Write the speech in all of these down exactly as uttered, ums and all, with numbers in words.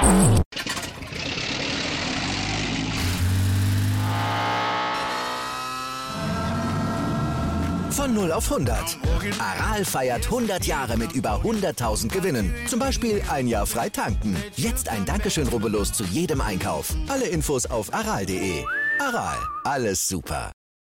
Von null auf hundert. Aral feiert hundert Jahre mit über hunderttausend Gewinnen. Zum Beispiel ein Jahr frei tanken. Jetzt ein Dankeschön, rubbellos zu jedem Einkauf. Alle Infos auf aral punkt de. Aral, alles super.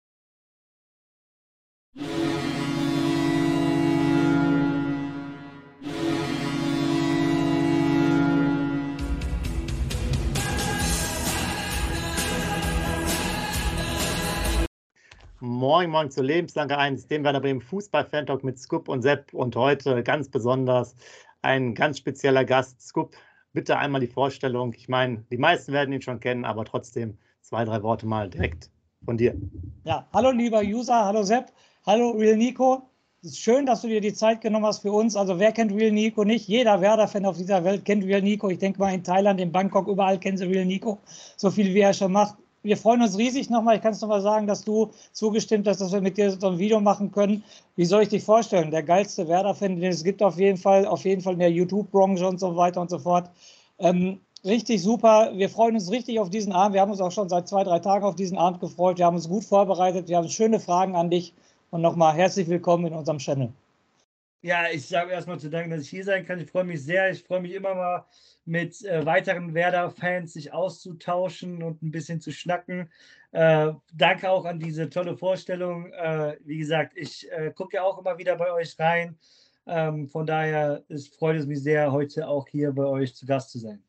Moin, moin zu Lebenslange eins, dem Werder Bremen Fußball-Fan-Talk mit Scoop und Sepp und heute ganz besonders ein ganz spezieller Gast. Scoop, bitte einmal die Vorstellung. Ich meine, die meisten werden ihn schon kennen, aber trotzdem zwei, drei Worte mal direkt von dir. Ja, hallo lieber User, hallo Sepp, hallo Real Nico. Es ist schön, dass du dir die Zeit genommen hast für uns. Also wer kennt Real Nico nicht? Jeder Werder-Fan auf dieser Welt kennt Real Nico. Ich denke mal in Thailand, in Bangkok, überall kennen sie Real Nico. So viel wie er schon macht. Wir freuen uns riesig nochmal. Ich kann es nochmal sagen, dass du zugestimmt hast, dass wir mit dir so ein Video machen können. Wie soll ich dich vorstellen? Der geilste Werder-Fan, den es gibt auf jeden Fall, auf jeden Fall in der YouTube-Branche und so weiter und so fort. Ähm, richtig super. Wir freuen uns richtig auf diesen Abend. Wir haben uns auch schon seit zwei, drei Tagen auf diesen Abend gefreut. Wir haben uns gut vorbereitet. Wir haben schöne Fragen an dich. Und nochmal herzlich willkommen in unserem Channel. Ja, ich sage erstmal zu danken, dass ich hier sein kann. Ich freue mich sehr. Ich freue mich immer mal mit äh, weiteren Werder-Fans sich auszutauschen und ein bisschen zu schnacken. Äh, danke auch an diese tolle Vorstellung. Äh, wie gesagt, ich äh, gucke ja auch immer wieder bei euch rein. Ähm, von daher ist, freut es mich sehr, heute auch hier bei euch zu Gast zu sein.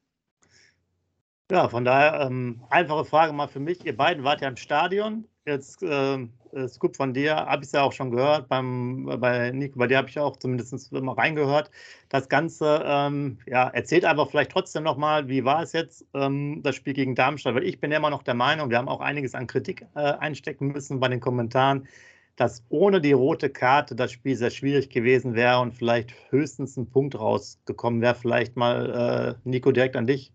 Ja, von daher, ähm, einfache Frage mal für mich. Ihr beiden wart ja im Stadion. Jetzt, äh, Scoop von dir, habe ich es ja auch schon gehört. Beim, bei Nico, bei dir habe ich auch zumindest immer reingehört. Das Ganze, ähm, ja, erzählt einfach vielleicht trotzdem nochmal, wie war es jetzt, ähm, das Spiel gegen Darmstadt? Weil ich bin ja immer noch der Meinung, wir haben auch einiges an Kritik äh, einstecken müssen bei den Kommentaren, dass ohne die rote Karte das Spiel sehr schwierig gewesen wäre und vielleicht höchstens ein Punkt rausgekommen wäre. Vielleicht mal, äh, Nico, direkt an dich.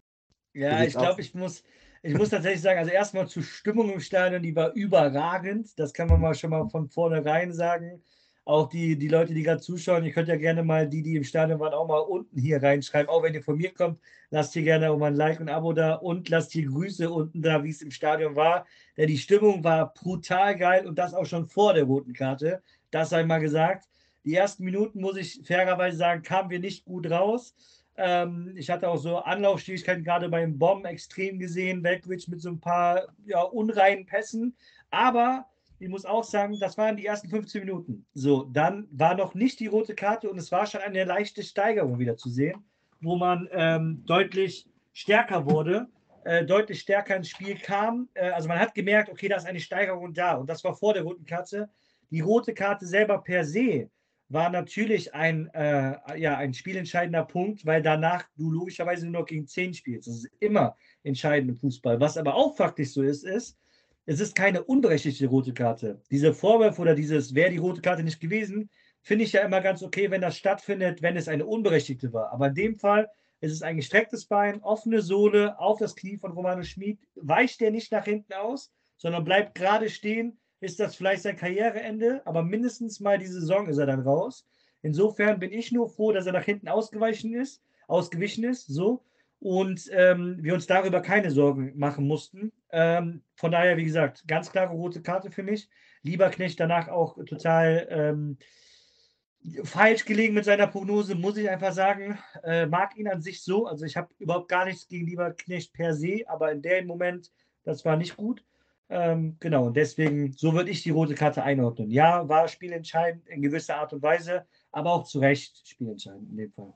Ja, ich glaube, ich muss, ich muss tatsächlich sagen, also erstmal zur Stimmung im Stadion, die war überragend. Das kann man mal schon mal von vornherein sagen. Auch die, die Leute, die gerade zuschauen, ihr könnt ja gerne mal, die, die im Stadion waren, auch mal unten hier reinschreiben. Auch wenn ihr von mir kommt, lasst hier gerne auch mal ein Like und ein Abo da und lasst hier Grüße unten da, wie es im Stadion war. Denn die Stimmung war brutal geil und das auch schon vor der roten Karte. Das sei mal gesagt. Die ersten Minuten, muss ich fairerweise sagen, kamen wir nicht gut raus. Ähm, ich hatte auch so Anlaufschwierigkeiten gerade beim Bomben extrem gesehen. Velkovic mit so ein paar ja, unreinen Pässen. Aber ich muss auch sagen, das waren die ersten fünfzehn Minuten. So, dann war noch nicht die rote Karte und es war schon eine leichte Steigerung wieder zu sehen, wo man ähm, deutlich stärker wurde, äh, deutlich stärker ins Spiel kam. Äh, also man hat gemerkt, okay, da ist eine Steigerung da. Und das war vor der roten Karte. Die rote Karte selber per se war natürlich ein, äh, ja, ein spielentscheidender Punkt, weil danach du logischerweise nur noch gegen zehn spielst. Das ist immer entscheidend im Fußball. Was aber auch faktisch so ist, ist, es ist keine unberechtigte rote Karte. Diese Vorwürfe oder dieses, wäre die rote Karte nicht gewesen, finde ich ja immer ganz okay, wenn das stattfindet, wenn es eine unberechtigte war. Aber in dem Fall ist es ein gestrecktes Bein, offene Sohle auf das Knie von Romano Schmid, weicht der nicht nach hinten aus, sondern bleibt gerade stehen. Ist das vielleicht sein Karriereende, aber mindestens mal die Saison ist er dann raus. Insofern bin ich nur froh, dass er nach hinten ausgewichen ist, ausgewichen ist, so, und ähm, wir uns darüber keine Sorgen machen mussten. Ähm, von daher, wie gesagt, ganz klare rote Karte für mich. Lieberknecht danach auch total ähm, falsch gelegen mit seiner Prognose, muss ich einfach sagen. Äh, mag ihn an sich so, also ich habe überhaupt gar nichts gegen Lieberknecht per se, aber in dem Moment, das war nicht gut. Ähm, genau, und deswegen, so würde ich die rote Karte einordnen. Ja, war spielentscheidend in gewisser Art und Weise, aber auch zu Recht spielentscheidend in dem Fall.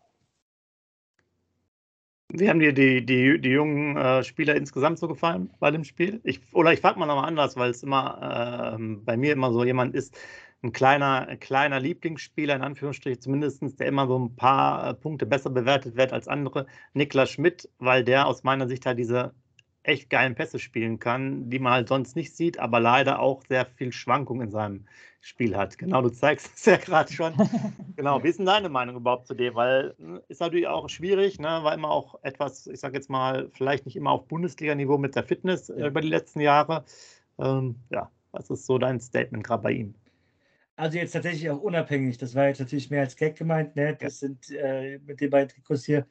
Wie haben dir die, die, die jungen äh, Spieler insgesamt so gefallen bei dem Spiel? Ich, oder ich frage mal nochmal anders, weil es immer äh, bei mir immer so jemand ist, ein kleiner, ein kleiner Lieblingsspieler, in Anführungsstrichen zumindest, der immer so ein paar äh, Punkte besser bewertet wird als andere. Niklas Schmidt, weil der aus meiner Sicht halt diese echt geilen Pässe spielen kann, die man halt sonst nicht sieht, aber leider auch sehr viel Schwankung in seinem Spiel hat. Genau, du zeigst es ja gerade schon. Genau, wie ist denn deine Meinung überhaupt zu dem? Weil ist natürlich auch schwierig, ne? War immer auch etwas, ich sage jetzt mal, vielleicht nicht immer auf Bundesliga-Niveau mit der Fitness äh, über die letzten Jahre. Ähm, ja, was ist so dein Statement gerade bei ihm? Also jetzt tatsächlich auch unabhängig, das war jetzt natürlich mehr als Gag gemeint, ne? Das ja. sind äh, mit den beiden Trikots hier.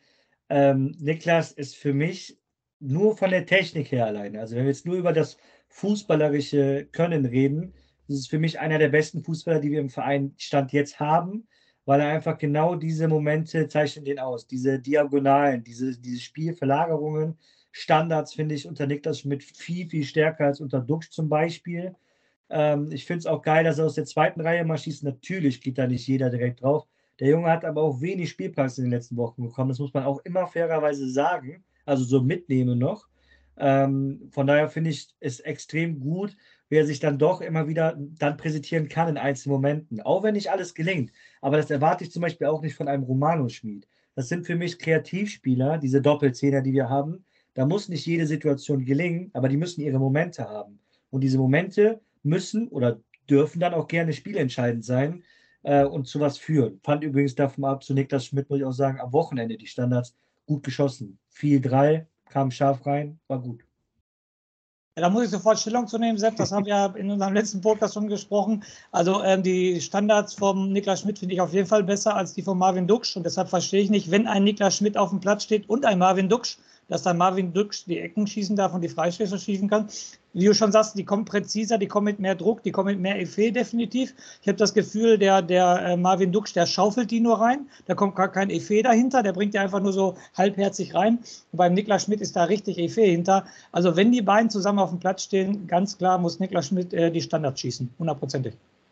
Ähm, Niklas ist für mich nur von der Technik her alleine. Also wenn wir jetzt nur über das fußballerische Können reden, das ist für mich einer der besten Fußballer, die wir im Verein Stand jetzt haben, weil er einfach genau diese Momente zeichnen den aus. Diese Diagonalen, diese, diese Spielverlagerungen, Standards finde ich unter Niklas Schmidt viel, viel stärker als unter Duxch zum Beispiel. Ähm, ich finde es auch geil, dass er aus der zweiten Reihe mal schießt. Natürlich geht da nicht jeder direkt drauf. Der Junge hat aber auch wenig Spielpraxis in den letzten Wochen bekommen. Das muss man auch immer fairerweise sagen. Also so mitnehmen noch. Ähm, von daher finde ich es extrem gut, wie er sich dann doch immer wieder dann präsentieren kann in einzelnen Momenten. Auch wenn nicht alles gelingt. Aber das erwarte ich zum Beispiel auch nicht von einem Romano Schmid. Das sind für mich Kreativspieler, diese Doppelzehner, die wir haben. Da muss nicht jede Situation gelingen, aber die müssen ihre Momente haben. Und diese Momente müssen oder dürfen dann auch gerne spielentscheidend sein äh, und zu was führen. Fand übrigens davon ab, zu Niklas Schmidt muss ich auch sagen, am Wochenende die Standards gut geschossen. Viel drei, kam scharf rein, war gut. Ja, da muss ich sofort Stellung zu nehmen, Sepp. Das haben wir ja in unserem letzten Podcast schon gesprochen. Also ähm, die Standards vom Niklas Schmidt finde ich auf jeden Fall besser als die von Marvin Duxch. Und deshalb verstehe ich nicht, wenn ein Niklas Schmidt auf dem Platz steht und ein Marvin Duxch, dass dann Marvin Duxch die Ecken schießen darf und die Freistöße schießen kann. Wie du schon sagst, die kommen präziser, die kommen mit mehr Druck, die kommen mit mehr Effet definitiv. Ich habe das Gefühl, der, der äh, Marvin Duxch, der schaufelt die nur rein. Da kommt gar kein Effet dahinter, der bringt die einfach nur so halbherzig rein. Und beim Niklas Schmidt ist da richtig Effet hinter. Also wenn die beiden zusammen auf dem Platz stehen, ganz klar muss Niklas Schmidt äh, die Standards schießen, hundertprozentig.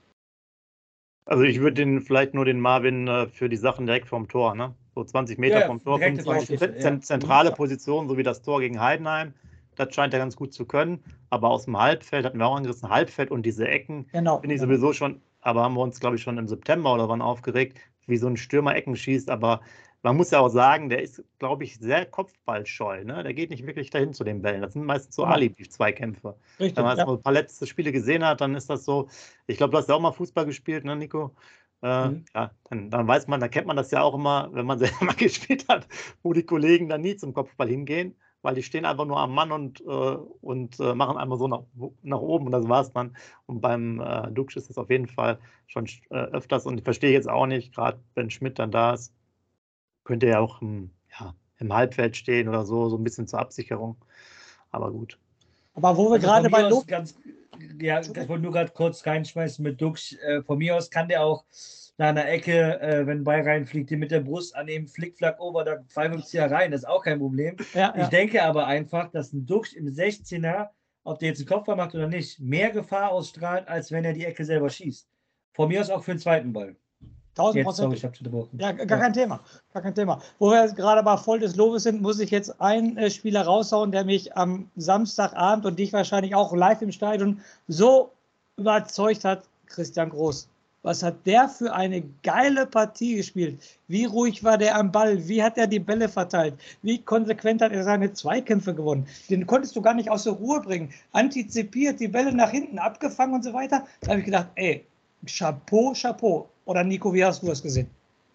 Also ich würde den vielleicht nur den Marvin äh, für die Sachen direkt vom Tor, ne? So zwanzig Meter ja, vom Tor, fünfundzwanzig zent- ja. zentrale Position, so wie das Tor gegen Heidenheim. Das scheint er ganz gut zu können. Aber aus dem Halbfeld, hatten wir auch angerissen, Halbfeld und diese Ecken, genau, bin ich genau. sowieso schon, aber haben wir uns, glaube ich, schon im September oder wann aufgeregt, wie so ein Stürmer Ecken schießt. Aber man muss ja auch sagen, der ist, glaube ich, sehr kopfballscheu. Ne? Der geht nicht wirklich dahin zu den Bällen. Das sind meistens so genau. Alibi-Zweikämpfe. Richtig, wenn man ja. ein paar letzte Spiele gesehen hat, dann ist das so. Ich glaube, du hast ja auch mal Fußball gespielt, ne, Nico? Äh, mhm. Ja, dann, dann weiß man, da kennt man das ja auch immer, wenn man selber mal gespielt hat, wo die Kollegen dann nie zum Kopfball hingehen, weil die stehen einfach nur am Mann und, äh, und äh, machen einfach so nach, nach oben und das war's dann. Und beim äh, Duxch ist das auf jeden Fall schon äh, öfters und ich verstehe jetzt auch nicht, gerade wenn Schmidt dann da ist, könnte er auch im, ja, im Halbfeld stehen oder so, so ein bisschen zur Absicherung. Aber gut. Aber wo wir also gerade bei Lob... Ganz, ja, ich wollte nur gerade kurz reinschmeißen mit Duxch. Äh, von mir aus kann der auch nach einer Ecke, äh, wenn Ball reinfliegt, die mit der Brust annehmen, Flick-Flack over, da fallen uns ja rein, das ist auch kein Problem. Ja, ich ja. denke aber einfach, dass ein Duxch im sechzehner, ob der jetzt einen Kopfball macht oder nicht, mehr Gefahr ausstrahlt, als wenn er die Ecke selber schießt. Von mir aus auch für den zweiten Ball. tausend Prozent. Ja, gar ja. kein Thema. Gar kein Thema. Wo wir gerade mal voll des Lobes sind, muss ich jetzt einen äh, Spieler raushauen, der mich am Samstagabend und dich wahrscheinlich auch live im Stadion so überzeugt hat, Christian Groß. Was hat der für eine geile Partie gespielt? Wie ruhig war der am Ball? Wie hat er die Bälle verteilt? Wie konsequent hat er seine Zweikämpfe gewonnen? Den konntest du gar nicht aus der Ruhe bringen. Antizipiert, die Bälle nach hinten abgefangen und so weiter. Da habe ich gedacht, ey, Chapeau, Chapeau. Oder Nico, wie hast du das gesehen?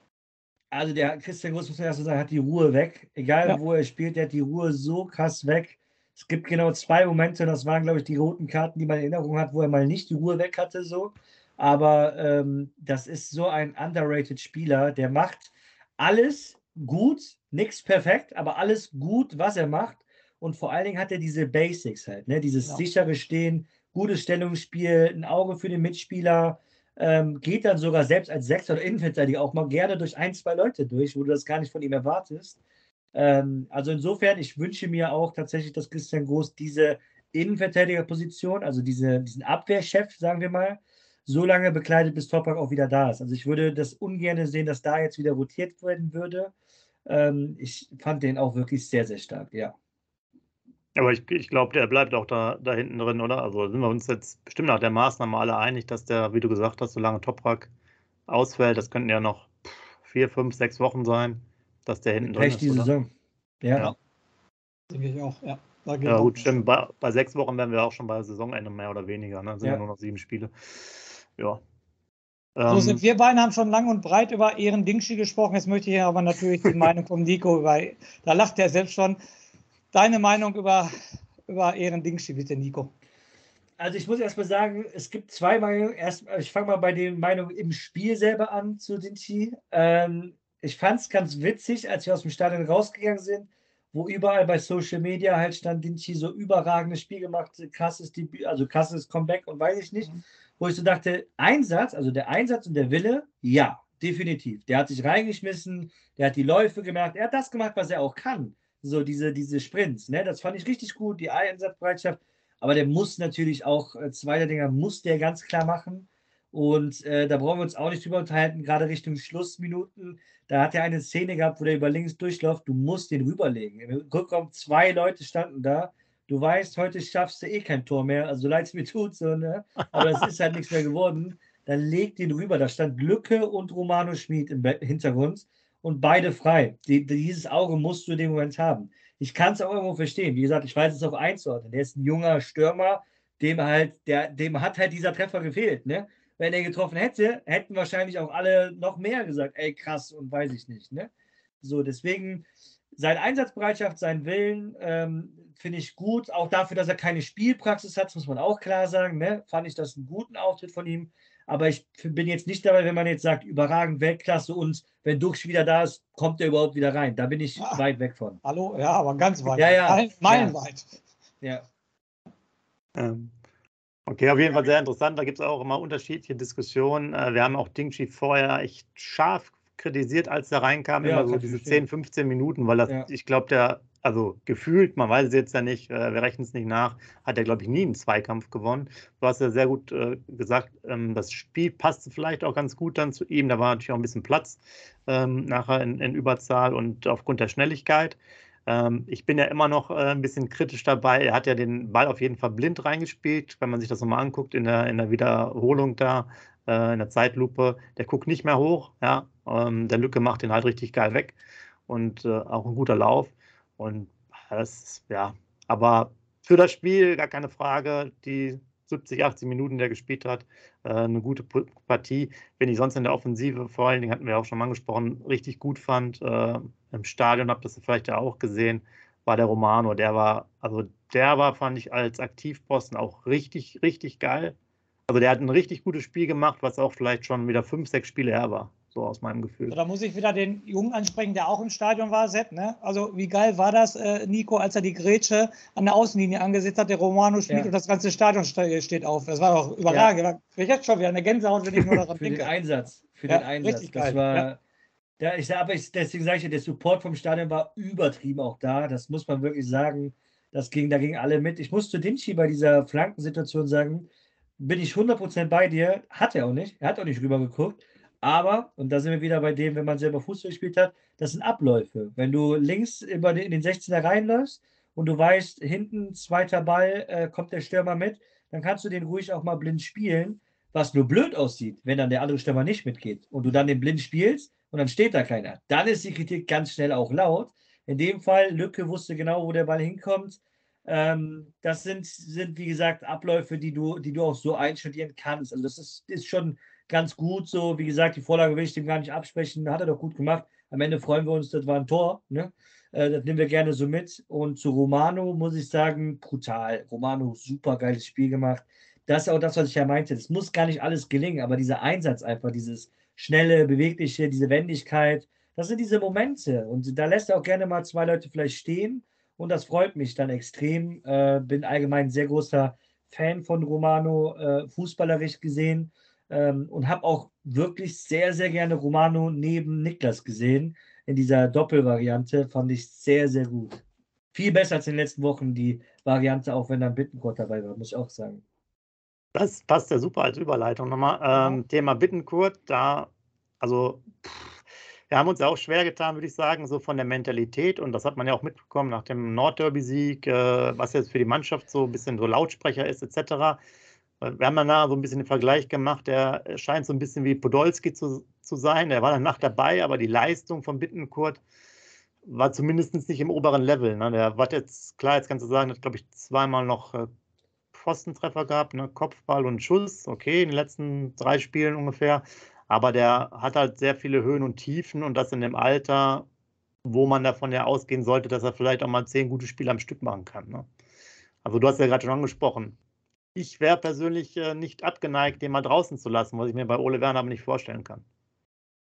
Also der Christian Groß, muss man erst so sagen, hat die Ruhe weg. Egal, ja. wo er spielt, der hat die Ruhe so krass weg. Es gibt genau zwei Momente, das waren, glaube ich, die roten Karten, die man in Erinnerung hat, wo er mal nicht die Ruhe weg hatte, so. Aber ähm, das ist so ein underrated Spieler, der macht alles gut, nichts perfekt, aber alles gut, was er macht. Und vor allen Dingen hat er diese Basics halt, ne? Dieses ja. sichere Stehen, gutes Stellungsspiel, ein Auge für den Mitspieler, ähm, geht dann sogar selbst als Sechser oder Innenverteidiger auch mal gerne durch ein, zwei Leute durch, wo du das gar nicht von ihm erwartest. Ähm, also insofern, ich wünsche mir auch tatsächlich, dass Christian Groß diese Innenverteidigerposition, also diese, diesen Abwehrchef, sagen wir mal, so lange bekleidet, bis Toprak auch wieder da ist. Also ich würde das ungern sehen, dass da jetzt wieder rotiert werden würde. Ähm, ich fand den auch wirklich sehr, sehr stark, ja. Aber ich, ich glaube, der bleibt auch da, da hinten drin, oder? Also sind wir uns jetzt bestimmt nach der Maßnahme alle einig, dass der, wie du gesagt hast, solange Toprak ausfällt, das könnten ja noch vier, fünf, sechs Wochen sein, dass der hinten drin ist, die Saison. Ja. ja. Denke ich auch, ja. Ja gut, stimmt. Bei, bei sechs Wochen wären wir auch schon bei Saisonende mehr oder weniger. Ne? Sind ja. ja nur noch sieben Spiele. Ja. So Ähm, sind wir beiden, haben schon lang und breit über Ehren Dingschi gesprochen. Jetzt möchte ich aber natürlich die Meinung von Nico, weil da lacht er selbst schon. Deine Meinung über, über Ehren Dingschi, bitte, Nico. Also ich muss erst mal sagen, es gibt zwei Meinungen. Erst, ich fange mal bei den Meinungen im Spiel selber an zu Dingschi. Ähm, ich fand es ganz witzig, als wir aus dem Stadion rausgegangen sind, wo überall bei Social Media halt stand, Dinci so überragendes Spiel gemacht, krasses Debüt, also krasses Comeback und weiß ich nicht, mhm. wo ich so dachte, Einsatz, also der Einsatz und der Wille, ja, definitiv. Der hat sich reingeschmissen, der hat die Läufe gemacht, er hat das gemacht, was er auch kann. So diese, diese Sprints, ne? Das fand ich richtig gut, die Einsatzbereitschaft, aber der muss natürlich auch, äh, zweiter Dinger muss der ganz klar machen. Und äh, da brauchen wir uns auch nicht drüber unterhalten, gerade Richtung Schlussminuten. Da hat er eine Szene gehabt, wo der über links durchläuft. Du musst den rüberlegen. Im Rückraum zwei Leute standen da. Du weißt, heute schaffst du eh kein Tor mehr. Also leid es mir tut, so, ne? Aber es ist halt nichts mehr geworden. Dann leg den rüber. Da stand Lücke und Romano Schmid im Hintergrund und beide frei. Die, dieses Auge musst du in dem Moment haben. Ich kann es auch irgendwo verstehen. Wie gesagt, ich weiß es auch einzuordnen. Der ist ein junger Stürmer, dem halt, der, dem hat halt dieser Treffer gefehlt, ne? Wenn er getroffen hätte, hätten wahrscheinlich auch alle noch mehr gesagt, ey, krass und weiß ich nicht. Ne? So, deswegen seine Einsatzbereitschaft, seinen Willen ähm, finde ich gut. Auch dafür, dass er keine Spielpraxis hat, muss man auch klar sagen. Ne? Fand ich das einen guten Auftritt von ihm. Aber ich bin jetzt nicht dabei, wenn man jetzt sagt, überragend Weltklasse und wenn Dux wieder da ist, kommt er überhaupt wieder rein. Da bin ich ah, weit weg von. Hallo? Ja, aber ganz weit. Ja, ja. Meilenweit. Ja. Ähm. Okay, auf jeden Fall sehr interessant. Da gibt es auch immer unterschiedliche Diskussionen. Wir haben auch Dingshi vorher echt scharf kritisiert, als er reinkam, ja, immer so diese zehn, fünfzehn Minuten, weil das, ja. ich glaube, der, also gefühlt, man weiß es jetzt ja nicht, wir rechnen es nicht nach, hat er, glaube ich, nie einen Zweikampf gewonnen. Du hast ja sehr gut äh, gesagt, ähm, das Spiel passte vielleicht auch ganz gut dann zu ihm. Da war natürlich auch ein bisschen Platz ähm, nachher in, in Überzahl und aufgrund der Schnelligkeit. Ich bin ja immer noch ein bisschen kritisch dabei. Er hat ja den Ball auf jeden Fall blind reingespielt. Wenn man sich das nochmal anguckt in der, in der Wiederholung da, in der Zeitlupe, der guckt nicht mehr hoch. Ja? Der Lücke macht den halt richtig geil weg und auch ein guter Lauf. Und das, ja, aber für das Spiel gar keine Frage. Die siebzig, achtzig Minuten, der gespielt hat, eine gute Partie. Wenn ich sonst in der Offensive, vor allen Dingen hatten wir auch schon mal angesprochen, richtig gut fand, im Stadion, habt ihr das vielleicht ja auch gesehen, war der Romano. Der war, also der war, fand ich, als Aktivposten auch richtig, richtig geil. Also der hat ein richtig gutes Spiel gemacht, was auch vielleicht schon wieder fünf, sechs Spiele her war, so aus meinem Gefühl. So, da muss ich wieder den Jungen ansprechen, der auch im Stadion war, Sepp, ne? Also wie geil war das, äh, Nico, als er die Grätsche an der Außenlinie angesetzt hat, der Romano spielt, ja, und das ganze Stadion steht auf. Das war doch überragend. Ja. Ich jetzt schon wieder eine Gänsehaut, wenn ich nur daran für denke. Den Einsatz, für ja, den Einsatz. Richtig das geil. war... Ja. Ja, ich sage, aber ich, deswegen sage ich ja, der Support vom Stadion war übertrieben auch da. Das muss man wirklich sagen. Das ging, da gingen alle mit. Ich muss zu Dinci bei dieser Flankensituation sagen, bin ich hundert Prozent bei dir. Hat er auch nicht. Er hat auch nicht rüber geguckt. Aber, und da sind wir wieder bei dem, wenn man selber Fußball gespielt hat, das sind Abläufe. Wenn du links über den, in den sechzehner reinläufst und du weißt, hinten zweiter Ball, äh, kommt der Stürmer mit, dann kannst du den ruhig auch mal blind spielen, was nur blöd aussieht, wenn dann der andere Stürmer nicht mitgeht und du dann den blind spielst und dann steht da keiner. Dann ist die Kritik ganz schnell auch laut. In dem Fall, Lücke wusste genau, wo der Ball hinkommt. Ähm, das sind, sind, wie gesagt, Abläufe, die du, die du auch so einstudieren kannst. Also das ist, ist schon ganz gut so. Wie gesagt, die Vorlage will ich dem gar nicht absprechen. Hat er doch gut gemacht. Am Ende freuen wir uns, das war ein Tor. Ne? Äh, das nehmen wir gerne so mit. Und zu Romano muss ich sagen, brutal. Romano, super geiles Spiel gemacht. Das ist auch das, was ich ja meinte. Das muss gar nicht alles gelingen, aber dieser Einsatz einfach, dieses schnelle, bewegliche, diese Wendigkeit, das sind diese Momente. Und da lässt er auch gerne mal zwei Leute vielleicht stehen. Und das freut mich dann extrem. Äh, bin allgemein ein sehr großer Fan von Romano, äh, fußballerisch gesehen. Ähm, und habe auch wirklich sehr, sehr gerne Romano neben Niklas gesehen. In dieser Doppelvariante fand ich sehr, sehr gut. Viel besser als in den letzten Wochen die Variante, auch wenn dann Bittencourt dabei war, muss ich auch sagen. Das passt ja super als Überleitung nochmal. Ähm, ja. Thema Bittencourt, da, also pff, wir haben uns ja auch schwer getan, würde ich sagen, so von der Mentalität, und das hat man ja auch mitbekommen nach dem Nordderby-Sieg, äh, was jetzt für die Mannschaft so ein bisschen so Lautsprecher ist, et cetera. Wir haben danach so ein bisschen den Vergleich gemacht, der scheint so ein bisschen wie Podolski zu, zu sein. Der war danach dabei, aber die Leistung von Bittencourt war zumindest nicht im oberen Level. Ne? Der war jetzt, klar, jetzt kannst du sagen, hat, glaube ich, zweimal noch äh, Pfostentreffer gehabt, ne? Kopfball und Schuss, okay, in den letzten drei Spielen ungefähr. Aber der hat halt sehr viele Höhen und Tiefen, und das in dem Alter, wo man davon ja ausgehen sollte, dass er vielleicht auch mal zehn gute Spiele am Stück machen kann. Ne? Also du hast ja gerade schon angesprochen. Ich wäre persönlich äh, nicht abgeneigt, den mal draußen zu lassen, was ich mir bei Ole Werner aber nicht vorstellen kann.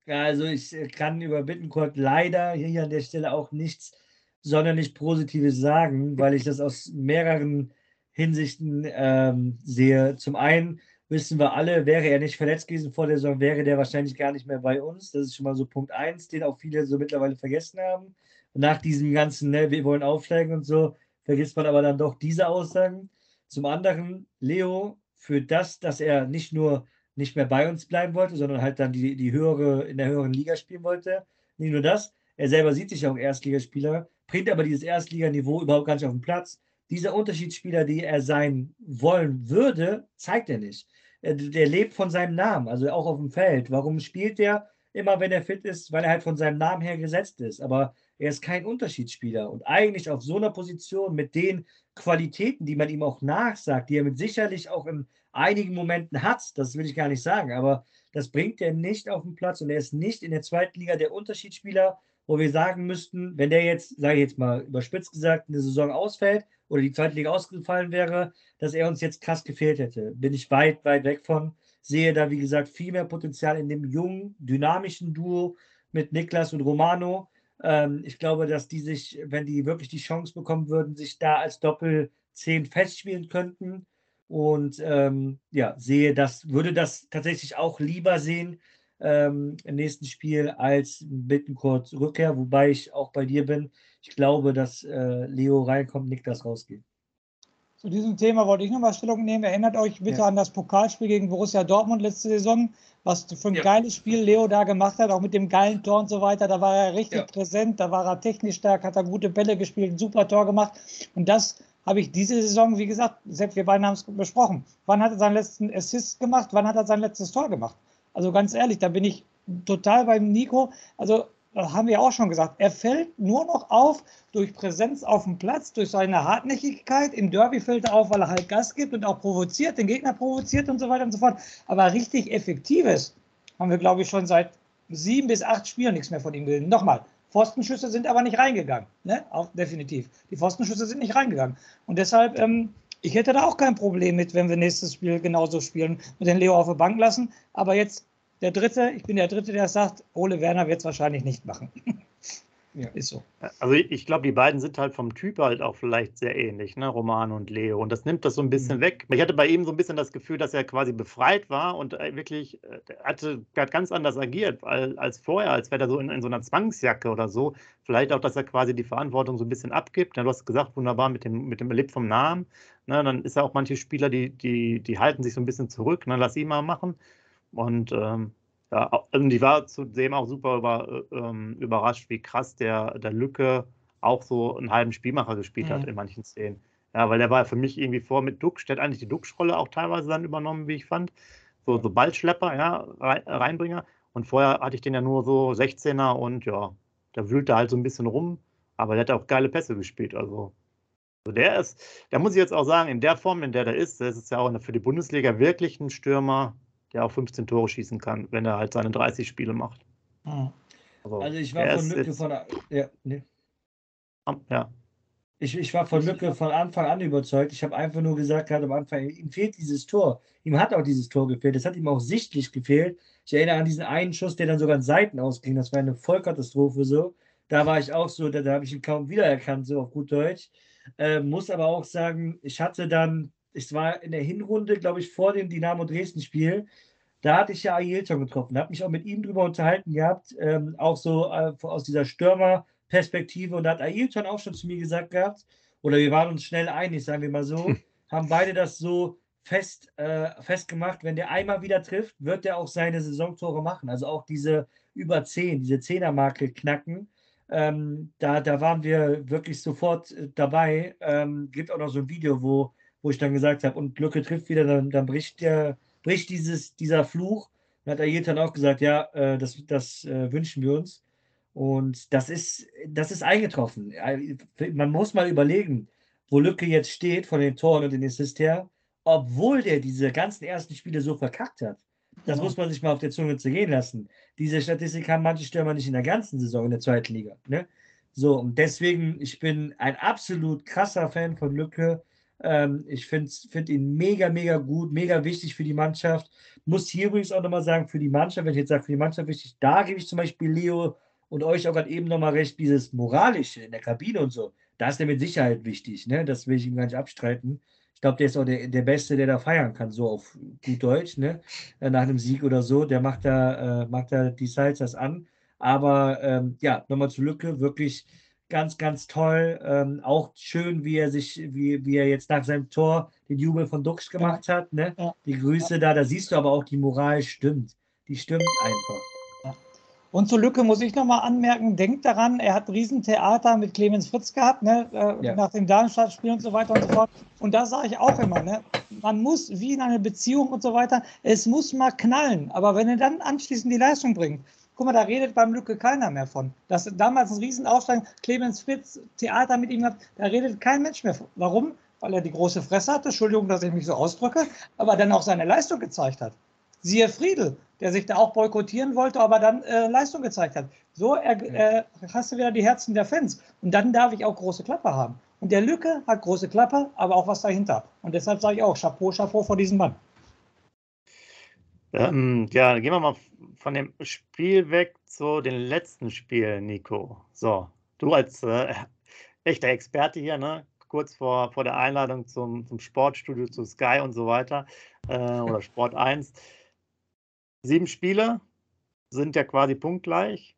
Ja, also ich kann über Bittencourt leider hier an der Stelle auch nichts sonderlich Positives sagen, weil ich das aus mehreren Hinsichten ähm, sehe. Zum einen wissen wir alle, wäre er nicht verletzt gewesen vor der Saison, wäre der wahrscheinlich gar nicht mehr bei uns. Das ist schon mal so Punkt eins, den auch viele so mittlerweile vergessen haben. Und nach diesem ganzen, ne, wir wollen aufsteigen und so, vergisst man aber dann doch diese Aussagen. Zum anderen, Leo, für das, dass er nicht nur nicht mehr bei uns bleiben wollte, sondern halt dann die, die höhere, in der höheren Liga spielen wollte. Nicht nur das, er selber sieht sich auch Erstligaspieler, bringt aber dieses Erstliganiveau überhaupt gar nicht auf den Platz. Dieser Unterschiedsspieler, die er sein wollen würde, zeigt er nicht. Er, der lebt von seinem Namen, also auch auf dem Feld. Warum spielt er immer, wenn er fit ist? Weil er halt von seinem Namen her gesetzt ist. Aber er ist kein Unterschiedsspieler. Und eigentlich auf so einer Position mit den Qualitäten, die man ihm auch nachsagt, die er mit sicherlich auch in einigen Momenten hat, das will ich gar nicht sagen, aber das bringt er nicht auf den Platz und er ist nicht in der zweiten Liga der Unterschiedsspieler, wo wir sagen müssten, wenn der jetzt, sage ich jetzt mal überspitzt gesagt, eine Saison ausfällt oder die zweite Liga ausgefallen wäre, dass er uns jetzt krass gefehlt hätte. Bin ich weit, weit weg von. Sehe da, wie gesagt, viel mehr Potenzial in dem jungen, dynamischen Duo mit Niklas und Romano. Ähm, ich glaube, dass die sich, wenn die wirklich die Chance bekommen würden, sich da als Doppel-Zehn festspielen könnten. Und ähm, ja, sehe das, würde das tatsächlich auch lieber sehen ähm, im nächsten Spiel als Bittencourt Rückkehr, wobei ich auch bei dir bin. Ich glaube, dass äh, Leo reinkommt, Niklas rausgeht. Zu diesem Thema wollte ich nochmal Stellung nehmen. Erinnert euch bitte ja. an das Pokalspiel gegen Borussia Dortmund letzte Saison, was für ein ja. geiles Spiel Leo da gemacht hat, auch mit dem geilen Tor und so weiter. Da war er richtig ja. präsent, da war er technisch stark, hat er gute Bälle gespielt, ein super Tor gemacht. Und das habe ich diese Saison, wie gesagt, selbst wir beiden haben es besprochen. Wann hat er seinen letzten Assist gemacht? Wann hat er sein letztes Tor gemacht? Also ganz ehrlich, da bin ich total beim Nico. Also das haben wir auch schon gesagt. Er fällt nur noch auf durch Präsenz auf dem Platz, durch seine Hartnäckigkeit. Im Derby fällt er auf, weil er halt Gas gibt und auch provoziert, den Gegner provoziert und so weiter und so fort. Aber richtig Effektives haben wir, glaube ich, schon seit sieben bis acht Spielen nichts mehr von ihm gesehen. Nochmal. Pfostenschüsse sind aber nicht reingegangen, ne? Auch definitiv. Die Pfostenschüsse sind nicht reingegangen. Und deshalb, ähm, ich hätte da auch kein Problem mit, wenn wir nächstes Spiel genauso spielen und den Leo auf der Bank lassen. Aber jetzt der Dritte, ich bin der Dritte, der sagt, Ole Werner wird es wahrscheinlich nicht machen. Ja, ist so. Also ich, ich glaube, die beiden sind halt vom Typ halt auch vielleicht sehr ähnlich, ne? Romano und Leo. Und das nimmt das so ein bisschen mhm. weg. Ich hatte bei ihm so ein bisschen das Gefühl, dass er quasi befreit war und wirklich hatte, hat ganz anders agiert als, als vorher, als wäre er so in, in so einer Zwangsjacke oder so. Vielleicht auch, dass er quasi die Verantwortung so ein bisschen abgibt. Ja, du hast gesagt, wunderbar mit dem, mit dem Erlebt vom Namen. Ne? Dann ist ja auch manche Spieler, die, die, die halten sich so ein bisschen zurück. Ne? Lass ihn mal machen. Und ähm, ja, und ich war zudem auch super über, ähm, überrascht, wie krass der, der Lücke auch so einen halben Spielmacher gespielt mhm. hat in manchen Szenen. Ja, weil der war für mich irgendwie vor mit Duxch, der hat eigentlich die Duxch-Rolle auch teilweise dann übernommen, wie ich fand. So, so Ballschlepper, ja, Reinbringer. Und vorher hatte ich den ja nur so sechzehner und ja, der wühlte halt so ein bisschen rum, aber der hat auch geile Pässe gespielt. Also, also der ist, da muss ich jetzt auch sagen, in der Form, in der der ist, das ist ja auch für die Bundesliga wirklich ein Stürmer, der auch fünfzehn Tore schießen kann, wenn er halt seine dreißig Spiele macht. Mhm. Also, also ich war von Lücke von ja, nee. ja. Ich, ich war von Lücke von Anfang an überzeugt. Ich habe einfach nur gesagt, gerade am Anfang, ihm fehlt dieses Tor. Ihm hat auch dieses Tor gefehlt. Das hat ihm auch sichtlich gefehlt. Ich erinnere an diesen einen Schuss, der dann sogar an Seiten ausging. Das war eine Vollkatastrophe so. Da war ich auch so, da, da habe ich ihn kaum wiedererkannt, so auf gut Deutsch. Äh, muss aber auch sagen, ich hatte dann es war in der Hinrunde, glaube ich, vor dem Dynamo Dresden-Spiel, da hatte ich ja Ailton getroffen, habe mich auch mit ihm drüber unterhalten gehabt, ähm, auch so äh, aus dieser Stürmerperspektive. Und da hat Ailton auch schon zu mir gesagt gehabt, oder wir waren uns schnell einig, sagen wir mal so, haben beide das so fest, äh, festgemacht, wenn der einmal wieder trifft, wird der auch seine Saisontore machen. Also auch diese über zehn, diese Zehner-Marke knacken. Ähm, da, da waren wir wirklich sofort äh, dabei. Ähm, gibt auch noch so ein Video, wo wo ich dann gesagt habe, und Lücke trifft wieder, dann, dann bricht, der, bricht dieses, dieser Fluch. Dann hat Ailton auch gesagt, ja, äh, das, das äh, wünschen wir uns. Und das ist, das ist eingetroffen. Man muss mal überlegen, wo Lücke jetzt steht von den Toren und den Assists her, obwohl der diese ganzen ersten Spiele so verkackt hat. Das ja. muss man sich mal auf der Zunge zergehen lassen. Diese Statistik haben manche Stürmer nicht in der ganzen Saison in der zweiten Liga. Ne? So, und deswegen, ich bin ein absolut krasser Fan von Lücke. Ähm, ich finde find ihn mega, mega gut, mega wichtig für die Mannschaft. Muss hier übrigens auch nochmal sagen, für die Mannschaft, wenn ich jetzt sage, für die Mannschaft wichtig, da gebe ich zum Beispiel Leo und euch auch gerade eben nochmal recht, dieses Moralische in der Kabine und so, da ist der mit Sicherheit wichtig, ne? Das will ich ihm gar nicht abstreiten. Ich glaube, der ist auch der, der Beste, der da feiern kann, so auf gut Deutsch, ne? Nach einem Sieg oder so, der macht da, äh, macht da die Salzers an. Aber ähm, ja, nochmal zur Lücke, wirklich ganz, ganz toll. Ähm, auch schön, wie er sich, wie, wie er jetzt nach seinem Tor den Jubel von Dux gemacht ja. hat. Ne? Ja. Die Grüße ja. da, da siehst du aber auch, die Moral stimmt. Die stimmt einfach. Ja. Und zur Lücke muss ich nochmal anmerken, denkt daran, er hat ein Riesentheater mit Clemens Fritz gehabt, ne? äh, ja. nach dem Darmstadt-Spiel und so weiter und so fort. Und da sage ich auch immer, ne? Man muss, wie in einer Beziehung und so weiter, es muss mal knallen. Aber wenn er dann anschließend die Leistung bringt, guck mal, da redet beim Lücke keiner mehr von. Das ist damals ein Riesenaufschlag, Clemens Fritz, Theater mit ihm gehabt, da redet kein Mensch mehr von. Warum? Weil er die große Fresse hatte, Entschuldigung, dass ich mich so ausdrücke, aber dann auch seine Leistung gezeigt hat. Siehe Friedl, der sich da auch boykottieren wollte, aber dann äh, Leistung gezeigt hat. So äh, hast du wieder die Herzen der Fans. Und dann darf ich auch große Klappe haben. Und der Lücke hat große Klappe, aber auch was dahinter. Und deshalb sage ich auch, Chapeau, Chapeau vor diesem Mann. Ähm, ja, gehen wir mal von dem Spiel weg zu den letzten Spielen, Nico. So, du als äh, echter Experte hier, ne? Kurz vor, vor der Einladung zum, zum Sportstudio, zu Sky und so weiter, äh, oder Sport eins. Sieben Spiele sind ja quasi punktgleich.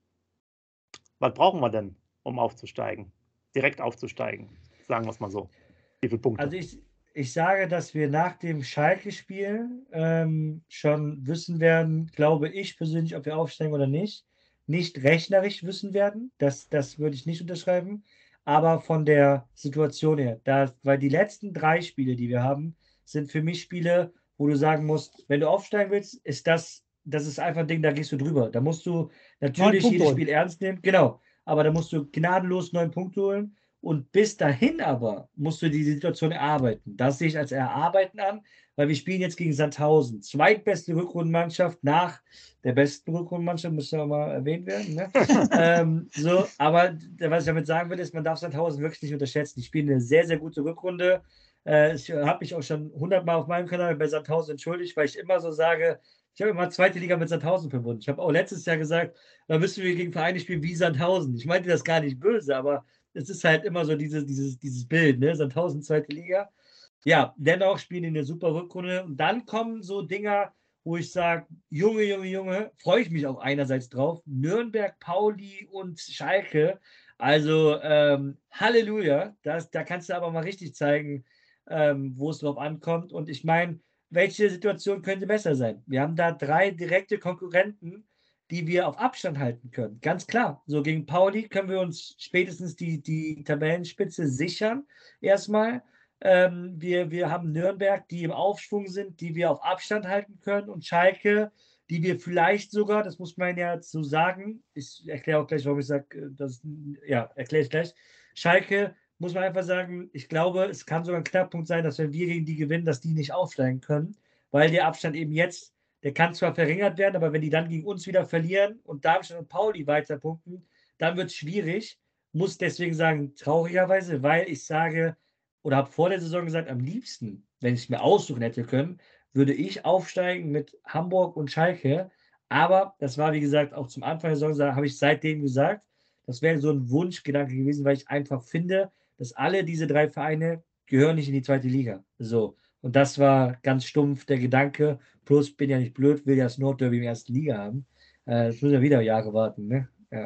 Was brauchen wir denn, um aufzusteigen? Direkt aufzusteigen, sagen wir es mal so. Wie viele Punkte? Also ich, ich sage, dass wir nach dem Schalke-Spiel ähm, schon wissen werden, glaube ich persönlich, ob wir aufsteigen oder nicht. Nicht rechnerisch wissen werden, das, das würde ich nicht unterschreiben, aber von der Situation her. Da, weil die letzten drei Spiele, die wir haben, sind für mich Spiele, wo du sagen musst, wenn du aufsteigen willst, ist das, das ist einfach ein Ding, da gehst du drüber. Da musst du natürlich jedes Spiel ernst nehmen, genau, aber da musst du gnadenlos neun Punkte holen. Und bis dahin aber musst du die Situation erarbeiten. Das sehe ich als Erarbeiten an, weil wir spielen jetzt gegen Sandhausen. Zweitbeste Rückrundenmannschaft nach der besten Rückrundenmannschaft, muss ja mal erwähnt werden. Ne? ähm, so, aber was ich damit sagen will, ist, man darf Sandhausen wirklich nicht unterschätzen. Die spielen eine sehr, sehr gute Rückrunde. Äh, ich habe mich auch schon hundertmal auf meinem Kanal bei Sandhausen entschuldigt, weil ich immer so sage, ich habe immer zweite Liga mit Sandhausen verbunden. Ich habe auch letztes Jahr gesagt, da müssen wir gegen Vereine spielen wie Sandhausen. Ich meinte das gar nicht böse, aber es ist halt immer so dieses, dieses, dieses Bild, ne? Sandhausen, zweite Liga. Ja, dennoch spielen die eine super Rückrunde. Und dann kommen so Dinger, wo ich sage, Junge, Junge, Junge, freue ich mich auch einerseits drauf. Nürnberg, Pauli und Schalke. Also ähm, Halleluja. Das, da kannst du aber mal richtig zeigen, ähm, wo es drauf ankommt. Und ich meine, welche Situation könnte besser sein? Wir haben da drei direkte Konkurrenten, die wir auf Abstand halten können. Ganz klar. So gegen Pauli können wir uns spätestens die, die Tabellenspitze sichern. Erstmal. Ähm, wir, wir haben Nürnberg, die im Aufschwung sind, die wir auf Abstand halten können. Und Schalke, die wir vielleicht sogar, das muss man ja so sagen, ich erkläre auch gleich, warum ich sage, das, ja, erkläre ich gleich. Schalke, muss man einfach sagen, ich glaube, es kann sogar ein Knackpunkt sein, dass wenn wir gegen die gewinnen, dass die nicht aufsteigen können, weil der Abstand eben jetzt, der kann zwar verringert werden, aber wenn die dann gegen uns wieder verlieren und Darmstadt und Pauli weiter punkten, dann wird es schwierig. Muss deswegen sagen, traurigerweise, weil ich sage, oder habe vor der Saison gesagt, am liebsten, wenn ich es mir aussuchen hätte können, würde ich aufsteigen mit Hamburg und Schalke. Aber das war, wie gesagt, auch zum Anfang der Saison, habe ich seitdem gesagt, das wäre so ein Wunschgedanke gewesen, weil ich einfach finde, dass alle diese drei Vereine gehören nicht in die zweite Liga. So. Und das war ganz stumpf der Gedanke. Plus, bin ja nicht blöd, will ja das Nordderby in der ersten Liga haben. Äh, das müssen wir wieder Jahre warten. Ne? Ja.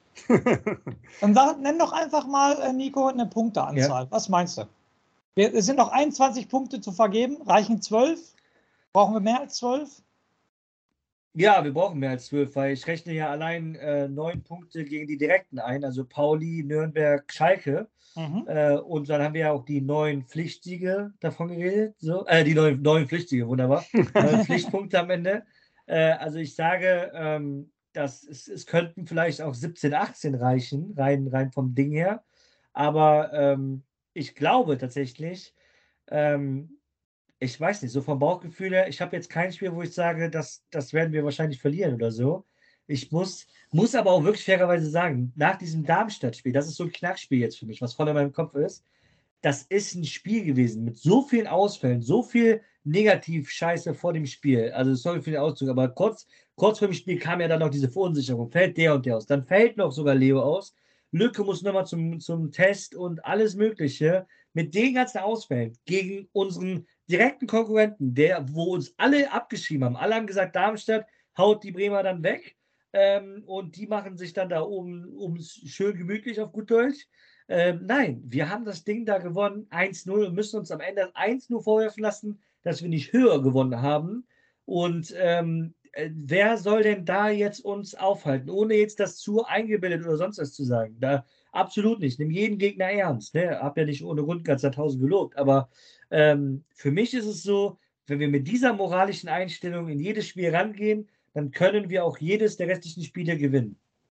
Dann sag, nenn doch einfach mal, Nico, eine Punkteanzahl. Ja. Was meinst du? Wir, es sind noch einundzwanzig Punkte zu vergeben. Reichen zwölf? Brauchen wir mehr als zwölf? Ja, wir brauchen mehr als zwölf, weil ich rechne ja allein äh, neun Punkte gegen die Direkten ein, also Pauli, Nürnberg, Schalke. Mhm. Äh, und dann haben wir ja auch die neun Pflichtsiege davon geredet. So. Äh, die neun, neun Pflichtsiege, wunderbar. neun Pflichtpunkte am Ende. Äh, also ich sage, ähm, dass es, es könnten vielleicht auch siebzehn, achtzehn reichen, rein, rein vom Ding her. Aber ähm, ich glaube tatsächlich, ähm, ich weiß nicht, so vom Bauchgefühl her, ich habe jetzt kein Spiel, wo ich sage, das, das werden wir wahrscheinlich verlieren oder so. Ich muss, muss aber auch wirklich fairerweise sagen, nach diesem Darmstadt-Spiel, das ist so ein Knackspiel jetzt für mich, was voll in meinem Kopf ist, das ist ein Spiel gewesen mit so vielen Ausfällen, so viel Negativ-Scheiße vor dem Spiel. Also sorry für den Ausdruck, aber kurz, kurz vor dem Spiel kam ja dann noch diese Verunsicherung. Fällt der und der aus. Dann fällt noch sogar Leo aus. Lücke muss nochmal zum, zum Test und alles Mögliche. Mit den ganzen Ausfällen gegen unseren direkten Konkurrenten, der, wo uns alle abgeschrieben haben. Alle haben gesagt, Darmstadt haut die Bremer dann weg. Ähm, und die machen sich dann da oben, oben schön gemütlich auf gut Deutsch. Ähm, nein, wir haben das Ding da gewonnen, eins null, und müssen uns am Ende eins null vorwerfen lassen, dass wir nicht höher gewonnen haben. Und ähm, äh, wer soll denn da jetzt uns aufhalten, ohne jetzt das zu eingebildet oder sonst was zu sagen? Da absolut nicht. Nimm jeden Gegner ernst. Ne? Hab ja nicht ohne Grund ganz tausend gelobt. Aber ähm, für mich ist es so, wenn wir mit dieser moralischen Einstellung in jedes Spiel rangehen, dann können wir auch jedes der restlichen Spiele gewinnen.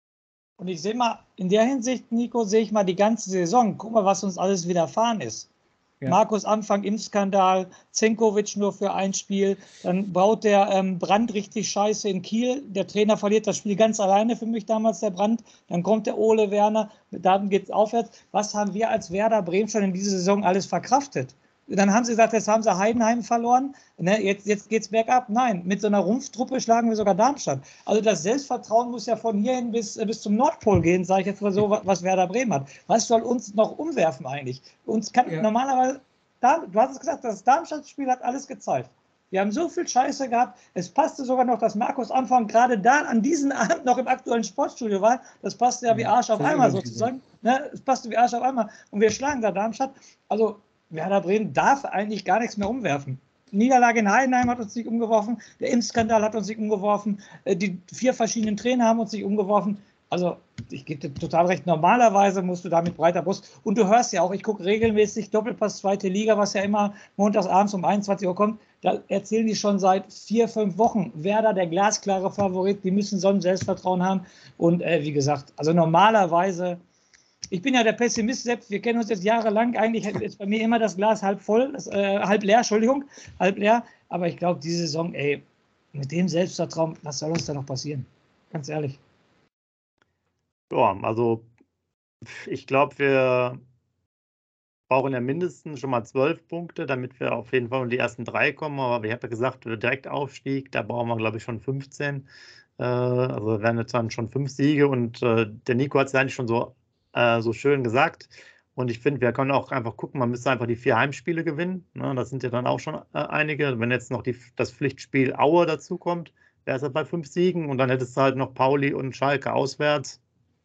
Und ich sehe mal, in der Hinsicht, Nico, sehe ich mal die ganze Saison. Guck mal, was uns alles widerfahren ist. Ja. Markus Anfang im Skandal, Zenkovic nur für ein Spiel, dann baut der ähm, Brandt richtig scheiße in Kiel, der Trainer verliert das Spiel ganz alleine für mich damals, der Brandt, dann kommt der Ole Werner, dann geht es aufwärts. Was haben wir als Werder Bremen schon in dieser Saison alles verkraftet? Dann haben sie gesagt, jetzt haben sie Heidenheim verloren, ne, jetzt, jetzt geht es bergab. Nein, mit so einer Rumpftruppe schlagen wir sogar Darmstadt. Also das Selbstvertrauen muss ja von hierhin bis, bis zum Nordpol gehen, sage ich jetzt mal so, was Werder Bremen hat. Was soll uns noch umwerfen eigentlich? Uns kann ja. normalerweise, du hast es gesagt, das Darmstadt-Spiel hat alles gezeigt. Wir haben so viel Scheiße gehabt, es passte sogar noch, dass Markus Anfang gerade da an diesem Abend noch im aktuellen Sportstudio war. Das passte ja wie Arsch auf einmal sozusagen. Ne? Es passte wie Arsch auf einmal. Und wir schlagen da Darmstadt. Also Werder Bremen darf eigentlich gar nichts mehr umwerfen. Niederlage in Heidenheim hat uns nicht umgeworfen, der Impfskandal hat uns nicht umgeworfen, die vier verschiedenen Trainer haben uns nicht umgeworfen. Also ich gebe dir total recht, normalerweise musst du da mit breiter Brust, und du hörst ja auch, ich gucke regelmäßig Doppelpass zweite Liga, was ja immer montags abends um einundzwanzig Uhr kommt, da erzählen die schon seit vier, fünf Wochen, Werder der glasklare Favorit, die müssen so ein Selbstvertrauen haben und äh, wie gesagt, also normalerweise, ich bin ja der Pessimist selbst, wir kennen uns jetzt jahrelang, eigentlich ist bei mir immer das Glas halb voll, das, äh, halb leer, Entschuldigung, halb leer, aber ich glaube, diese Saison, ey, mit dem Selbstvertrauen, was soll uns da noch passieren? Ganz ehrlich. Ja, also ich glaube, wir brauchen ja mindestens schon mal zwölf Punkte, damit wir auf jeden Fall in die ersten drei kommen, aber ich habe ja gesagt, Direktaufstieg, da brauchen wir, glaube ich, schon fünfzehn, äh, also wären jetzt dann schon fünf Siege und äh, der Nico hat es ja eigentlich schon so so schön gesagt. Und ich finde, wir können auch einfach gucken, man müsste einfach die vier Heimspiele gewinnen. Ne? Das sind ja dann auch schon äh, einige. Wenn jetzt noch die, das Pflichtspiel Aue dazu kommt, wäre es halt bei fünf Siegen. Und dann hättest du halt noch Pauli und Schalke auswärts,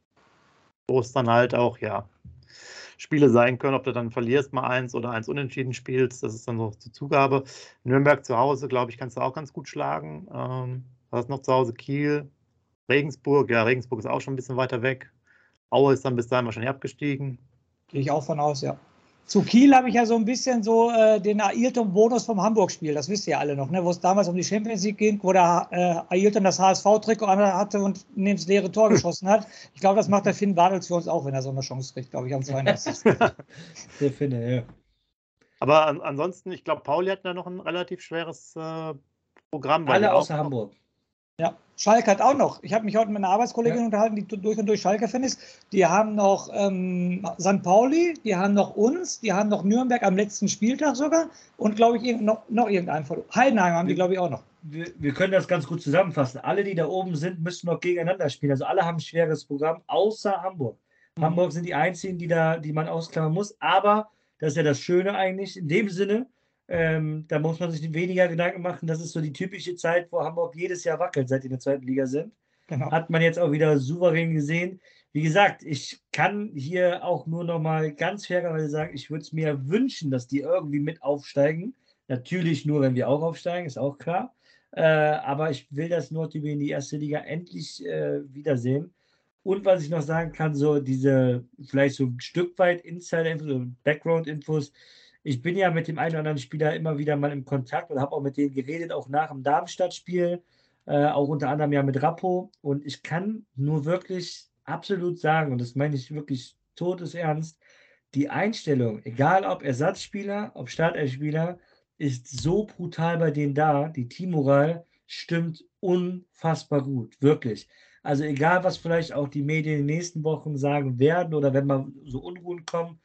wo es dann halt auch, ja, Spiele sein können, ob du dann verlierst mal eins oder eins unentschieden spielst. Das ist dann noch zur Zugabe. Nürnberg zu Hause, glaube ich, kannst du auch ganz gut schlagen. Ähm, was ist noch zu Hause? Kiel, Regensburg. Ja, Regensburg ist auch schon ein bisschen weiter weg. Aue ist dann bis dahin wahrscheinlich abgestiegen. Gehe ich auch von aus, ja. Zu Kiel habe ich ja so ein bisschen so äh, den Ailton-Bonus vom Hamburg-Spiel, das wisst ihr alle noch, ne? Wo es damals um die Champions League ging, wo der äh, Ailton das H S V-Trikot hatte und neben das leere Tor geschossen hat. Ich glaube, das macht der Finn Bartels für uns auch, wenn er so eine Chance kriegt, glaube ich, am zweiunddreißigsten Der Finne, ja. Aber an, ansonsten, ich glaube, Pauli hat ja noch ein relativ schweres äh, Programm. Alle außer Hamburg. Ja, Schalke hat auch noch. Ich habe mich heute mit einer Arbeitskollegin ja. unterhalten, die durch und durch Schalke-Fan ist. Die haben noch ähm, Sankt Pauli, die haben noch uns, die haben noch Nürnberg am letzten Spieltag sogar und, glaube ich, noch, noch irgendeinen verloren. Heidenheim haben die, glaube ich, auch noch. Wir, wir können das ganz gut zusammenfassen. Alle, die da oben sind, müssen noch gegeneinander spielen. Also alle haben ein schweres Programm, außer Hamburg. Mhm. Hamburg sind die einzigen, die, da, die man ausklammern muss. Aber, das ist ja das Schöne eigentlich, in dem Sinne, Ähm, da muss man sich weniger Gedanken machen. Das ist so die typische Zeit, wo Hamburg jedes Jahr wackelt, seit die in der zweiten Liga sind. Genau. Hat man jetzt auch wieder souverän gesehen. Wie gesagt, ich kann hier auch nur noch mal ganz fairerweise sagen, ich würde es mir wünschen, dass die irgendwie mit aufsteigen. Natürlich nur, wenn wir auch aufsteigen, ist auch klar. Äh, aber ich will das Nordtribüne in die erste Liga endlich äh, wiedersehen. Und was ich noch sagen kann, so diese vielleicht so ein Stück weit Insider-Infos, Background-Infos. Ich bin ja mit dem einen oder anderen Spieler immer wieder mal im Kontakt und habe auch mit denen geredet, auch nach dem Darmstadt-Spiel, äh, auch unter anderem ja mit Rappo. Und ich kann nur wirklich absolut sagen, und das meine ich wirklich todesernst, die Einstellung, egal ob Ersatzspieler, ob Startelfspieler, ist so brutal bei denen da. Die Teammoral stimmt unfassbar gut, wirklich. Also egal, was vielleicht auch die Medien in den nächsten Wochen sagen werden oder wenn mal so Unruhen kommen,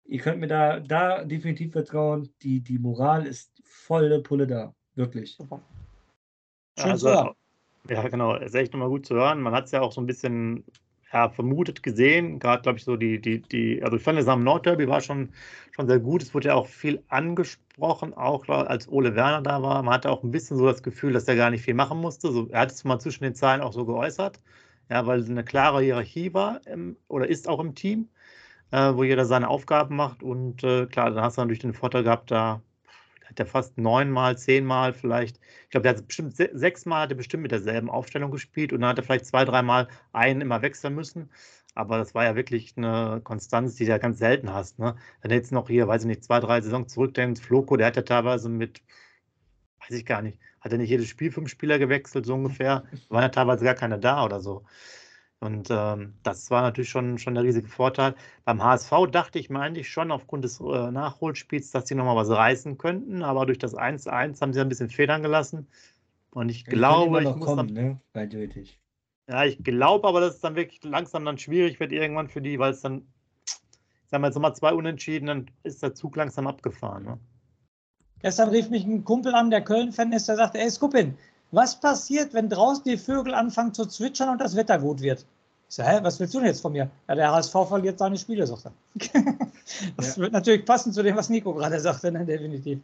ihr könnt mir da, da definitiv vertrauen, die, die Moral ist volle Pulle da, wirklich. Super. Schön Also, zu hören. ja, genau, ist echt nochmal gut zu hören. Man hat es ja auch so ein bisschen ja, vermutet gesehen, gerade glaube ich so die, die, die, also ich fand das am Nordderby war schon, schon sehr gut. Es wurde ja auch viel angesprochen, auch als Ole Werner da war. Man hatte auch ein bisschen so das Gefühl, dass er gar nicht viel machen musste. So, er hat es mal zwischen den Zeilen auch so geäußert, ja, weil es eine klare Hierarchie war im, oder ist auch im Team, äh, wo jeder seine Aufgaben macht. Und äh, klar, dann hast du natürlich den Vorteil gehabt, da hat er fast neunmal, zehnmal vielleicht. Ich glaube, der hat bestimmt se sechsmal hat er bestimmt mit derselben Aufstellung gespielt und dann hat er vielleicht zwei, dreimal einen immer wechseln müssen. Aber das war ja wirklich eine Konstanz, die du ja ganz selten hast. Ne? Wenn du jetzt noch hier, weiß ich nicht, zwei, drei Saisons zurückdenkst, Floko, der hat ja teilweise mit, weiß ich gar nicht, hat er nicht jedes Spiel fünf Spieler gewechselt, so ungefähr. Da waren ja teilweise gar keine da oder so. Und ähm, das war natürlich schon, schon der riesige Vorteil. Beim H S V dachte ich mir eigentlich schon aufgrund des äh, Nachholspiels, dass sie nochmal was reißen könnten, aber durch das eins zu eins haben sie ein bisschen federn gelassen. Und ich Die glaube, können immer ich noch muss kommen, dann, ne? Eindeutig. ja, ich glaube aber, dass es dann wirklich langsam dann schwierig wird irgendwann für die, weil es dann, sagen wir jetzt nochmal zwei Unentschieden, dann ist der Zug langsam abgefahren. Ne? Gestern rief mich ein Kumpel an, der Köln-Fan ist, der sagte, ey Skupin, was passiert, wenn draußen die Vögel anfangen zu zwitschern und das Wetter gut wird? Ich so, hä, was willst du denn jetzt von mir? Ja, der H S V verliert seine Spiele, sagt er. Das Ja. wird natürlich passen zu dem, was Nico gerade sagte, ne? Definitiv.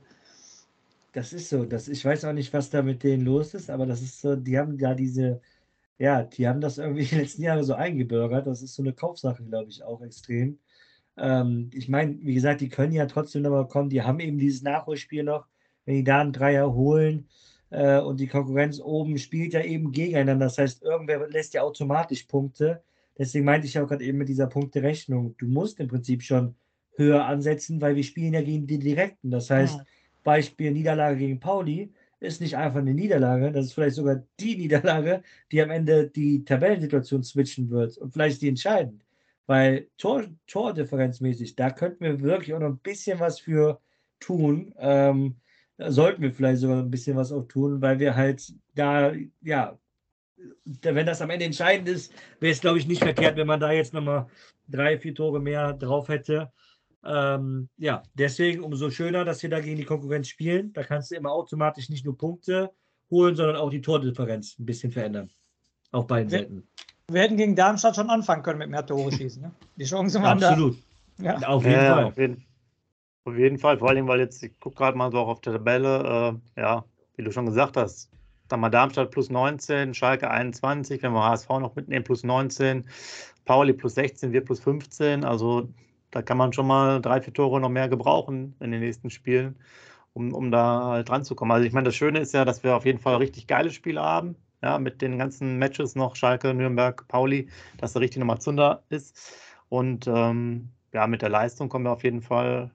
Das ist so. Das, ich weiß auch nicht, was da mit denen los ist, aber das ist so, die haben da diese, ja, die haben das irgendwie die letzten Jahre so eingebürgert. Das ist so eine Kaufsache, glaube ich, auch extrem. Ähm, ich meine, wie gesagt, die können ja trotzdem noch mal kommen. Die haben eben dieses Nachholspiel noch, wenn die da einen Dreier holen äh, und die Konkurrenz oben spielt ja eben gegeneinander. Das heißt, irgendwer lässt ja automatisch Punkte. Deswegen meinte ich auch gerade eben mit dieser Punkterechnung. Du musst im Prinzip schon höher ansetzen, weil wir spielen ja gegen die Direkten. Das heißt, Beispiel Niederlage gegen Pauli ist nicht einfach eine Niederlage, das ist vielleicht sogar die Niederlage, die am Ende die Tabellensituation switchen wird und vielleicht die entscheidend. Weil Tor, Tordifferenzmäßig, da könnten wir wirklich auch noch ein bisschen was für tun. Ähm, da sollten wir vielleicht sogar ein bisschen was auch tun, weil wir halt da, ja, wenn das am Ende entscheidend ist, wäre es, glaube ich, nicht verkehrt, wenn man da jetzt nochmal drei, vier Tore mehr drauf hätte. Ähm, ja, deswegen umso schöner, dass wir da gegen die Konkurrenz spielen. Da kannst du immer automatisch nicht nur Punkte holen, sondern auch die Tordifferenz ein bisschen verändern. Auf beiden Wir, Seiten. wir hätten gegen Darmstadt schon anfangen können mit mehr Tore schießen. Ne? Die Chancen waren Absolut. da. Ja. Auf jeden Ja, Fall. Auf jeden, auf jeden Fall. Vor allem, weil jetzt, ich gucke gerade mal so auch auf der Tabelle, äh, ja, wie du schon gesagt hast, dann mal Darmstadt plus neunzehn, Schalke einundzwanzig, wenn wir H S V noch mitnehmen, plus neunzehn, Pauli plus sechzehn, wir plus fünfzehn. Also da kann man schon mal drei, vier Tore noch mehr gebrauchen in den nächsten Spielen, um, um da halt dran zu kommen. Also ich meine, das Schöne ist ja, dass wir auf jeden Fall richtig geile Spiele haben, ja, mit den ganzen Matches noch, Schalke, Nürnberg, Pauli, dass da richtig nochmal Zunder ist. Und ähm, ja, mit der Leistung kommen wir auf jeden Fall,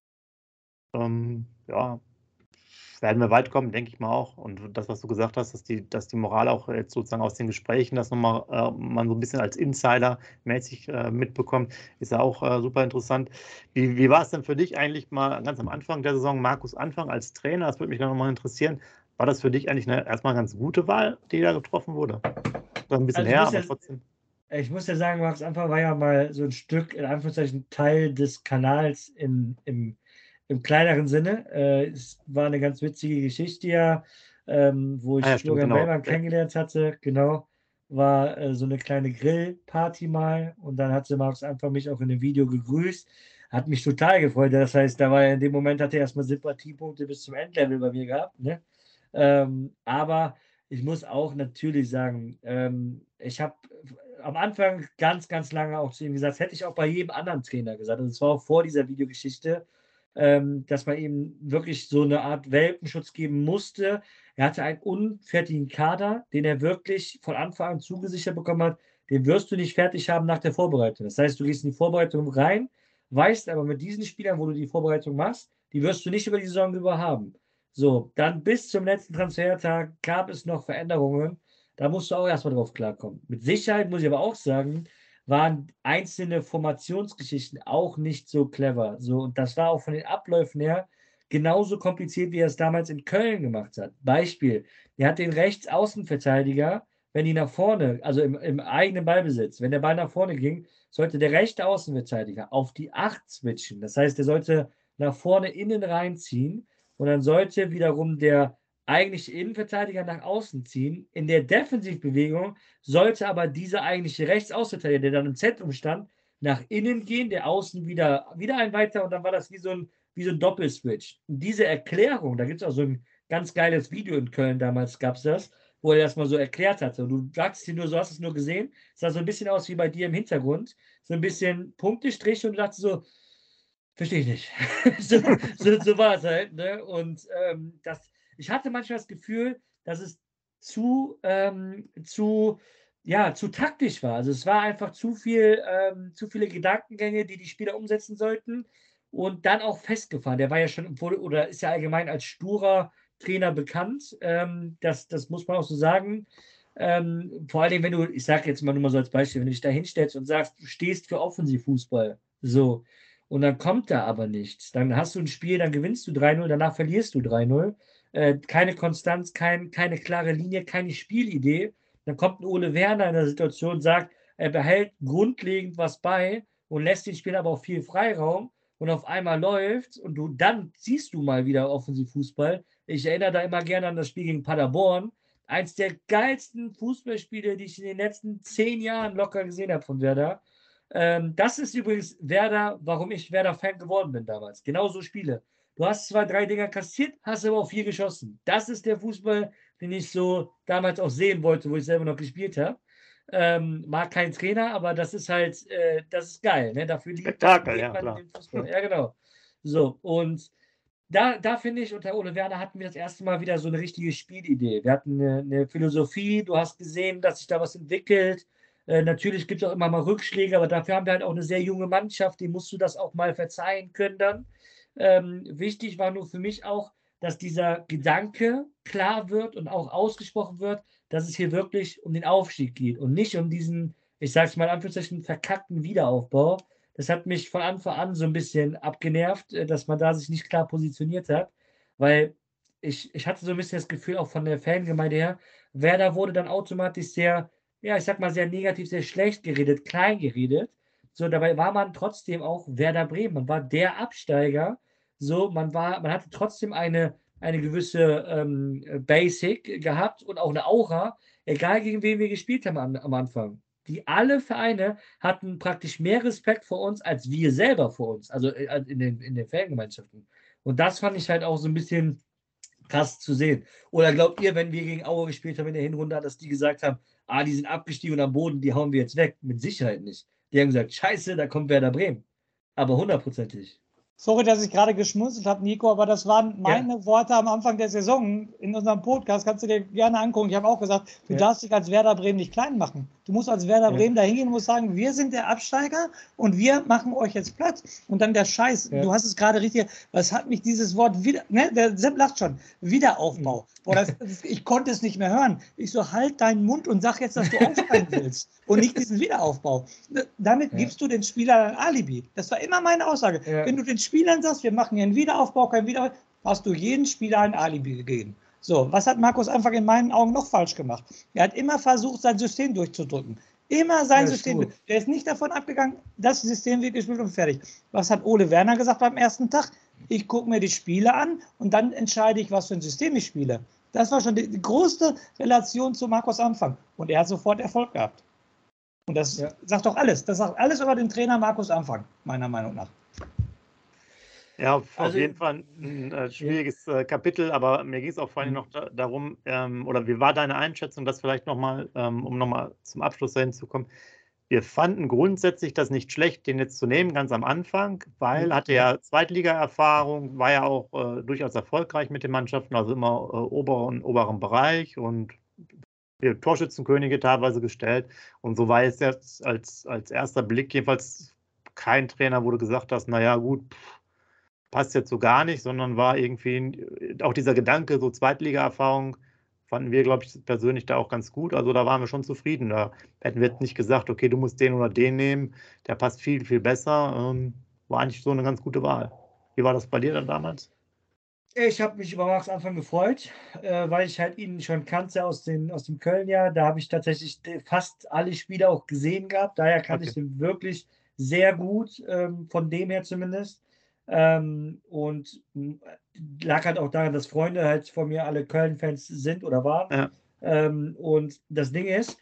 ähm, ja, werden wir weit kommen, denke ich mal auch. Und das, was du gesagt hast, dass die, dass die Moral auch jetzt sozusagen aus den Gesprächen, das nochmal äh, man so ein bisschen als Insider mäßig äh, mitbekommt, ist ja auch äh, super interessant. Wie, wie war es denn für dich eigentlich mal ganz am Anfang der Saison, Markus Anfang als Trainer? Das würde mich dann nochmal interessieren. War das für dich eigentlich eine erstmal ganz gute Wahl, die da getroffen wurde? Oder ein bisschen Also her, muss aber ja, trotzdem. ich muss ja sagen, Markus Anfang war ja mal so ein Stück, in Anführungszeichen, Teil des Kanals in, im, im kleineren Sinne. Äh, es war eine ganz witzige Geschichte ja, ähm, wo ich Ah ja, stimmt, Florian genau. Bellmann kennengelernt hatte. Genau, war äh, so eine kleine Grillparty mal und dann hat sie Markus Anfang mich auch in dem Video gegrüßt. Hat mich total gefreut. Das heißt, da war er in dem Moment, hat er erstmal Sympathiepunkte bis zum Endlevel bei mir gehabt. Ne? Ähm, aber ich muss auch natürlich sagen, ähm, ich habe am Anfang ganz, ganz lange auch zu ihm gesagt, das hätte ich auch bei jedem anderen Trainer gesagt. Und es war auch vor dieser Videogeschichte, ähm, dass man ihm wirklich so eine Art Welpenschutz geben musste. Er hatte einen unfertigen Kader, den er wirklich von Anfang an zugesichert bekommen hat. Den wirst du nicht fertig haben nach der Vorbereitung. Das heißt, du gehst in die Vorbereitung rein, weißt aber mit diesen Spielern, wo du die Vorbereitung machst, die wirst du nicht über die Saison über haben. So, dann bis zum letzten Transfertag gab es noch Veränderungen. Da musst du auch erstmal drauf klarkommen. Mit Sicherheit muss ich aber auch sagen, waren einzelne Formationsgeschichten auch nicht so clever. So, und das war auch von den Abläufen her genauso kompliziert, wie er es damals in Köln gemacht hat. Beispiel, er hat den Rechtsaußenverteidiger wenn die nach vorne, also im, im eigenen Ballbesitz, wenn der Ball nach vorne ging, sollte der rechte Außenverteidiger auf die acht switchen. Das heißt, der sollte nach vorne innen reinziehen und dann sollte wiederum der eigentliche Innenverteidiger nach außen ziehen. In der Defensivbewegung sollte aber dieser eigentliche Rechtsaußenverteidiger, der dann im Zentrum stand, nach innen gehen, der Außen wieder, wieder ein weiter und dann war das wie so ein, wie so ein Doppelswitch. Und diese Erklärung, da gibt es auch so ein ganz geiles Video in Köln, damals gab es das, wo er das mal so erklärt hatte. Und du sagst dir nur, so hast es nur gesehen, es sah so ein bisschen aus wie bei dir im Hintergrund, so ein bisschen Punktestrich und du dachtest so, verstehe ich nicht. so, so, so war es halt. Ne? Und ähm, das, ich hatte manchmal das Gefühl, dass es zu, ähm, zu, ja, zu taktisch war. Also es war einfach zu viel, ähm, zu viele Gedankengänge, die die Spieler umsetzen sollten und dann auch festgefahren. Der war ja schon, oder ist ja allgemein als sturer Trainer bekannt. Ähm, das, das muss man auch so sagen. Ähm, vor allem, wenn du, ich sage jetzt mal nur mal so als Beispiel, wenn du dich da hinstellst und sagst, du stehst für Offensivfußball, so, und dann kommt da aber nichts. Dann hast du ein Spiel, dann gewinnst du drei null, danach verlierst du drei null. Äh, keine Konstanz, kein, keine klare Linie, keine Spielidee. Dann kommt ein Ole Werner in der Situation und sagt, er behält grundlegend was bei und lässt den Spielern aber auch viel Freiraum und auf einmal läuft und du dann siehst du mal wieder Offensivfußball. Ich erinnere da immer gerne an das Spiel gegen Paderborn. Eins der geilsten Fußballspiele, die ich in den letzten zehn Jahren locker gesehen habe von Werder. Ähm, das ist übrigens Werder, warum ich Werder-Fan geworden bin damals. Genau so Spiele. Du hast zwar drei Dinger kassiert, hast aber auch vier geschossen. Das ist der Fußball, den ich so damals auch sehen wollte, wo ich selber noch gespielt habe. Ähm, mag kein Trainer, aber das ist halt, äh, das ist geil. Ne? Dafür liebt Spektakel, ja, man klar. den Fußball. Ja, genau. So, und da, da finde ich, unter Ole Werner hatten wir das erste Mal wieder so eine richtige Spielidee. Wir hatten eine, eine Philosophie, du hast gesehen, dass sich da was entwickelt. Äh, natürlich gibt es auch immer mal Rückschläge, aber dafür haben wir halt auch eine sehr junge Mannschaft, dem musst du das auch mal verzeihen können dann. Ähm, wichtig war nur für mich auch, dass dieser Gedanke klar wird und auch ausgesprochen wird, dass es hier wirklich um den Aufstieg geht und nicht um diesen, ich sage es mal in Anführungszeichen, verkackten Wiederaufbau. Das hat mich von Anfang an so ein bisschen abgenervt, dass man da sich nicht klar positioniert hat, weil ich, ich hatte so ein bisschen das Gefühl, auch von der Fangemeinde her, Werder wurde dann automatisch sehr, ja, ich sag mal, sehr negativ, sehr schlecht geredet, klein geredet. So, dabei war man trotzdem auch Werder Bremen. Man war der Absteiger. So, man war, man hatte trotzdem eine, eine gewisse ähm, Basic gehabt und auch eine Aura, egal gegen wen wir gespielt haben am, am Anfang. Die alle Vereine hatten praktisch mehr Respekt vor uns, als wir selber vor uns, also in den, in den Fangemeinschaften. Und das fand ich halt auch so ein bisschen krass zu sehen. Oder glaubt ihr, wenn wir gegen Aue gespielt haben in der Hinrunde, dass die gesagt haben, ah, die sind abgestiegen und am Boden, die hauen wir jetzt weg? Mit Sicherheit nicht. Die haben gesagt, scheiße, da kommt Werder Bremen. Aber hundertprozentig. Sorry, dass ich gerade geschmunzelt habe, Nico, aber das waren meine ja. Worte am Anfang der Saison in unserem Podcast. Kannst du dir gerne angucken. Ich habe auch gesagt, du ja. darfst dich als Werder Bremen nicht klein machen. Du musst als Werder ja. Bremen da hingehen und musst sagen, wir sind der Absteiger und wir machen euch jetzt platt. Und dann der Scheiß, ja. du hast es gerade richtig, was hat mich dieses Wort wieder, ne, der Sepp lacht schon, Wiederaufbau. Mhm. Boah, das, ich konnte es nicht mehr hören. Ich so, halt deinen Mund und sag jetzt, dass du aufsteigen willst und nicht diesen Wiederaufbau. Damit ja. gibst du den Spielern ein Alibi. Das war immer meine Aussage. Ja. Wenn du den Spielern sagst, wir machen hier einen Wiederaufbau, kein Wiederaufbau, hast du jedem Spieler ein Alibi gegeben. So, was hat Markus einfach in meinen Augen noch falsch gemacht? Er hat immer versucht, sein System durchzudrücken. Immer sein ja, System. Gut. Der ist nicht davon abgegangen, das System wird gespielt und fertig. Was hat Ole Werner gesagt beim ersten Tag? Ich gucke mir die Spiele an und dann entscheide ich, was für ein System ich spiele. Das war schon die, die größte Relation zu Markus Anfang. Und er hat sofort Erfolg gehabt. Und das ja. sagt doch alles. Das sagt alles über den Trainer Markus Anfang, meiner Meinung nach. Ja, auf also, jeden Fall ein äh, schwieriges äh, Kapitel, aber mir ging es auch vor allem noch da, darum, ähm, oder wie war deine Einschätzung, das vielleicht nochmal, ähm, um nochmal zum Abschluss dahin zu kommen. Wir fanden grundsätzlich das nicht schlecht, den jetzt zu nehmen, ganz am Anfang, weil mhm. hatte ja Zweitliga-Erfahrung, war ja auch äh, durchaus erfolgreich mit den Mannschaften, also immer äh, oberen, oberen Bereich und Torschützenkönige teilweise gestellt. Und so war es jetzt als, als erster Blick jedenfalls kein Trainer, wo du gesagt hast, naja gut, pff, passt jetzt so gar nicht, sondern war irgendwie auch dieser Gedanke, so Zweitliga-Erfahrung, fanden wir, glaube ich, persönlich da auch ganz gut. Also da waren wir schon zufrieden. Da hätten wir jetzt nicht gesagt, okay, du musst den oder den nehmen, der passt viel, viel besser. Ähm, war eigentlich so eine ganz gute Wahl. Wie war das bei dir dann damals? Ich habe mich über Markus Anfang gefreut, äh, weil ich halt ihn schon kannte aus, den, aus dem Köln-Jahr. Da habe ich tatsächlich fast alle Spiele auch gesehen gehabt. Daher kannte okay. ich den wirklich sehr gut, ähm, von dem her zumindest. Ähm, und lag halt auch daran, dass Freunde halt von mir alle Köln-Fans sind oder waren. Ja. Ähm, und das Ding ist,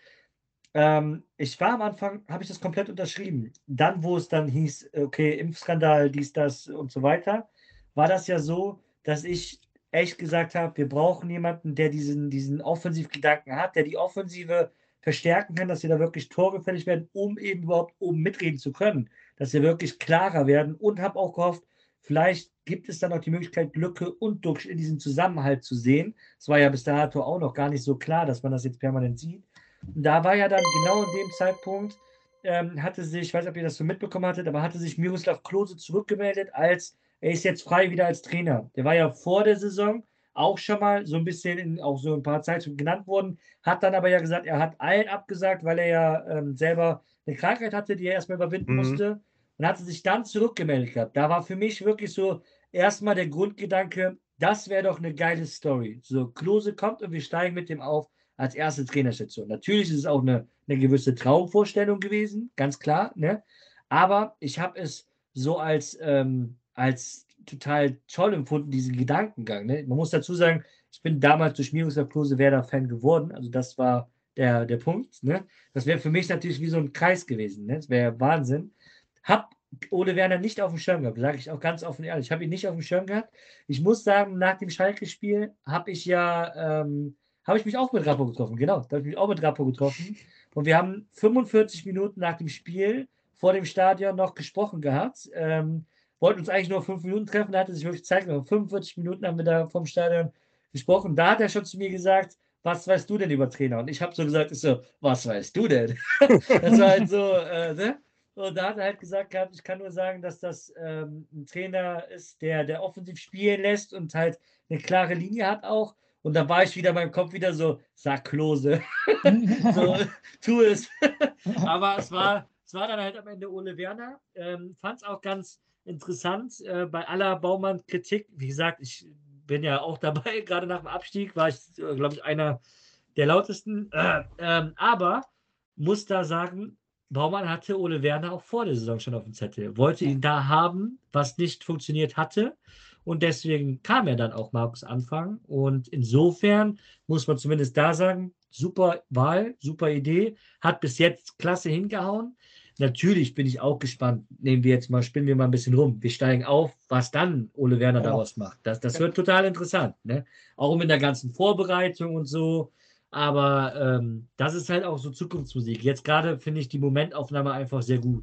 ähm, ich war am Anfang, habe ich das komplett unterschrieben. Dann, wo es dann hieß, okay, Impfskandal, dies, das und so weiter, war das ja so, dass ich echt gesagt habe, wir brauchen jemanden, der diesen, diesen Offensivgedanken hat, der die Offensive verstärken kann, dass wir da wirklich torgefällig werden, um eben überhaupt oben mitreden zu können, dass wir wirklich klarer werden, und habe auch gehofft, vielleicht gibt es dann auch die Möglichkeit, Lücke und Duxch in diesem Zusammenhalt zu sehen. Es war ja bis dato auch noch gar nicht so klar, dass man das jetzt permanent sieht. Und da war ja dann genau in dem Zeitpunkt, ähm, hatte sich, ich weiß nicht, ob ihr das so mitbekommen hattet, aber hatte sich Miroslav Klose zurückgemeldet, als er ist jetzt frei wieder als Trainer. Der war ja vor der Saison auch schon mal so ein bisschen in auch so ein paar Zeitungen genannt worden, hat dann aber ja gesagt, er hat allen abgesagt, weil er ja ähm, selber eine Krankheit hatte, die er erstmal überwinden mhm. musste, und hatte sich dann zurückgemeldet gehabt. Da war für mich wirklich so erstmal der Grundgedanke, das wäre doch eine geile Story. So, Klose kommt und wir steigen mit dem auf als erste Trainerstation. Natürlich ist es auch eine, eine gewisse Traumvorstellung gewesen, ganz klar, ne? Aber ich habe es so als, ähm, als total toll empfunden, diesen Gedankengang. Ne? Man muss dazu sagen, ich bin damals durch Miroslav Klose Werder-Fan geworden, also das war der, der Punkt. Ne? Das wäre für mich natürlich wie so ein Kreis gewesen. Ne? Das wäre Wahnsinn. Hab Ole Werner nicht auf dem Schirm gehabt, sage ich auch ganz offen ehrlich. Ich habe ihn nicht auf dem Schirm gehabt. Ich muss sagen, nach dem Schalke-Spiel habe ich ja, ähm, habe ich mich auch mit Rappo getroffen. Genau, da habe ich mich auch mit Rappo getroffen. Und wir haben fünfundvierzig Minuten nach dem Spiel vor dem Stadion noch gesprochen gehabt. Ähm, wollten uns eigentlich nur fünf Minuten treffen, da hatte sich wirklich Zeit genommen. fünfundvierzig Minuten haben wir da vom Stadion gesprochen. Da hat er schon zu mir gesagt, was weißt du denn über Trainer? Und ich habe so gesagt, ich so, was weißt du denn? Das war halt so, äh, ne? Und da hat er halt gesagt gehabt, ich kann nur sagen, dass das ähm, ein Trainer ist, der, der offensiv spielen lässt und halt eine klare Linie hat auch. Und da war ich wieder, mein Kopf wieder so, sag Klose. So, tu es. Aber es war, es war dann halt am Ende Ole Werner. Ähm, fand es auch ganz interessant, äh, bei aller Baumann-Kritik. Wie gesagt, ich bin ja auch dabei, gerade nach dem Abstieg war ich, äh, glaube ich, einer der lautesten. Äh, ähm, aber muss da sagen, Baumann hatte Ole Werner auch vor der Saison schon auf dem Zettel, wollte ihn da haben, was nicht funktioniert hatte. Und deswegen kam er dann auch Markus Anfang. Und insofern muss man zumindest da sagen, super Wahl, super Idee, hat bis jetzt klasse hingehauen. Natürlich bin ich auch gespannt. Nehmen wir jetzt mal, spinnen wir mal ein bisschen rum. Wir steigen auf, was dann Ole Werner ja. daraus macht. Das, das wird total interessant. Ne? Auch mit der ganzen Vorbereitung und so. Aber ähm, das ist halt auch so Zukunftsmusik. Jetzt gerade finde ich die Momentaufnahme einfach sehr gut.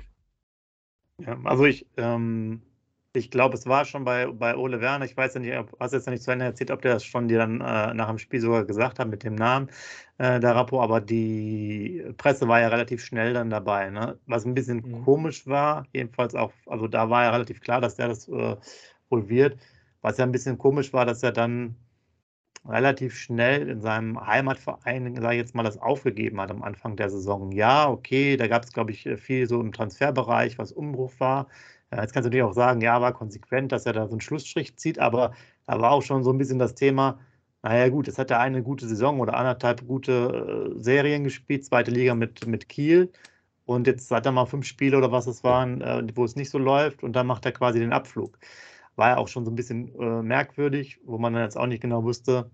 Ja, also ich, ähm, ich glaube, es war schon bei, bei Ole Werner. Ich weiß ja nicht, ob, hast jetzt noch nicht zu Ende erzählt, ob der das schon dir dann äh, nach dem Spiel sogar gesagt hat mit dem Namen äh, der Rappo, aber die Presse war ja relativ schnell dann dabei. Ne? Was ein bisschen mhm. komisch war, jedenfalls auch, also da war ja relativ klar, dass der das äh, wohl wird. Was ja ein bisschen komisch war, dass er dann relativ schnell in seinem Heimatverein, sage ich jetzt mal, das aufgegeben hat am Anfang der Saison. Ja, okay, da gab es, glaube ich, viel so im Transferbereich, was Umbruch war. Jetzt kannst du natürlich auch sagen, ja, war konsequent, dass er da so einen Schlussstrich zieht, aber da war auch schon so ein bisschen das Thema, naja gut, es hat er eine gute Saison oder anderthalb gute äh, Serien gespielt, zweite Liga mit, mit Kiel, und jetzt hat er mal fünf Spiele oder was es waren, äh, wo es nicht so läuft, und dann macht er quasi den Abflug. War ja auch schon so ein bisschen äh, merkwürdig, wo man dann jetzt auch nicht genau wusste,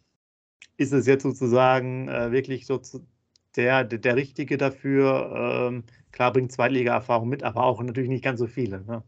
ist es jetzt sozusagen äh, wirklich so zu, der, der, der Richtige dafür. Ähm, klar bringt Zweitliga-Erfahrung mit, aber auch natürlich nicht ganz so viele. Ne?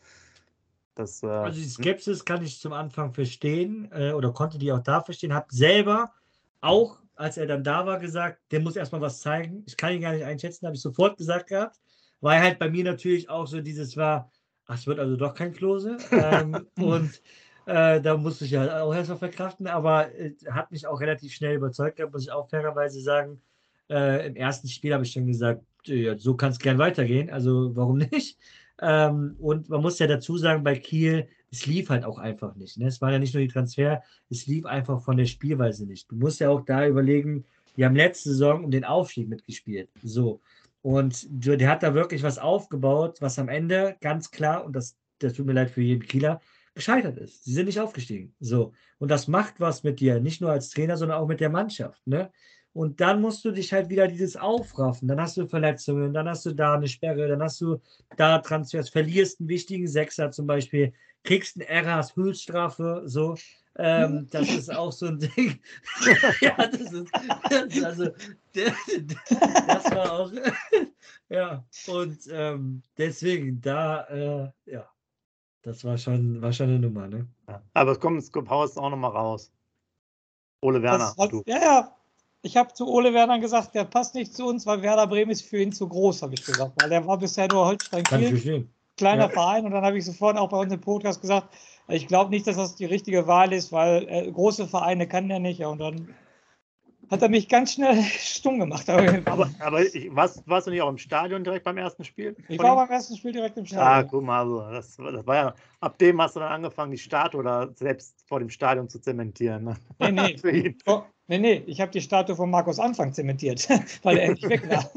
Das, äh, also die Skepsis kann ich zum Anfang verstehen äh, oder konnte die auch da verstehen. Habe selber auch, als er dann da war, gesagt, der muss erstmal was zeigen. Ich kann ihn gar nicht einschätzen, habe ich sofort gesagt gehabt. Weil halt bei mir natürlich auch so dieses war, ach, es wird also doch kein Klose. ähm, und äh, da musste ich ja auch erstmal verkraften, aber äh, hat mich auch relativ schnell überzeugt, muss ich auch fairerweise sagen. Äh, Im ersten Spiel habe ich schon gesagt, ja, so kann es gern weitergehen, also warum nicht? Ähm, und man muss ja dazu sagen, bei Kiel, es lief halt auch einfach nicht. Ne? Es war ja nicht nur die Transfer, es lief einfach von der Spielweise nicht. Du musst ja auch da überlegen, die haben letzte Saison um den Aufstieg mitgespielt. So. Und der hat da wirklich was aufgebaut, was am Ende ganz klar, und das, das tut mir leid für jeden Kieler, gescheitert ist. Sie sind nicht aufgestiegen. So. Und das macht was mit dir, nicht nur als Trainer, sondern auch mit der Mannschaft. Ne? Und dann musst du dich halt wieder dieses aufraffen. Dann hast du Verletzungen, dann hast du da eine Sperre, dann hast du da Transfers, verlierst einen wichtigen Sechser zum Beispiel, kriegst einen Erras, Höchststrafe, so. Ähm, das ist auch so ein Ding. Ja, das ist, das ist also, das war auch, ja, und ähm, deswegen, da, äh, ja, das war schon, war schon eine Nummer, ne? Ja. Aber es kommt, es kommt Haus auch nochmal raus. Ole Werner. Das, das, ja, ja. Ich habe zu Ole Werner gesagt, der passt nicht zu uns, weil Werder Bremen ist für ihn zu groß, habe ich gesagt. Weil der war bisher nur Holstein-Kiel, kleiner ja. Verein. Und dann habe ich sofort auch bei uns im Podcast gesagt, ich glaube nicht, dass das die richtige Wahl ist, weil äh, große Vereine kann der nicht. Ja, und dann hat er mich ganz schnell stumm gemacht. Aber, aber ich, warst, warst du nicht auch im Stadion direkt beim ersten Spiel? Ich war beim ersten Spiel direkt im Stadion. Ah, guck mal, also, das, das war ja, ab dem hast du dann angefangen, die Statue da selbst vor dem Stadion zu zementieren. Ne? Nee, nee. Für ihn. Oh, nee, nee, ich habe die Statue von Markus Anfang zementiert, weil er endlich weg war.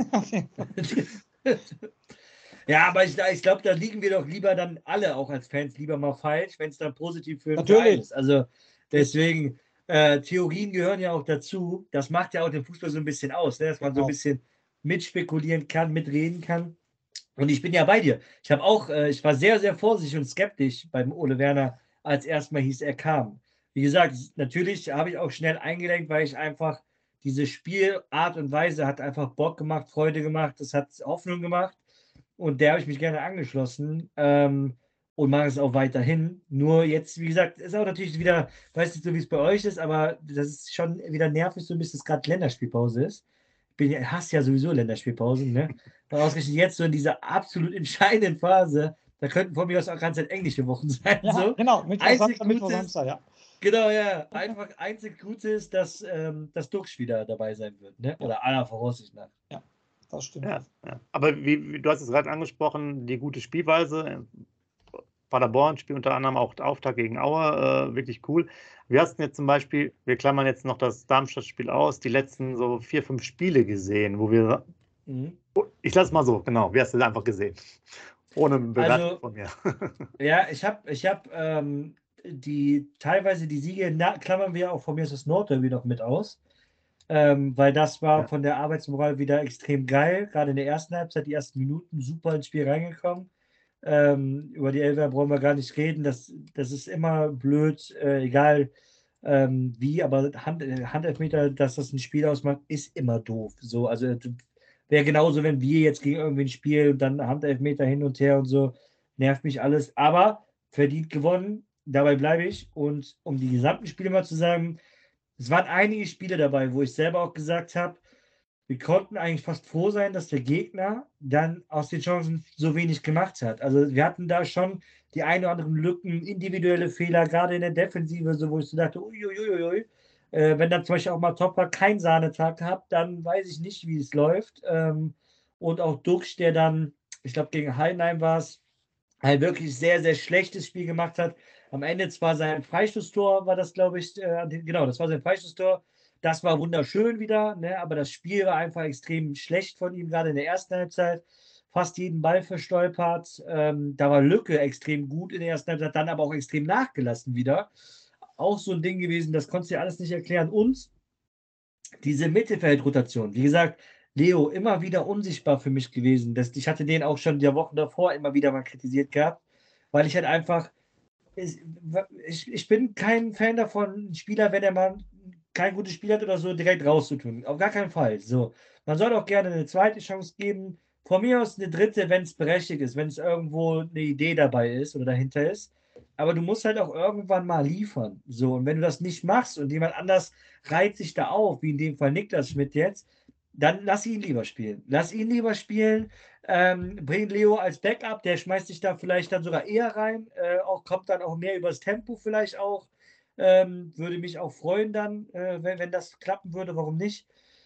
Ja, aber ich, ich glaube, da liegen wir doch lieber dann alle, auch als Fans, lieber mal falsch, wenn es dann positiv für den Verein ist. Also deswegen, äh, Theorien gehören ja auch dazu. Das macht ja auch den Fußball so ein bisschen aus, ne? Dass man genau. so ein bisschen mitspekulieren kann, mitreden kann. Und ich bin ja bei dir. Ich habe auch, äh, ich war sehr, sehr vorsichtig und skeptisch beim Ole Werner, als erstmal hieß, er kam. Wie gesagt, natürlich habe ich auch schnell eingelenkt, weil ich einfach diese Spielart und Weise hat einfach Bock gemacht, Freude gemacht, das hat Hoffnung gemacht. Und der habe ich mich gerne angeschlossen ähm, und mache es auch weiterhin. Nur jetzt, wie gesagt, ist auch natürlich wieder, weiß nicht so, wie es bei euch ist, aber das ist schon wieder nervig, so ein bisschen, dass gerade Länderspielpause ist. Ich bin, hasse ja sowieso Länderspielpausen, ne? Und ausgerechnet jetzt so in dieser absolut entscheidenden Phase, da könnten von mir aus auch ganz englische Wochen sein. Ja, so. genau, Mittwoch, Samstag, Mittwoch, Samstag, ja. Genau, ja. Einfach einzig Gutes, dass ähm, das Duxch wieder dabei sein wird, ne? Oder aller Voraussicht nach. Ja. Das stimmt. Ja, ja. Aber wie, wie, du hast es gerade angesprochen, die gute Spielweise. Paderborn spielt unter anderem auch Auftakt gegen Aue, äh, wirklich cool. Wir hast jetzt zum Beispiel, wir klammern jetzt noch das Darmstadt-Spiel aus, die letzten so vier, fünf Spiele gesehen, wo wir, mhm. ich lasse mal so, genau, wir hast es einfach gesehen. Ohne Bewertung also, von mir. Ja, ich habe ich hab, ähm, die, teilweise die Siege, na, klammern wir auch von mir ist das Nordderby noch mit aus. Ähm, weil das war ja. von der Arbeitsmoral wieder extrem geil. Gerade in der ersten Halbzeit, die ersten Minuten, super ins Spiel reingekommen. Ähm, über die Elfer brauchen wir gar nicht reden. Das, das ist immer blöd, äh, egal ähm, wie, aber Hand, Handelfmeter, dass das ein Spiel ausmacht, ist immer doof. So, also wäre genauso, wenn wir jetzt gegen irgendwie ein Spiel und dann Handelfmeter hin und her und so, nervt mich alles. Aber verdient gewonnen, dabei bleibe ich. Und um die gesamten Spiele mal zu sagen, es waren einige Spiele dabei, wo ich selber auch gesagt habe, wir konnten eigentlich fast froh sein, dass der Gegner dann aus den Chancen so wenig gemacht hat. Also wir hatten da schon die ein oder anderen Lücken, individuelle Fehler, gerade in der Defensive, so wo ich so dachte, uiuiui, äh, wenn dann zum Beispiel auch mal Topper keinen Sahnetag hat, dann weiß ich nicht, wie es läuft. Ähm, und auch Duxch, der dann, ich glaube gegen Heidenheim war es, ein wirklich sehr, sehr schlechtes Spiel gemacht hat. Am Ende zwar sein Freistoßtor, war das, glaube ich, äh, genau, das war sein Freistoßtor. Das war wunderschön wieder, ne? Aber das Spiel war einfach extrem schlecht von ihm, gerade in der ersten Halbzeit. Fast jeden Ball verstolpert. Ähm, da war Lücke extrem gut in der ersten Halbzeit, dann aber auch extrem nachgelassen wieder. Auch so ein Ding gewesen, das konntest du dir alles nicht erklären. Und diese Mittelfeldrotation, wie gesagt, Leo immer wieder unsichtbar für mich gewesen. Das, ich hatte den auch schon die Wochen davor immer wieder mal kritisiert gehabt, weil ich halt einfach, ich, ich bin kein Fan davon, ein Spieler, wenn er mal kein gutes Spiel hat oder so, direkt rauszutun. Auf gar keinen Fall. So, man soll auch gerne eine zweite Chance geben. Von mir aus eine dritte, wenn es berechtigt ist, wenn es irgendwo eine Idee dabei ist oder dahinter ist. Aber du musst halt auch irgendwann mal liefern. So, und wenn du das nicht machst und jemand anders reiht sich da auf, wie in dem Fall Niklas Schmidt jetzt, dann lass ihn lieber spielen. Lass ihn lieber spielen. Ähm, bring Leo als Backup, der schmeißt sich da vielleicht dann sogar eher rein. Äh, auch, kommt dann auch mehr übers Tempo vielleicht auch. Ähm, würde mich auch freuen dann, äh, wenn, wenn das klappen würde, warum nicht.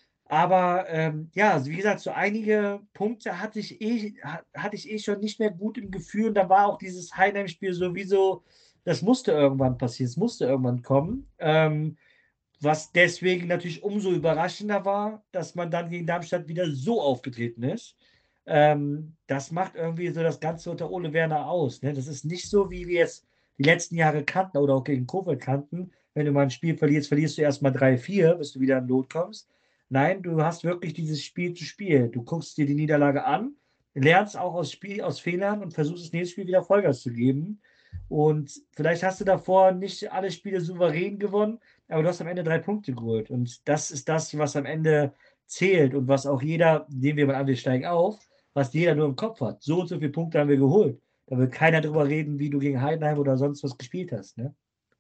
Aber ähm, ja, also wie gesagt, so einige Punkte hatte ich, eh, hatte ich eh schon nicht mehr gut im Gefühl. Und da war auch dieses Heidenheim-Spiel sowieso, das musste irgendwann passieren, es musste irgendwann kommen. Ähm, was deswegen natürlich umso überraschender war, dass man dann gegen Darmstadt wieder so aufgetreten ist. Ähm, das macht irgendwie so das Ganze unter Ole Werner aus. Ne? Das ist nicht so, wie wir jetzt die letzten Jahre kannten oder auch gegen Kofeld kannten. Wenn du mal ein Spiel verlierst, verlierst du erstmal drei vier, bis du wieder in Not kommst. Nein, du hast wirklich dieses Spiel zu spielen. Du guckst dir die Niederlage an, lernst auch aus, Spiel, aus Fehlern und versuchst das nächste Spiel wieder Vollgas zu geben. Und vielleicht hast du davor nicht alle Spiele souverän gewonnen, aber du hast am Ende drei Punkte geholt. Und das ist das, was am Ende zählt und was auch jeder, nehmen wir mal an, wir steigen auf, was jeder nur im Kopf hat. So und so viele Punkte haben wir geholt. Da wird keiner drüber reden, wie du gegen Heidenheim oder sonst was gespielt hast. Ne?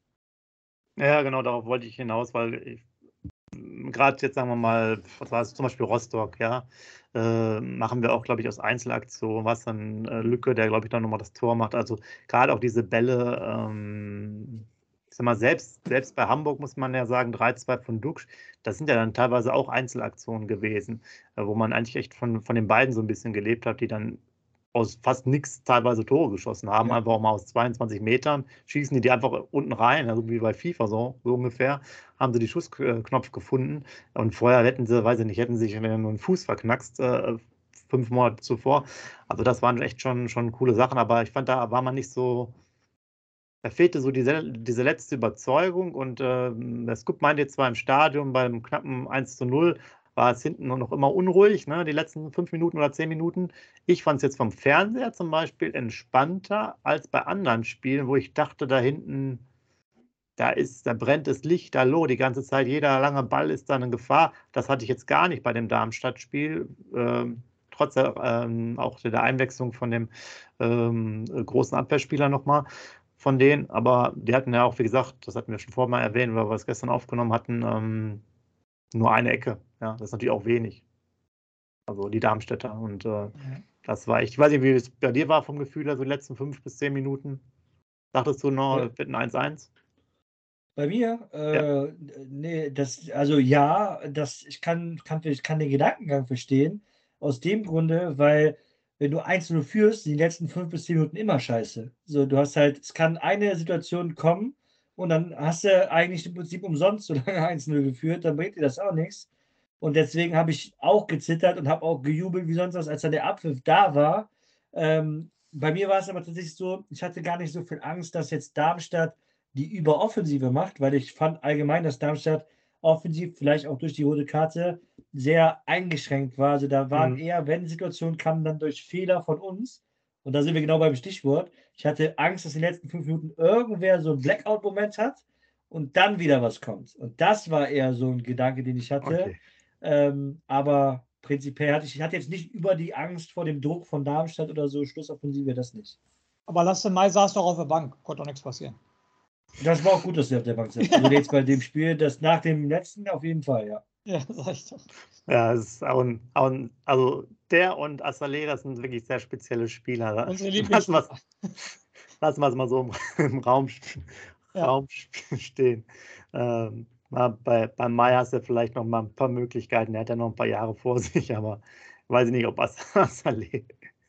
Ja, genau, darauf wollte ich hinaus, weil gerade jetzt, sagen wir mal, was war es, zum Beispiel Rostock, ja, äh, machen wir auch, glaube ich, aus Einzelaktionen, was dann äh, Lücke, der, glaube ich, dann nochmal das Tor macht. Also gerade auch diese Bälle, ähm, ich sag mal, selbst, selbst bei Hamburg muss man ja sagen, drei zwei von Duxch, das sind ja dann teilweise auch Einzelaktionen gewesen, äh, wo man eigentlich echt von, von den beiden so ein bisschen gelebt hat, die dann aus fast nichts teilweise Tore geschossen haben, ja. Einfach auch mal aus zweiundzwanzig Metern, schießen die die einfach unten rein, also wie bei FIFA so, so ungefähr, haben sie die Schussknopf gefunden und vorher hätten sie, weiß ich nicht, hätten sich nur einen Fuß verknackst, äh, fünf Monate zuvor, also das waren echt schon, schon coole Sachen, aber ich fand, da war man nicht so, da fehlte so diese, diese letzte Überzeugung und äh, der Scoop meinte jetzt zwar im Stadion beim knappen eins zu null, war es hinten noch immer unruhig, ne, die letzten fünf Minuten oder zehn Minuten. Ich fand es jetzt vom Fernseher zum Beispiel entspannter als bei anderen Spielen, wo ich dachte, da hinten, da ist, da brennt das Licht, hallo, die ganze Zeit, jeder lange Ball ist da eine Gefahr. Das hatte ich jetzt gar nicht bei dem Darmstadt-Spiel, ähm, trotz der, ähm, auch der Einwechslung von dem ähm, großen Abwehrspieler nochmal von denen, aber die hatten ja auch, wie gesagt, das hatten wir schon vorher mal erwähnt, weil wir es gestern aufgenommen hatten, ähm, nur eine Ecke. Ja, das ist natürlich auch wenig. Also die Darmstädter. Und äh, mhm. das war echt, ich weiß nicht, wie es bei dir war vom Gefühl, also die letzten fünf bis zehn Minuten. Dachtest du noch, ja. Wird ein eins eins? Bei mir? Äh, ja. Nee, das, also ja, das, ich kann, kann, ich kann den Gedankengang verstehen. Aus dem Grunde, weil wenn du eins null führst, sind die letzten fünf bis zehn Minuten immer scheiße. So, du hast halt, es kann eine Situation kommen, und dann hast du eigentlich im Prinzip umsonst so lange eins null geführt, dann bringt dir das auch nichts. Und deswegen habe ich auch gezittert und habe auch gejubelt wie sonst was, als dann der Abpfiff da war. Ähm, bei mir war es aber tatsächlich so, ich hatte gar nicht so viel Angst, dass jetzt Darmstadt die Überoffensive macht, weil ich fand allgemein, dass Darmstadt offensiv, vielleicht auch durch die rote Karte, sehr eingeschränkt war. Also da waren mhm. eher, wenn Situationen kamen, dann durch Fehler von uns. Und da sind wir genau beim Stichwort. Ich hatte Angst, dass in den letzten fünf Minuten irgendwer so einen Blackout-Moment hat und dann wieder was kommt. Und das war eher so ein Gedanke, den ich hatte. Okay. Ähm, aber prinzipiell hatte ich, ich hatte jetzt nicht über die Angst vor dem Druck von Darmstadt oder so, Schlussoffensive, das nicht. Aber Lasse Mai saß doch auf der Bank, konnte doch nichts passieren. Das war auch gut, dass er auf der Bank saß. Also jetzt bei dem Spiel, das nach dem letzten auf jeden Fall, ja. Ja, sag ich doch. Ja, es ist auch ein, auch ein, also der und Assalé, das sind wirklich sehr spezielle Spieler. Unsere Lieblingsspieler. Lassen wir es mal so im, im Raum, ja. Raum stehen. Ähm, bei, bei Mai hast du vielleicht noch mal ein paar Möglichkeiten. Er hat ja noch ein paar Jahre vor sich, aber weiß ich nicht, ob Assalé.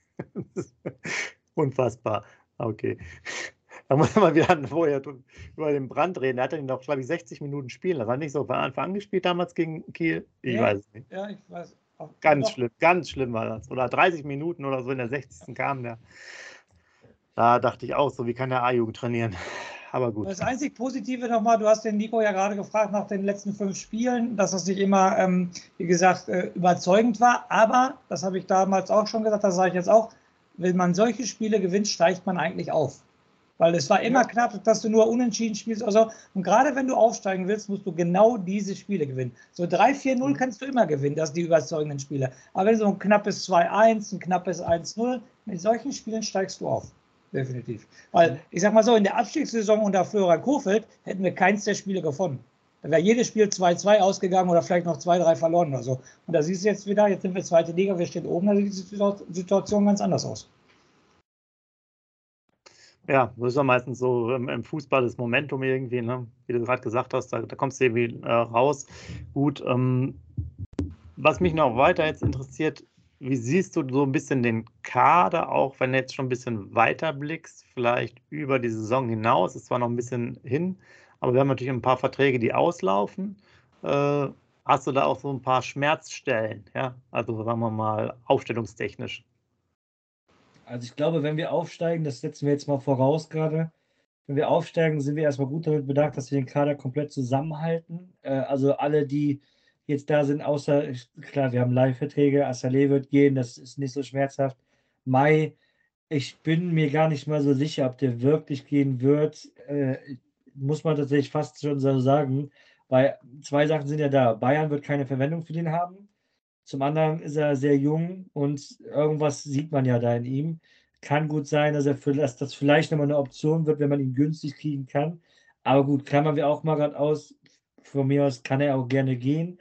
Unfassbar. Okay. Da muss man wieder vorher über den Brand reden. Er hat ihn doch, glaube ich, sechzig Minuten spielen. Das war nicht so von Anfang an gespielt damals gegen Kiel. Ich ja, weiß es nicht. Ja, ich weiß. Auch ganz doch. schlimm, ganz schlimm war das. Oder dreißig Minuten oder so in der sechzigsten kam der. Da dachte ich auch so, wie kann der A-Jugend trainieren? Aber gut. Das einzig Positive nochmal, du hast den Nico ja gerade gefragt nach den letzten fünf Spielen, dass das nicht immer, ähm, wie gesagt, äh, überzeugend war. Aber, das habe ich damals auch schon gesagt, das sage ich jetzt auch, wenn man solche Spiele gewinnt, steigt man eigentlich auf. Weil es war immer ja. knapp, dass du nur unentschieden spielst. Also, und gerade wenn du aufsteigen willst, musst du genau diese Spiele gewinnen. So drei vier null kannst du immer gewinnen, das sind die überzeugenden Spiele. Aber wenn so ein knappes zwei eins, ein knappes eins null, mit solchen Spielen steigst du auf. Definitiv. Weil, ich sag mal so, in der Abstiegssaison unter Florian Kohfeldt hätten wir keins der Spiele gewonnen. Da wäre jedes Spiel zwei zwei ausgegangen oder vielleicht noch zwei drei verloren oder so. Und da siehst du jetzt wieder, jetzt sind wir zweite Liga, wir stehen oben, da sieht die Situation ganz anders aus. Ja, das ist ja meistens so im, im Fußball das Momentum irgendwie, ne? Wie du gerade gesagt hast, da, da kommst du irgendwie äh, raus. Gut, ähm, was mich noch weiter jetzt interessiert, wie siehst du so ein bisschen den Kader, auch wenn du jetzt schon ein bisschen weiter blickst, vielleicht über die Saison hinaus, ist zwar noch ein bisschen hin, aber wir haben natürlich ein paar Verträge, die auslaufen. Äh, hast du da auch so ein paar Schmerzstellen, ja? Also sagen wir mal aufstellungstechnisch? Also ich glaube, wenn wir aufsteigen, das setzen wir jetzt mal voraus gerade, wenn wir aufsteigen, sind wir erstmal gut damit bedacht, dass wir den Kader komplett zusammenhalten. Äh, also alle, die jetzt da sind, außer, klar, wir haben Leihverträge, Assalé wird gehen, das ist nicht so schmerzhaft. Mai, ich bin mir gar nicht mal so sicher, ob der wirklich gehen wird. Äh, muss man tatsächlich fast schon so sagen, weil zwei Sachen sind ja da. Bayern wird keine Verwendung für den haben. Zum anderen ist er sehr jung und irgendwas sieht man ja da in ihm. Kann gut sein, dass, er für, dass das vielleicht nochmal eine Option wird, wenn man ihn günstig kriegen kann. Aber gut, klammern wir auch mal gerade aus. Von mir aus kann er auch gerne gehen.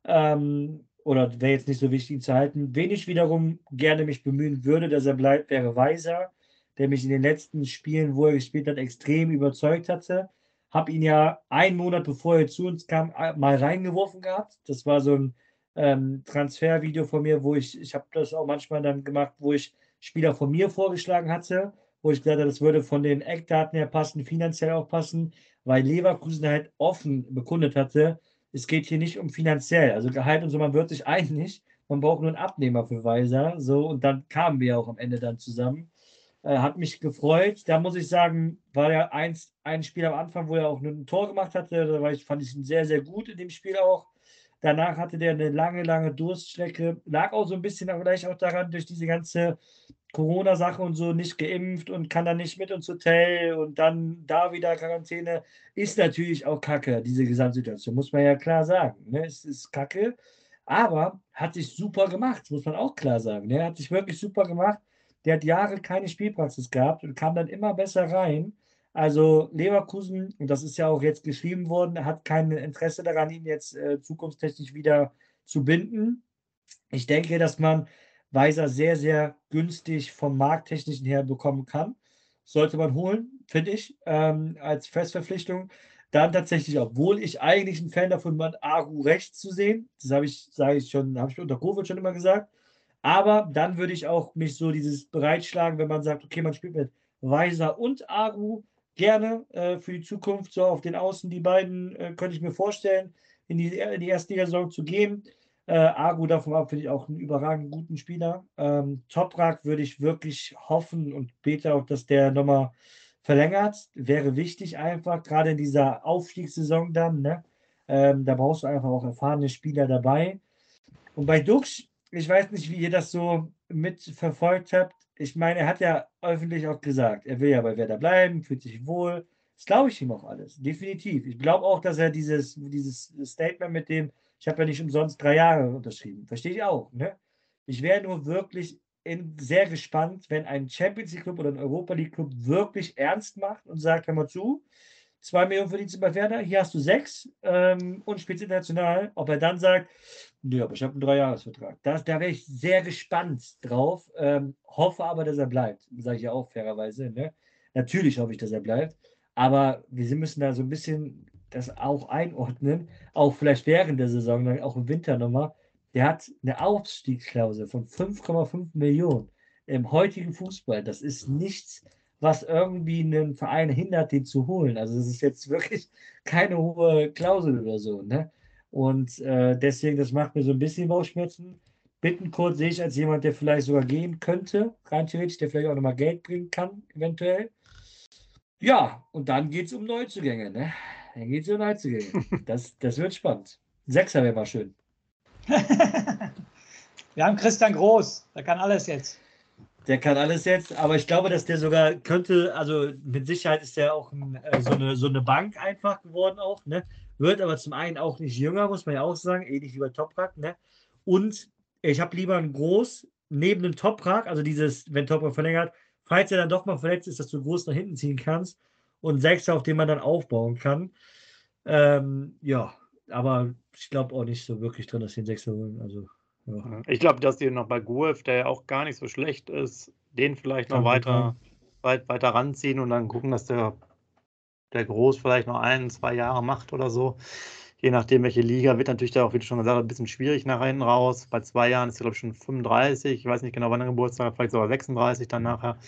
Ähm, oder wäre jetzt nicht so wichtig, ihn zu halten. Wen ich wiederum gerne mich bemühen würde, dass er bleibt, wäre Weiser, der mich in den letzten Spielen, wo er gespielt hat, extrem überzeugt hatte. Habe ihn ja einen Monat bevor er zu uns kam, mal reingeworfen gehabt. Das war so ein ähm, Transfervideo von mir, wo ich, ich habe das auch manchmal dann gemacht, wo ich Spieler von mir vorgeschlagen hatte, wo ich gesagt habe, das würde von den Eckdaten her passen, finanziell auch passen, weil Leverkusen halt offen bekundet hatte, es geht hier nicht um finanziell, also Gehalt und so, man wird sich einig, man braucht nur einen Abnehmer für Weiser, so, und dann kamen wir auch am Ende dann zusammen. Äh, hat mich gefreut. Da muss ich sagen, war ja eins, ein Spiel am Anfang, wo er auch nur ein Tor gemacht hatte, da war ich, fand ich ihn sehr, sehr gut in dem Spiel auch. Danach hatte der eine lange, lange Durststrecke. Lag auch so ein bisschen vielleicht auch daran, durch diese ganze Corona-Sache und so, nicht geimpft und kann dann nicht mit ins Hotel und dann da wieder Quarantäne. Ist natürlich auch kacke, diese Gesamtsituation, muss man ja klar sagen. Ne? Es ist kacke, aber hat sich super gemacht, muss man auch klar sagen. Ne? Hat sich wirklich super gemacht. Der hat Jahre keine Spielpraxis gehabt und kam dann immer besser rein. Also Leverkusen, und das ist ja auch jetzt geschrieben worden, hat kein Interesse daran, ihn jetzt äh, zukunftstechnisch wieder zu binden. Ich denke, dass man Weiser sehr, sehr günstig vom Markttechnischen her bekommen kann. Sollte man holen, finde ich, ähm, als Festverpflichtung. Dann tatsächlich, obwohl ich eigentlich ein Fan davon bin, Agu rechts zu sehen. Das habe ich, sage ich schon, habe ich unter Covid schon immer gesagt. Aber dann würde ich auch mich so dieses bereitschlagen, wenn man sagt, okay, man spielt mit Weiser und Agu gerne äh, für die Zukunft, so auf den Außen, die beiden äh, könnte ich mir vorstellen, in die, in die erste Liga-Saison zu gehen. Äh, Agu davon ab, finde ich auch einen überragend guten Spieler. Ähm, Toprak würde ich wirklich hoffen und bete auch, dass der nochmal verlängert. Wäre wichtig einfach, gerade in dieser Aufstiegssaison dann. Ne? Ähm, da brauchst du einfach auch erfahrene Spieler dabei. Und bei Dux, ich weiß nicht, wie ihr das so mitverfolgt habt. Ich meine, er hat ja öffentlich auch gesagt, er will ja bei Werder bleiben, fühlt sich wohl. Das glaube ich ihm auch alles, definitiv. Ich glaube auch, dass er dieses, dieses Statement mit dem, ich habe ja nicht umsonst drei Jahre unterschrieben, verstehe ich auch. Ne? Ich wäre nur wirklich in, sehr gespannt, wenn ein Champions League Club oder ein Europa League Club wirklich ernst macht und sagt, hör mal zu, zwei Millionen verdienst du bei Werder, hier hast du sechs ähm, und spielst international. Ob er dann sagt, nö, aber ich habe einen Dreijahresvertrag. Das, da wäre ich sehr gespannt drauf. Ähm, hoffe aber, dass er bleibt. Sage ich ja auch fairerweise. Ne? Natürlich hoffe ich, dass er bleibt. Aber wir müssen da so ein bisschen das auch einordnen. Auch vielleicht während der Saison, dann auch im Winter nochmal. Der hat eine Aufstiegsklausel von fünf Komma fünf Millionen im heutigen Fußball. Das ist nichts, was irgendwie einen Verein hindert, den zu holen. Also es ist jetzt wirklich keine hohe Klausel oder so. Ne? Und äh, deswegen, das macht mir so ein bisschen Bauchschmerzen. Bittencourt sehe ich als jemand, der vielleicht sogar gehen könnte, rein theoretisch, der vielleicht auch nochmal Geld bringen kann, eventuell. Ja, und dann geht es um Neuzugänge. Ne? Dann geht es um Neuzugänge. Das, das wird spannend. Sechser wäre mal schön. Wir haben Christian Groß, der kann alles jetzt. Der kann alles jetzt, aber ich glaube, dass der sogar könnte, also mit Sicherheit ist der auch ein, äh, so, eine, so eine Bank einfach geworden auch, ne? Wird aber zum einen auch nicht jünger, muss man ja auch sagen, ähnlich wie bei Toprak, ne? Und ich habe lieber einen Groß neben dem Toprak, also dieses, wenn Toprak verlängert, falls er dann doch mal verletzt ist, dass du Groß nach hinten ziehen kannst und Sechser, auf den man dann aufbauen kann. Ähm, ja, aber ich glaube auch nicht so wirklich drin, dass sie einen Sechser holen, also ja. Ich glaube, dass die noch bei Guev, der ja auch gar nicht so schlecht ist, den vielleicht noch weiter, weit, weiter ranziehen und dann gucken, dass der, der Groß vielleicht noch ein, zwei Jahre macht oder so. Je nachdem, welche Liga, wird natürlich da auch, wie du schon gesagt hast, ein bisschen schwierig nach hinten raus. Bei zwei Jahren ist er, glaube ich, schon fünfunddreißig. Ich weiß nicht genau, wann er Geburtstag hat, vielleicht sogar sechsunddreißig dann nachher.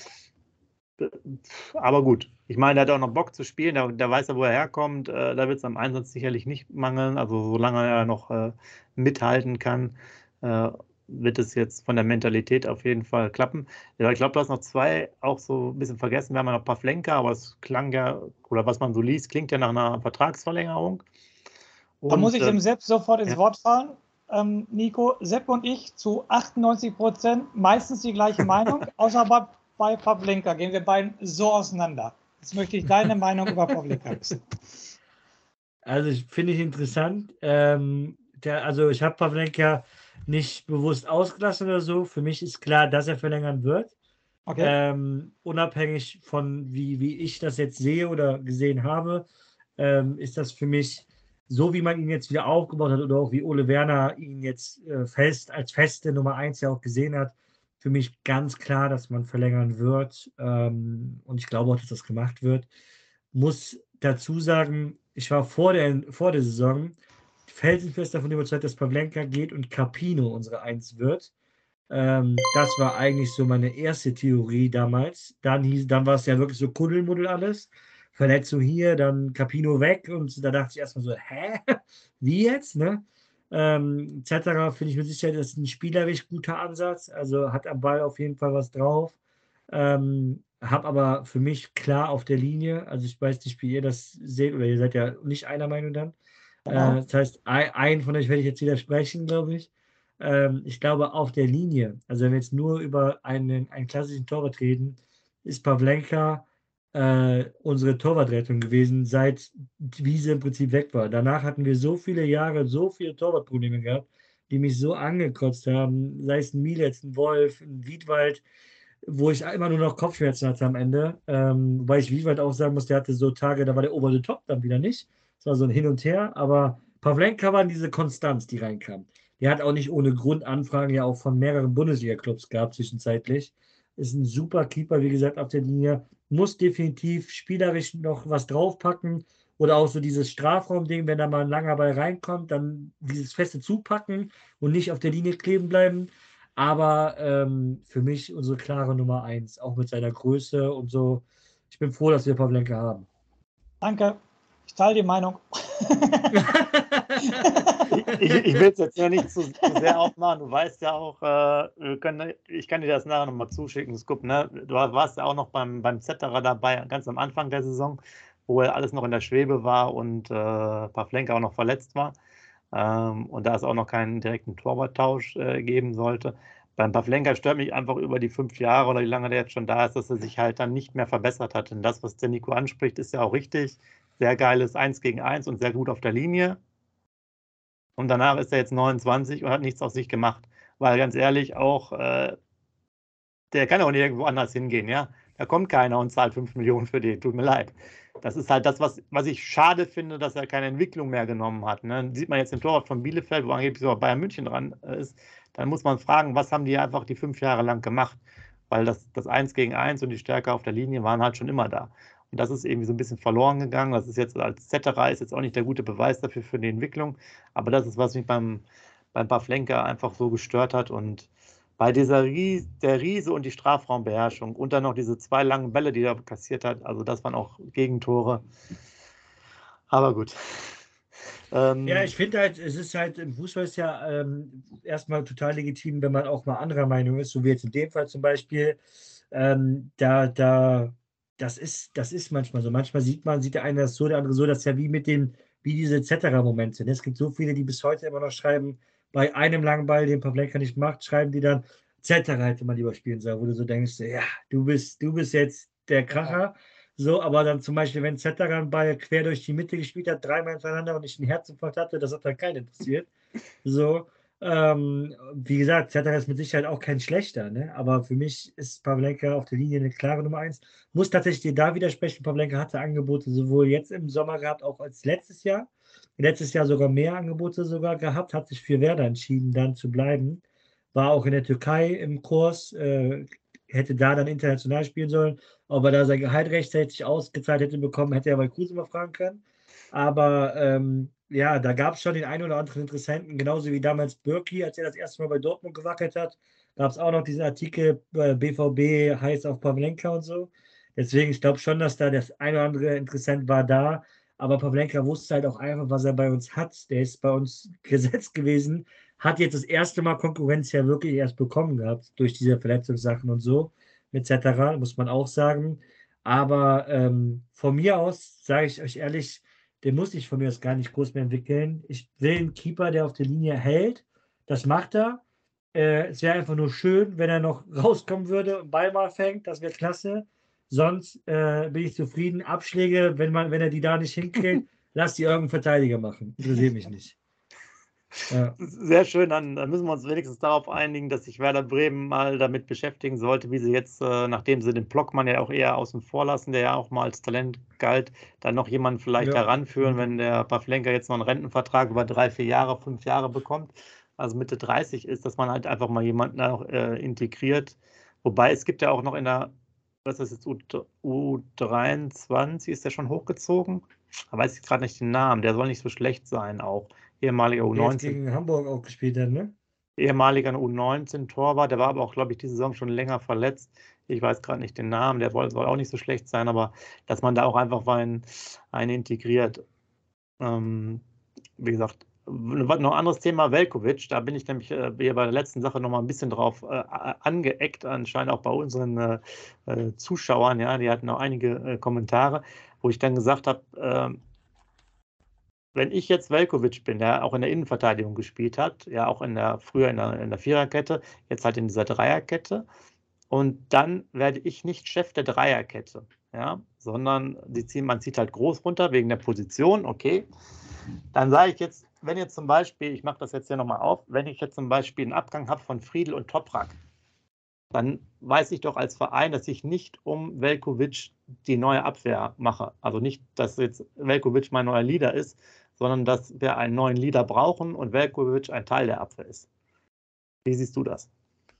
Aber gut, ich meine, der hat auch noch Bock zu spielen, der, der weiß ja, wo er herkommt. Äh, da wird es am Einsatz sicherlich nicht mangeln, also solange er noch äh, mithalten kann. Äh, wird es jetzt von der Mentalität auf jeden Fall klappen. Ja, ich glaube, du hast noch zwei auch so ein bisschen vergessen. Wir haben ja noch Pavlenka, aber es klang ja, oder was man so liest, klingt ja nach einer Vertragsverlängerung. Und, da muss ich dem Sepp sofort ins ja. Wort fallen. Ähm, Nico, Sepp und ich zu achtundneunzig Prozent meistens die gleiche Meinung, außer bei, bei Pavlenka gehen wir beiden so auseinander. Jetzt möchte ich deine Meinung über Pavlenka wissen. Also finde ich interessant. Ähm, der, also ich habe Pavlenka nicht bewusst ausgelassen oder so. Für mich ist klar, dass er verlängern wird. Okay. Ähm, unabhängig von wie, wie ich das jetzt sehe oder gesehen habe, ähm, ist das für mich, so wie man ihn jetzt wieder aufgebaut hat oder auch wie Ole Werner ihn jetzt äh, fest als feste Nummer eins ja auch gesehen hat, für mich ganz klar, dass man verlängern wird. Ähm, und ich glaube auch, dass das gemacht wird. Muss dazu sagen, ich war vor der, vor der Saison felsenfest davon überzeugt, dass Pavlenka geht und Carpino unsere Eins wird. Ähm, das war eigentlich so meine erste Theorie damals. Dann, hieß, dann war es ja wirklich so Kuddelmuddel alles. Verletzung hier, dann Carpino weg und da dachte ich erstmal so, hä? Wie jetzt? Ne? Ähm, et cetera finde ich mit Sicherheit, das ist ein spielerisch guter Ansatz. Also hat am Ball auf jeden Fall was drauf. Ähm, habe aber für mich klar auf der Linie, also ich weiß nicht, wie ihr das seht, oder ihr seid ja nicht einer Meinung dann. Genau. Äh, das heißt, ein, einen von euch werde ich jetzt widersprechen, glaube ich. Ähm, ich glaube, auf der Linie, also wenn wir jetzt nur über einen, einen klassischen Torwart reden, ist Pavlenka äh, unsere Torwartrettung gewesen, seit Wiese im Prinzip weg war. Danach hatten wir so viele Jahre, so viele Torwartprobleme gehabt, die mich so angekotzt haben, sei es ein Mieletz, ein Wolf, ein Wiedwald, wo ich immer nur noch Kopfschmerzen hatte am Ende. Ähm, wobei ich Wiedwald auch sagen muss, der hatte so Tage, da war der over the top, dann wieder nicht. Es war so ein Hin und Her, aber Pavlenka war diese Konstanz, die reinkam. Der hat auch nicht ohne Grund Anfragen ja auch von mehreren Bundesliga-Clubs gehabt zwischenzeitlich. Ist ein super Keeper, wie gesagt, auf der Linie. Muss definitiv spielerisch noch was draufpacken. Oder auch so dieses Strafraumding, wenn da mal ein langer Ball reinkommt, dann dieses feste Zupacken und nicht auf der Linie kleben bleiben. Aber ähm, für mich unsere klare Nummer eins, auch mit seiner Größe und so. Ich bin froh, dass wir Pavlenka haben. Danke. Ich teile die Meinung. ich, ich, ich will es jetzt ja nicht zu, zu sehr aufmachen. Du weißt ja auch, äh, wir können, ich kann dir das nachher nochmal zuschicken. Scoop, ne? Du warst ja auch noch beim, beim Zetterer dabei, ganz am Anfang der Saison, wo alles noch in der Schwebe war und äh, Pavlenka auch noch verletzt war. Ähm, und da es auch noch keinen direkten Torwarttausch äh, geben sollte. Beim Pavlenka stört mich einfach über die fünf Jahre oder wie lange der jetzt schon da ist, dass er sich halt dann nicht mehr verbessert hat. Und das, was der Nico anspricht, ist ja auch richtig. Sehr geiles eins gegen eins und sehr gut auf der Linie. Und danach ist er jetzt neunundzwanzig und hat nichts aus sich gemacht. Weil ganz ehrlich, auch äh, der kann auch nirgendwo anders hingehen, ja. Da kommt keiner und zahlt fünf Millionen für den. Tut mir leid. Das ist halt das, was, was ich schade finde, dass er keine Entwicklung mehr genommen hat. Ne? Sieht man jetzt den Torwart von Bielefeld, wo angeblich sogar Bayern München dran ist, dann muss man fragen, was haben die einfach die fünf Jahre lang gemacht? Weil das, das eins gegen eins und die Stärke auf der Linie waren halt schon immer da. Und das ist irgendwie so ein bisschen verloren gegangen. Das ist jetzt als Zetterer ist jetzt auch nicht der gute Beweis dafür für die Entwicklung. Aber das ist, was mich beim, beim Pavlenka einfach so gestört hat. Und bei dieser Ries, der Riese und die Strafraumbeherrschung und dann noch diese zwei langen Bälle, die er kassiert hat, also das waren auch Gegentore. Aber gut. Ähm, ja, ich finde halt, es ist halt, im Fußball ist ja ähm, erstmal total legitim, wenn man auch mal anderer Meinung ist, so wie jetzt in dem Fall zum Beispiel. Ähm, da, da, das ist, das ist manchmal so. Manchmal sieht man, sieht der eine das so, der andere so, das ist ja wie mit den, wie diese et cetera-Momente. Es gibt so viele, die bis heute immer noch schreiben, bei einem langen Ball, den Pavlenka nicht macht, schreiben die dann, et cetera hätte man lieber spielen sollen, wo du so denkst, ja, du bist, du bist jetzt der Kracher. Ja. So, aber dann zum Beispiel, wenn et cetera einen Ball quer durch die Mitte gespielt hat, dreimal hintereinander und ich einen Herzinfarkt hatte, das hat dann keinen interessiert. So, ähm, wie gesagt, et cetera ist mit Sicherheit auch kein schlechter, ne? Aber für mich ist Pavlenka auf der Linie eine klare Nummer eins. Muss tatsächlich dir da widersprechen, Pavlenka hatte Angebote sowohl jetzt im Sommer gehabt, auch als letztes Jahr. Letztes Jahr sogar mehr Angebote sogar gehabt, hat sich für Werder entschieden, dann zu bleiben. War auch in der Türkei im Kurs, äh, hätte da dann international spielen sollen. Ob er da sein Gehalt rechtzeitig ausgezahlt hätte bekommen, hätte er bei Kruse mal fragen können. Aber ähm, ja, da gab es schon den einen oder anderen Interessenten, genauso wie damals Bürki, als er das erste Mal bei Dortmund gewackelt hat. Gab es auch noch diesen Artikel, äh, B V B heißt auf Pavlenka und so. Deswegen, ich glaube schon, dass da das ein oder andere Interessent war da. Aber Pavlenka wusste halt auch einfach, was er bei uns hat. Der ist bei uns gesetzt gewesen, hat jetzt das erste Mal Konkurrenz ja wirklich erst bekommen gehabt, durch diese Verletzungssachen und so, et cetera, muss man auch sagen. Aber ähm, von mir aus, sage ich euch ehrlich, den muss ich von mir aus gar nicht groß mehr entwickeln. Ich will einen Keeper, der auf der Linie hält. Das macht er. Äh, es wäre einfach nur schön, wenn er noch rauskommen würde und Ball mal fängt. Das wäre klasse. Sonst äh, bin ich zufrieden. Abschläge, wenn, man, wenn er die da nicht hinkriegt, lass die irgendeinen Verteidiger machen. Interessiert mich nicht. Ja. Sehr schön, dann, dann müssen wir uns wenigstens darauf einigen, dass sich Werder Bremen mal damit beschäftigen sollte, wie sie jetzt, äh, nachdem sie den Blockmann ja auch eher außen vor lassen, der ja auch mal als Talent galt, dann noch jemanden vielleicht ja. heranführen, wenn der Pavlenka jetzt noch einen Rentenvertrag über drei, vier Jahre, fünf Jahre bekommt, also Mitte dreißig ist, dass man halt einfach mal jemanden auch äh, integriert. Wobei es gibt ja auch noch in der, was ist jetzt, U dreiundzwanzig, ist der schon hochgezogen? Da weiß ich gerade nicht den Namen, der soll nicht so schlecht sein auch. Ehemaliger U neunzehn. Der gegen Hamburg auch gespielt hat, ne? Ehemaliger U neunzehn-Torwart, der war aber auch, glaube ich, diese Saison schon länger verletzt. Ich weiß gerade nicht den Namen, der soll auch nicht so schlecht sein, aber dass man da auch einfach einen, einen integriert. Ähm, wie gesagt, noch ein anderes Thema, Veljković, da bin ich nämlich äh, hier bei der letzten Sache nochmal ein bisschen drauf äh, angeeckt, anscheinend auch bei unseren äh, Zuschauern, ja, die hatten auch einige äh, Kommentare, wo ich dann gesagt habe, äh, wenn ich jetzt Veljković bin, der auch in der Innenverteidigung gespielt hat, ja auch in der, früher in der, in der Viererkette, jetzt halt in dieser Dreierkette, und dann werde ich nicht Chef der Dreierkette, ja, sondern die ziehen, man zieht halt groß runter wegen der Position, okay. Dann sage ich jetzt, wenn jetzt zum Beispiel, ich mache das jetzt hier nochmal auf, wenn ich jetzt zum Beispiel einen Abgang habe von Friedl und Toprak, dann weiß ich doch als Verein, dass ich nicht um Veljković die neue Abwehr mache. Also nicht, dass jetzt Veljković mein neuer Leader ist, sondern dass wir einen neuen Leader brauchen und Veljković ein Teil der Abwehr ist. Wie siehst du das?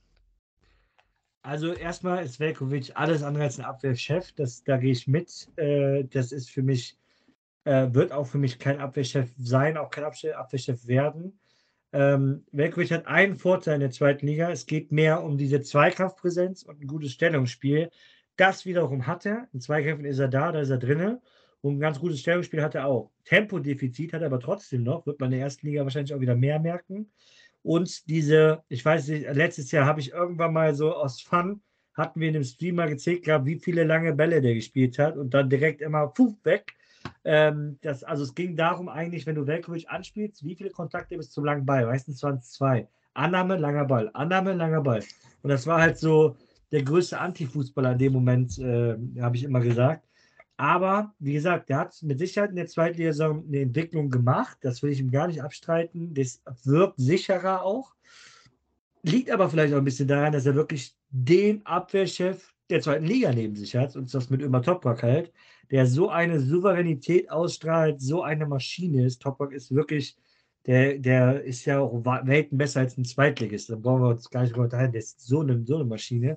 Also erstmal ist Veljković alles andere als ein Abwehrchef. Das, da gehe ich mit. Äh, das ist für mich, äh, wird auch für mich kein Abwehrchef sein, auch kein Abwehrchef werden. Ähm, Veljković hat einen Vorteil in der zweiten Liga. Es geht mehr um diese Zweikampfpräsenz und ein gutes Stellungsspiel. Das wiederum hat er. In Zweikämpfen ist er da, da ist er drinne. Und ein ganz gutes Stellungsspiel hat er auch. Tempodefizit hat er aber trotzdem noch. Wird man in der ersten Liga wahrscheinlich auch wieder mehr merken. Und diese, ich weiß nicht, letztes Jahr habe ich irgendwann mal so aus Fun, hatten wir in dem Stream mal gezählt gehabt, wie viele lange Bälle der gespielt hat und dann direkt immer puff, weg. Ähm, das, also es ging darum eigentlich, wenn du Veljković anspielst, wie viele Kontakte bis zum langen Ball? Meistens waren es zwei. Annahme, langer Ball. Annahme, langer Ball. Und das war halt so der größte Antifußballer in dem Moment, äh, habe ich immer gesagt. Aber, wie gesagt, der hat mit Sicherheit in der Zweitliga-Saison eine Entwicklung gemacht. Das will ich ihm gar nicht abstreiten. Das wirkt sicherer auch. Liegt aber vielleicht auch ein bisschen daran, dass er wirklich den Abwehrchef der zweiten Liga neben sich hat und das mit Ömer Toprak halt, der so eine Souveränität ausstrahlt, so eine Maschine ist. Toprak ist wirklich, der, der ist ja auch Welten besser als ein Zweitligist. Da brauchen wir uns gar nicht unterhalten. Der ist so eine, so eine Maschine.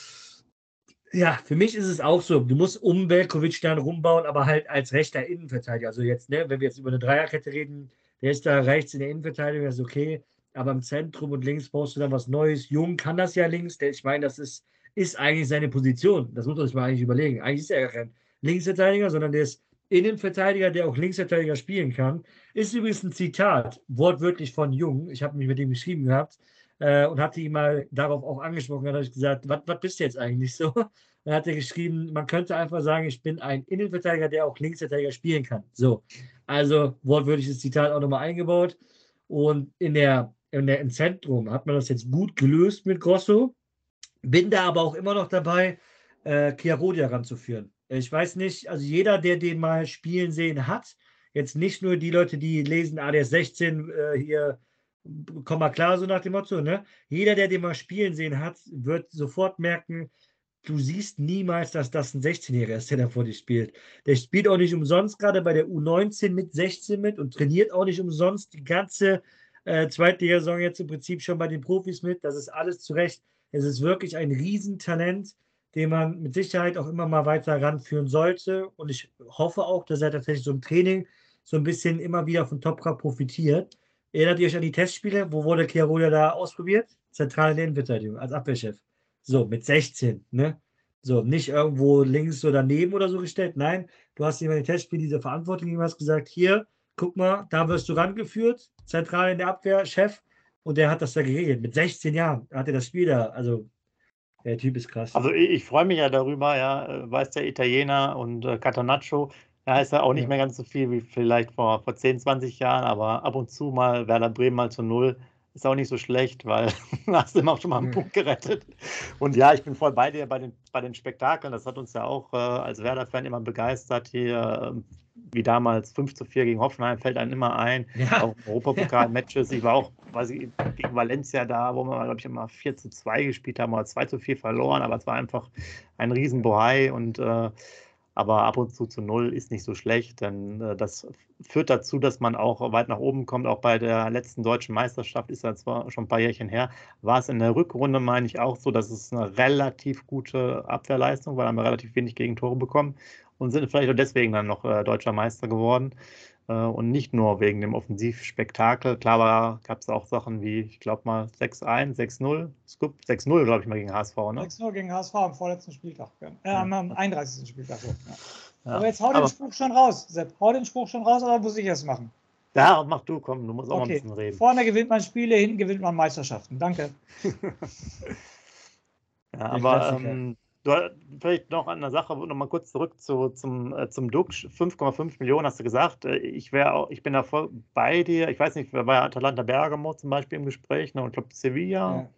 Ja, für mich ist es auch so, du musst um Veljković dann rumbauen, aber halt als rechter Innenverteidiger. Also jetzt, ne, wenn wir jetzt über eine Dreierkette reden, der ist da rechts in der Innenverteidigung, das ist okay, aber im Zentrum und links brauchst du dann was Neues. Jung kann das ja links, der, ich meine, das ist, ist eigentlich seine Position. Das muss man sich mal eigentlich überlegen. Eigentlich ist er ja kein Linksverteidiger, sondern der ist Innenverteidiger, der auch Linksverteidiger spielen kann. Ist übrigens ein Zitat, wortwörtlich von Jung. Ich habe mich mit ihm geschrieben gehabt. Äh, und hatte ihn mal darauf auch angesprochen, da habe ich gesagt, was bist du jetzt eigentlich so? Dann hat er geschrieben, man könnte einfach sagen, ich bin ein Innenverteidiger, der auch Linksverteidiger spielen kann. So, also wortwörtliches Zitat auch nochmal eingebaut. Und in der, in der, im Zentrum hat man das jetzt gut gelöst mit Grosso. Bin da aber auch immer noch dabei, äh, Chiarodia ranzuführen. Ich weiß nicht, also jeder, der den mal spielen sehen hat, jetzt nicht nur die Leute, die lesen, ah, der ist sechzehn, äh, hier, komm mal klar, so nach dem Motto, ne? Jeder, der den mal spielen sehen hat, wird sofort merken, du siehst niemals, dass das ein sechzehnjähriger ist, der da vor dir spielt. Der spielt auch nicht umsonst gerade bei der U neunzehn mit sechzehn mit und trainiert auch nicht umsonst die ganze äh, Zweitliga-Saison jetzt im Prinzip schon bei den Profis mit. Das ist alles zu Recht. Es ist wirklich ein Riesentalent, den man mit Sicherheit auch immer mal weiter ranführen sollte. Und ich hoffe auch, dass er tatsächlich so im Training so ein bisschen immer wieder von Toprak profitiert. Erinnert ihr euch an die Testspiele? Wo wurde Chiarodia da ausprobiert? Zentrale Innenverteidigung als Abwehrchef. So, mit sechzehn, ne? So, nicht irgendwo links oder daneben oder so gestellt. Nein, du hast ihm in den Testspielen diese Verantwortung gegeben, hast gesagt, hier, guck mal, da wirst du rangeführt, zentral in der Abwehr, Chef, und der hat das da geregelt. Mit sechzehn Jahren hat er das Spiel da. Also, der Typ ist krass. Also ich, ich freue mich ja darüber, ja, weiß der Italiener und äh, Catenaccio, da ist er auch nicht Ja. mehr ganz so viel wie vielleicht vor, vor zehn, zwanzig Jahren, aber ab und zu mal Werder Bremen mal zu null ist auch nicht so schlecht, weil da hast du immer schon mal einen Ja. Punkt gerettet. Und ja, ich bin voll bei dir bei den, bei den Spektakeln. Das hat uns ja auch äh, als Werder-Fan immer begeistert hier. Äh, wie damals fünf zu vier gegen Hoffenheim fällt einem immer ein. Ja. Auch Europapokal-Matches. Ich war auch quasi gegen Valencia da, wo wir, glaube ich, immer vier zu zwei gespielt haben oder zwei zu vier verloren. Aber es war einfach ein Riesenbohai und äh, aber ab und zu zu null ist nicht so schlecht, denn äh, das führt dazu, dass man auch weit nach oben kommt. Auch bei der letzten deutschen Meisterschaft, ist ja zwar schon ein paar Jährchen her, war es in der Rückrunde, meine ich, auch so, dass es eine relativ gute Abwehrleistung war, haben wir relativ wenig Gegentore bekommen und sind vielleicht auch deswegen dann noch äh, deutscher Meister geworden. Und nicht nur wegen dem Offensivspektakel. Klar gab es auch Sachen wie, ich glaube mal sechs eins, sechs null, Scoop, sechs null, glaube ich mal gegen H S V. Ne? sechs null gegen H S V am vorletzten Spieltag. Äh, am einunddreißigsten Spieltag. So. Ja. Ja. Aber jetzt hau den Aber, Spruch schon raus, Sepp. Hau den Spruch schon raus, oder muss ich es machen? Ja, mach du, komm, du musst auch Okay. mal ein bisschen reden. Vorne gewinnt man Spiele, hinten gewinnt man Meisterschaften. Danke. Ja, aber ähm, du, vielleicht noch an der Sache, noch mal kurz zurück zu, zum, äh, zum Dux. fünf Komma fünf Millionen hast du gesagt. Ich, wär, ich bin da voll bei dir. Ich weiß nicht, wer war Atalanta Bergamo zum Beispiel im Gespräch, ne? Und ich glaube Sevilla. Ja.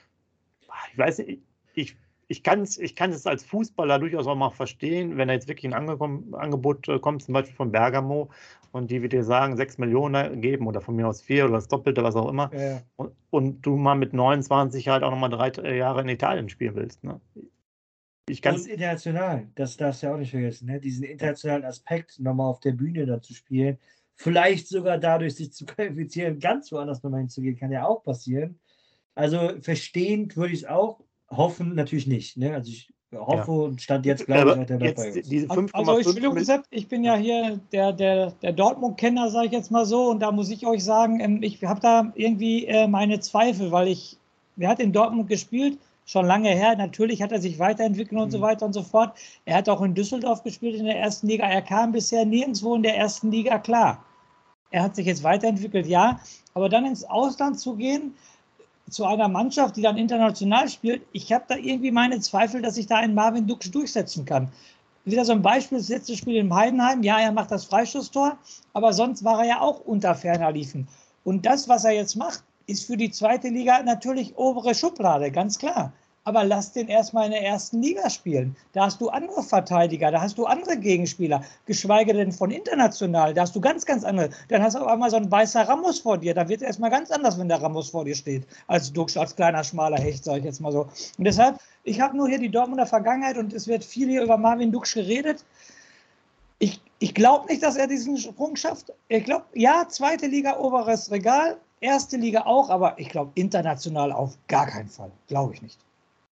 Ich weiß nicht, ich, ich kann es ich kann es als Fußballer durchaus auch mal verstehen, wenn da jetzt wirklich ein Ange- Angebot kommt, zum Beispiel von Bergamo, und die, wie dir sagen, sechs Millionen geben oder von mir aus vier oder das Doppelte, was auch immer. Ja. Und, und du mal mit neunundzwanzig halt auch nochmal drei Jahre in Italien spielen willst. Ne? Ich kann's, Und international, das darfst du ja auch nicht vergessen, ne? Diesen internationalen Aspekt nochmal auf der Bühne da zu spielen, vielleicht sogar dadurch sich zu qualifizieren, ganz woanders nochmal hinzugehen, kann ja auch passieren. Also verstehend würde ich es auch, hoffen natürlich nicht. Ne? Also ich hoffe Ja. und stand jetzt, glaube ich, auch der jetzt bei uns. diese fünf Komma Also fünf Entschuldigung, Sepp, ich bin ja hier der, der, der Dortmund-Kenner, sage ich jetzt mal so, und da muss ich euch sagen, ähm, ich habe da irgendwie äh, meine Zweifel, weil ich, wer hat in Dortmund gespielt? Schon lange her, natürlich hat er sich weiterentwickelt und Mhm. so weiter und so fort. Er hat auch in Düsseldorf gespielt in der ersten Liga. Er kam bisher nirgendwo in der ersten Liga klar. Er hat sich jetzt weiterentwickelt, ja, aber dann ins Ausland zu gehen, zu einer Mannschaft, die dann international spielt, ich habe da irgendwie meine Zweifel, dass sich da ein Marvin Duksch durchsetzen kann. Wieder so ein Beispiel, das letzte Spiel in Heidenheim, ja, er macht das Freistoßtor, aber sonst war er ja auch unter ferner Liefen. Und das, was er jetzt macht, ist für die zweite Liga natürlich obere Schublade, ganz klar. Aber lass den erstmal in der ersten Liga spielen. Da hast du andere Verteidiger, da hast du andere Gegenspieler, geschweige denn von international, da hast du ganz, ganz andere. Dann hast du auf einmal so ein weißer Ramos vor dir, da wird es erstmal ganz anders, wenn der Ramos vor dir steht, als Duksch, als kleiner, schmaler Hecht, sage ich jetzt mal so. Und deshalb, ich habe nur hier die Dortmunder Vergangenheit und es wird viel hier über Marvin Duksch geredet. Ich, ich glaube nicht, dass er diesen Sprung schafft. Ich glaube, ja, zweite Liga, oberes Regal, erste Liga auch, aber ich glaube, international auf gar keinen Fall. Glaube ich nicht.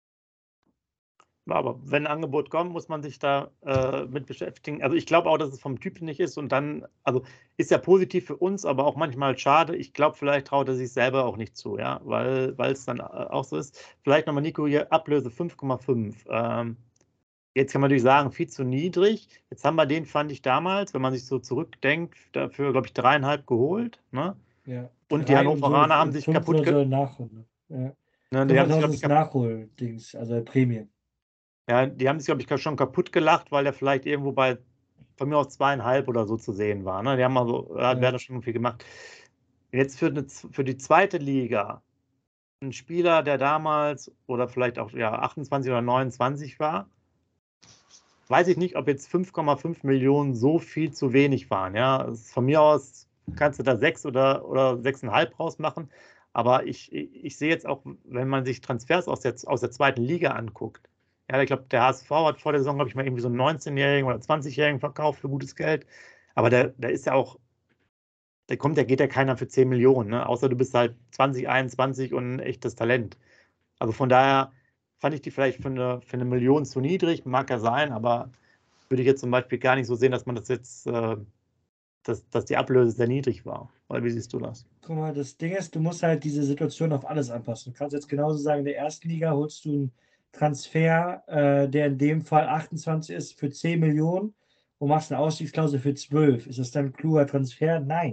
Aber wenn ein Angebot kommt, muss man sich da äh, mit beschäftigen. Also ich glaube auch, dass es vom Typ nicht ist und dann, also ist ja positiv für uns, aber auch manchmal schade. Ich glaube, vielleicht traut er sich selber auch nicht zu, ja, weil weil es dann auch so ist. Vielleicht nochmal, Nico, hier Ablöse fünf Komma fünf. Ähm, jetzt kann man natürlich sagen, viel zu niedrig. Jetzt haben wir den, fand ich damals, wenn man sich so zurückdenkt, dafür, glaube ich, dreieinhalb geholt. Ne? Ja. Und die Drei Hannoveraner so, haben sich kaputt gemacht. gemacht. Ja. Ne, die haben sich, fünfhunderttausend Nachholdings, also Prämie. Ja, die haben sich, glaube ich, schon kaputt gelacht, weil der vielleicht irgendwo bei, von mir aus zweieinhalb oder so zu sehen war. Ne? Die haben also, ja. Wer das schon viel gemacht. Jetzt für, eine, für die zweite Liga, ein Spieler, der damals oder vielleicht auch ja, achtundzwanzig oder neunundzwanzig war, weiß ich nicht, ob jetzt fünf Komma fünf Millionen so viel zu wenig waren. Ja? Von mir aus kannst du da sechs oder, oder sechseinhalb rausmachen. Aber ich, ich, ich sehe jetzt auch, wenn man sich Transfers aus der, aus der zweiten Liga anguckt, ja, ich glaube, der H S V hat vor der Saison, glaube ich, mal irgendwie so einen neunzehnjährigen oder zwanzigjährigen verkauft für gutes Geld. Aber der, der ist ja auch, der kommt, der geht ja keiner für zehn Millionen, ne? Außer du bist halt zwanzig, einundzwanzig und ein echtes Talent. Also von daher fand ich die vielleicht für eine, für eine Million zu niedrig, mag ja sein, aber würde ich jetzt zum Beispiel gar nicht so sehen, dass man das jetzt, äh, dass, dass die Ablöse sehr niedrig war. Oder wie siehst du das? Guck mal, das Ding ist, du musst halt diese Situation auf alles anpassen. Du kannst jetzt genauso sagen, in der ersten Liga holst du einen Transfer, äh, der in dem Fall achtundzwanzig ist, für zehn Millionen und machst eine Ausstiegsklausel für zwölf. Ist das dann ein kluger Transfer? Nein.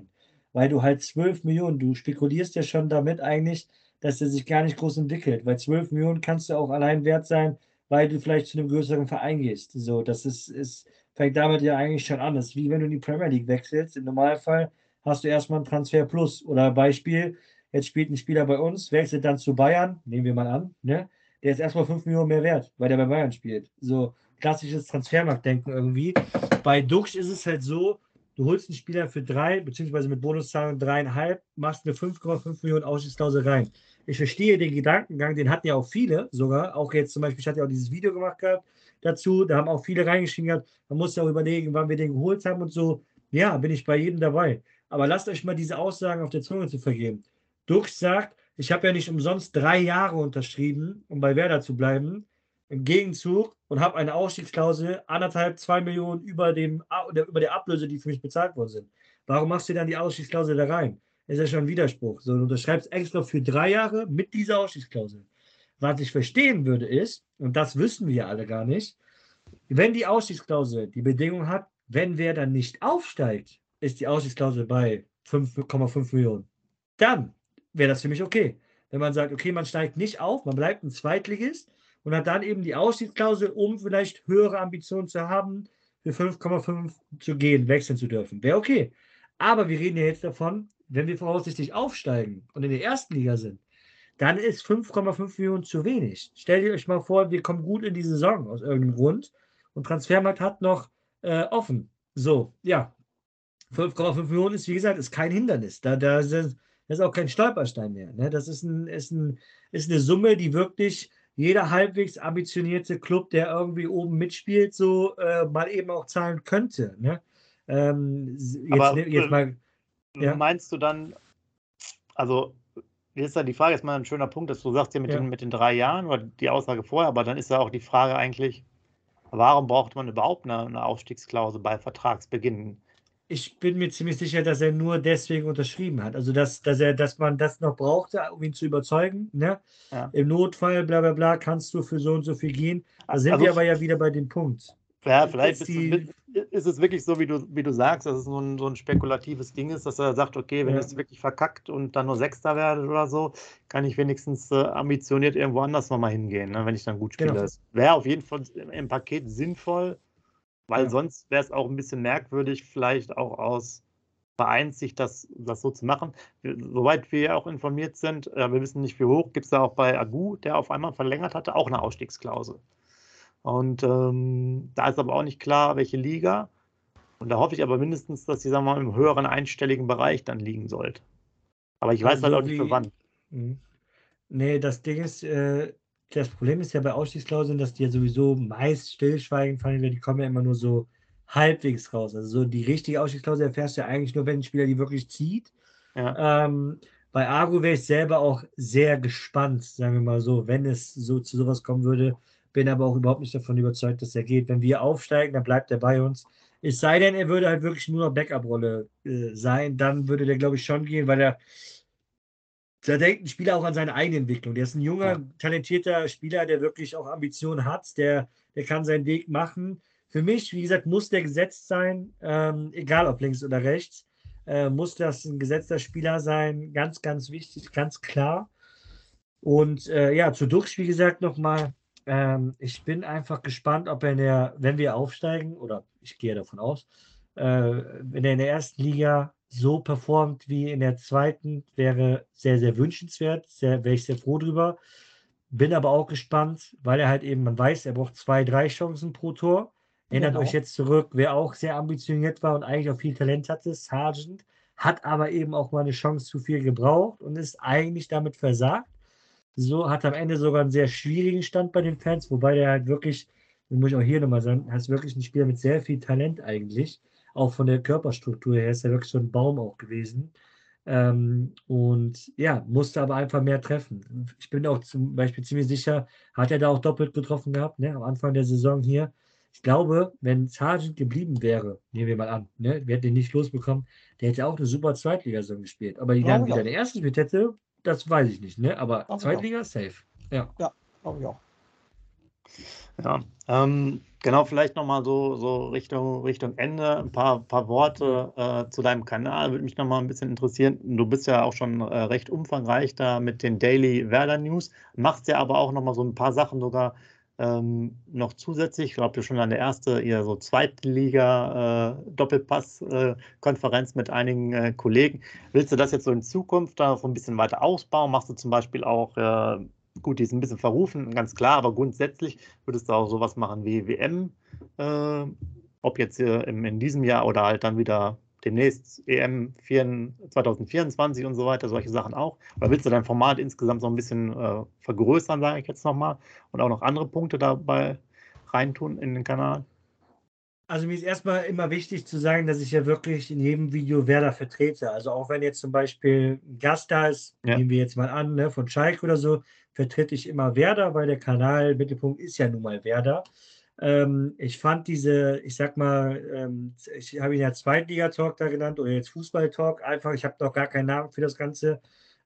weil du halt zwölf Millionen, du spekulierst ja schon damit eigentlich, dass er sich gar nicht groß entwickelt, weil zwölf Millionen kannst du auch allein wert sein, weil du vielleicht zu einem größeren Verein gehst. So, das ist, ist fängt damit ja eigentlich schon an. Das ist wie wenn du in die Premier League wechselst. Im Normalfall hast du erstmal einen Transfer Plus. Oder Beispiel, jetzt spielt ein Spieler bei uns, wechselt dann zu Bayern, nehmen wir mal an, ne? Der ist erstmal fünf Millionen mehr wert, weil der bei Bayern spielt. So klassisches Transfermarktdenken irgendwie. Bei Dux ist es halt so, du holst einen Spieler für drei, beziehungsweise mit Bonuszahlung dreieinhalb, machst eine fünf Komma fünf Millionen Ausstiegsklausel rein. Ich verstehe den Gedankengang, den hatten ja auch viele sogar, auch jetzt zum Beispiel, ich hatte ja auch dieses Video gemacht gehabt dazu, da haben auch viele reingeschrieben gehabt, man muss ja auch überlegen, wann wir den geholt haben und so. Ja, bin ich bei jedem dabei. Aber lasst euch mal diese Aussagen auf der Zunge zu vergeben. Dux sagt, ich habe ja nicht umsonst drei Jahre unterschrieben, um bei Werder zu bleiben, im Gegenzug und habe eine Ausstiegsklausel anderthalb, zwei Millionen über, dem, über der Ablöse, die für mich bezahlt worden sind. Warum machst du dann die Ausstiegsklausel da rein? Ist ja schon ein Widerspruch. So, du unterschreibst extra für drei Jahre mit dieser Ausstiegsklausel. Was ich verstehen würde ist, und das wissen wir alle gar nicht, wenn die Ausstiegsklausel die Bedingung hat, wenn wer dann nicht aufsteigt, ist die Ausstiegsklausel bei fünf Komma fünf Millionen. Dann wäre das für mich okay. Wenn man sagt, okay, man steigt nicht auf, man bleibt ein Zweitligist und hat dann eben die Ausstiegsklausel, um vielleicht höhere Ambitionen zu haben, für fünf Komma fünf zu gehen, wechseln zu dürfen. Wäre okay. Aber wir reden ja jetzt davon, wenn wir voraussichtlich aufsteigen und in der ersten Liga sind, dann ist fünf Komma fünf Millionen zu wenig. Stellt ihr euch mal vor, wir kommen gut in die Saison aus irgendeinem Grund und Transfermarkt hat noch äh, offen. So, ja. fünf Komma fünf Millionen ist, wie gesagt, ist kein Hindernis. Da, da ist, das ist auch kein Stolperstein mehr. Ne? Das ist, ein, ist, ein, ist eine Summe, die wirklich jeder halbwegs ambitionierte Club, der irgendwie oben mitspielt, so äh, mal eben auch zahlen könnte. Ne? Ähm, jetzt, Aber, jetzt mal. Ja? Meinst du dann, also jetzt ist ja die Frage, ist mal ein schöner Punkt, dass du sagst ja mit, ja. Den, mit den drei Jahren oder die Aussage vorher, aber dann ist ja auch die Frage eigentlich, warum braucht man überhaupt eine, eine Aufstiegsklausel bei Vertragsbeginn? Ich bin mir ziemlich sicher, dass er nur deswegen unterschrieben hat. Also, dass, dass, er, dass man das noch brauchte, um ihn zu überzeugen. Ne? Ja. Im Notfall, bla bla bla, kannst du für so und so viel gehen. Da sind also, wir aber ja wieder bei dem Punkt. Ja, vielleicht ist, die, du, ist es wirklich so, wie du, wie du sagst, dass es so ein, so ein spekulatives Ding ist, dass er sagt, okay, wenn ja. es wirklich verkackt und dann nur Sechster werde oder so, kann ich wenigstens äh, ambitioniert irgendwo anders nochmal hingehen, ne, wenn ich dann gut spiele. Genau. Das wäre auf jeden Fall im, im Paket sinnvoll, weil ja. sonst wäre es auch ein bisschen merkwürdig, vielleicht auch aus Vereinssicht das, das so zu machen. Soweit wir auch informiert sind, äh, wir wissen nicht, wie hoch, gibt es da auch bei Agu, der auf einmal verlängert hatte, auch eine Ausstiegsklausel. Und ähm, da ist aber auch nicht klar, welche Liga. Und da hoffe ich aber mindestens, dass sie, sagen wir mal, im höheren einstelligen Bereich dann liegen sollte. Aber ich weiß also halt auch wie, nicht für wann. Mh. Nee, das Ding ist, äh, das Problem ist ja bei Ausstiegsklauseln, dass die ja sowieso meist stillschweigend fallen, die kommen ja immer nur so halbwegs raus. Also so die richtige Ausstiegsklausel erfährst du ja eigentlich nur, wenn ein Spieler die wirklich zieht. Ja. Ähm, bei Agu wäre ich selber auch sehr gespannt, sagen wir mal so, wenn es so zu sowas kommen würde. Bin aber auch überhaupt nicht davon überzeugt, dass er geht. Wenn wir aufsteigen, dann bleibt er bei uns. Es sei denn, er würde halt wirklich nur noch Backup-Rolle äh, sein, dann würde der, glaube ich, schon gehen, weil er da denkt ein Spieler auch an seine eigene Entwicklung. Der ist ein junger, ja. talentierter Spieler, der wirklich auch Ambitionen hat, der, der kann seinen Weg machen. Für mich, wie gesagt, muss der gesetzt sein, ähm, egal ob links oder rechts, äh, muss das ein gesetzter Spieler sein, ganz, ganz wichtig, ganz klar. Und äh, ja, zu Dux, wie gesagt, nochmal, Ähm, ich bin einfach gespannt, ob er in der, wenn wir aufsteigen, oder ich gehe davon aus, äh, wenn er in der ersten Liga so performt wie in der zweiten, wäre sehr, sehr wünschenswert, sehr, wäre ich sehr froh drüber. Bin aber auch gespannt, weil er halt eben, man weiß, er braucht zwei, drei Chancen pro Tor. Erinnert genau. euch jetzt zurück, wer auch sehr ambitioniert war und eigentlich auch viel Talent hatte, Sargent, hat aber eben auch mal eine Chance zu viel gebraucht und ist eigentlich damit versagt. So hat am Ende sogar einen sehr schwierigen Stand bei den Fans, wobei der halt wirklich, das muss ich auch hier nochmal sagen, ist wirklich ein Spieler mit sehr viel Talent eigentlich. Auch von der Körperstruktur her ist er wirklich so ein Baum auch gewesen. Ähm, und ja, musste aber einfach mehr treffen. Ich bin auch zum Beispiel ziemlich sicher, hat er da auch doppelt getroffen gehabt, ne, am Anfang der Saison hier. Ich glaube, wenn Sargent geblieben wäre, nehmen wir mal an, ne, wir hätten ihn nicht losbekommen, der hätte auch eine super Zweitligasaison gespielt. Aber die dann wieder der erste gespielt hätte, das weiß ich nicht, ne? Aber Zweitliga safe. Ja. Ja, glaube ich auch. Ja, ähm, genau, vielleicht nochmal so, so Richtung, Richtung Ende ein paar, paar Worte äh, zu deinem Kanal. Würde mich nochmal ein bisschen interessieren. Du bist ja auch schon äh, recht umfangreich da mit den Daily Werder News, machst ja aber auch nochmal so ein paar Sachen sogar ähm, noch zusätzlich. Ich glaube, du schon an der erste, eher so Zweitliga-Doppelpass-Konferenz mit einigen äh, Kollegen. Willst du das jetzt so in Zukunft da so ein bisschen weiter ausbauen? Machst du zum Beispiel auch äh, gut, die ist ein bisschen verrufen, ganz klar, aber grundsätzlich würdest du auch sowas machen wie W M, äh, ob jetzt hier im, in diesem Jahr oder halt dann wieder demnächst E M zwanzig vierundzwanzig und so weiter, solche Sachen auch. Oder willst du dein Format insgesamt so ein bisschen äh, vergrößern, sage ich jetzt nochmal, und auch noch andere Punkte dabei reintun in den Kanal? Also mir ist erstmal immer wichtig zu sagen, dass ich ja wirklich in jedem Video Werder vertrete. Also auch wenn jetzt zum Beispiel ein Gast da ist, Ja. nehmen wir jetzt mal an, ne, von Schalke oder so, vertrete ich immer Werder, weil der Kanal Mittelpunkt ist ja nun mal Werder. Ähm, ich fand diese, ich sag mal, ähm, ich habe ihn ja Zweitliga-Talk da genannt oder jetzt Fußball-Talk einfach, ich habe noch gar keinen Namen für das Ganze.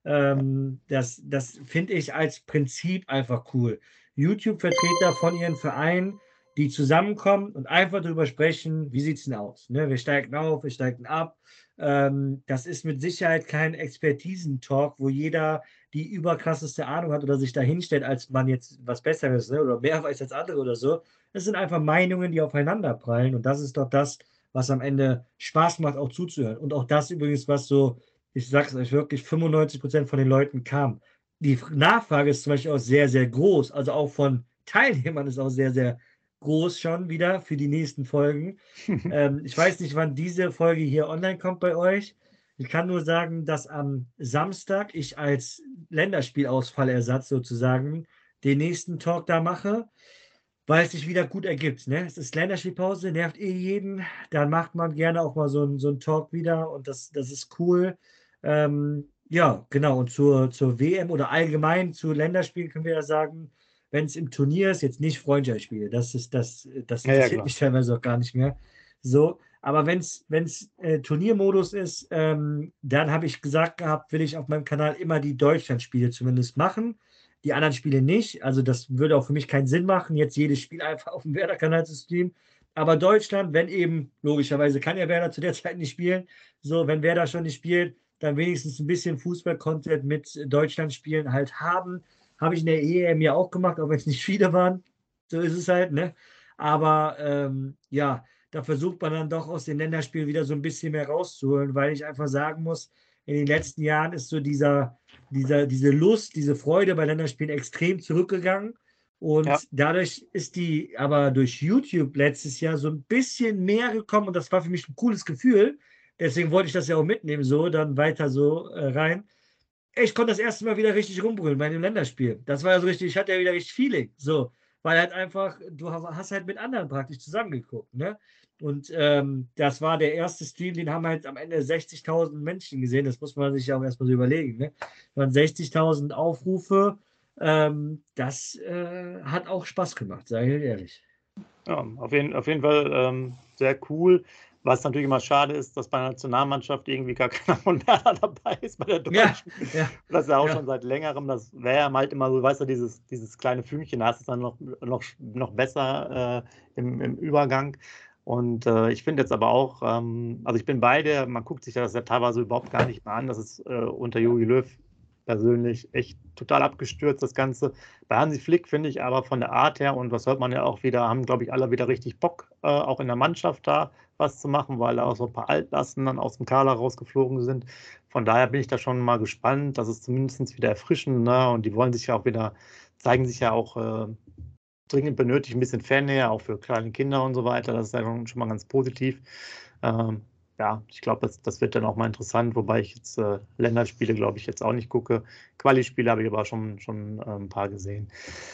Ähm, das das finde ich als Prinzip einfach cool. YouTube-Vertreter von ihren Vereinen, die zusammenkommen und einfach darüber sprechen, wie sieht es denn aus? Ne? Wir steigen auf, wir steigen ab. Ähm, das ist mit Sicherheit kein Expertisen-Talk, wo jeder die überkrasseste Ahnung hat oder sich da hinstellt, als man jetzt was Besseres, ne? Oder mehr weiß als andere oder so. Das sind einfach Meinungen, die aufeinander prallen und das ist doch das, was am Ende Spaß macht, auch zuzuhören. Und auch das übrigens, was so, ich sage es euch wirklich, fünfundneunzig Prozent von den Leuten kam. Die Nachfrage ist zum Beispiel auch sehr, sehr groß. Also auch von Teilnehmern ist auch sehr, sehr groß schon wieder für die nächsten Folgen. ähm, ich weiß nicht, wann diese Folge hier online kommt bei euch. Ich kann nur sagen, dass am Samstag ich als Länderspielausfallersatz sozusagen den nächsten Talk da mache, weil es sich wieder gut ergibt. Ne? Es ist Länderspielpause, nervt eh jeden. Dann macht man gerne auch mal so einen so Talk wieder und das, das ist cool. Ähm, ja, genau. Und zur, zur W M oder allgemein zu Länderspielen können wir ja sagen, wenn es im Turnier ist, jetzt nicht Freundschaftsspiele, das ist das, das Ja, ja, interessiert klar. mich teilweise auch gar nicht mehr. So, aber wenn es äh, Turniermodus ist, ähm, dann habe ich gesagt gehabt, will ich auf meinem Kanal immer die Deutschlandspiele zumindest machen. Die anderen Spiele nicht. Also das würde auch für mich keinen Sinn machen, jetzt jedes Spiel einfach auf dem Werder-Kanal zu streamen. Aber Deutschland, wenn eben, logischerweise kann ja Werder zu der Zeit nicht spielen, so, wenn Werder schon nicht spielt, dann wenigstens ein bisschen Fußball-Content mit Deutschland-Spielen halt haben. Habe ich in der E M ja auch gemacht, auch wenn es nicht viele waren. So ist es halt, ne? Aber ähm, ja, da versucht man dann doch aus den Länderspielen wieder so ein bisschen mehr rauszuholen, weil ich einfach sagen muss, in den letzten Jahren ist so dieser, dieser, diese Lust, diese Freude bei Länderspielen extrem zurückgegangen. Und Ja. dadurch ist die aber durch YouTube letztes Jahr so ein bisschen mehr gekommen und das war für mich ein cooles Gefühl. Deswegen wollte ich das ja auch mitnehmen, so dann weiter so äh, rein. Ich konnte das erste Mal wieder richtig rumbrüllen bei dem Länderspiel. Das war ja so richtig, ich hatte ja wieder richtig Feeling. So, weil halt einfach, du hast halt mit anderen praktisch zusammengeguckt, ne? Und ähm, das war der erste Stream, den haben halt am Ende sechzigtausend Menschen gesehen. Das muss man sich ja auch erstmal so überlegen, ne? Das waren sechzigtausend Aufrufe. Ähm, das äh, hat auch Spaß gemacht, sage ich ehrlich. Ja, auf jeden, auf jeden Fall ähm, sehr cool. Was natürlich immer schade ist, dass bei der Nationalmannschaft irgendwie gar keiner von Werder dabei ist, bei der Deutschen. Ja, ja, das ist ja auch ja. schon seit längerem. Das wäre ja halt immer so, weißt du, dieses, dieses kleine Fünkchen, da ist es dann noch, noch, noch besser äh, im, im Übergang. Und äh, ich finde jetzt aber auch, ähm, also ich bin bei dir, man guckt sich das ja teilweise überhaupt gar nicht mehr an. Das ist äh, unter Jogi Löw persönlich echt total abgestürzt, das Ganze. Bei Hansi Flick finde ich aber von der Art her, und das hört man ja auch wieder, haben, glaube ich, alle wieder richtig Bock, äh, auch in der Mannschaft da was zu machen, weil da auch so ein paar Altlasten dann aus dem Kader rausgeflogen sind. Von daher bin ich da schon mal gespannt. Das ist zumindest wieder erfrischend, ne? Und die wollen sich ja auch wieder, zeigen sich ja auch äh, dringend benötigt, ein bisschen Fannähe, auch für kleine Kinder und so weiter. Das ist ja schon mal ganz positiv. Ähm, ja, ich glaube, das, das wird dann auch mal interessant, wobei ich jetzt äh, Länderspiele, glaube ich, jetzt auch nicht gucke. Quali-Spiele habe ich aber schon, schon äh, ein paar gesehen.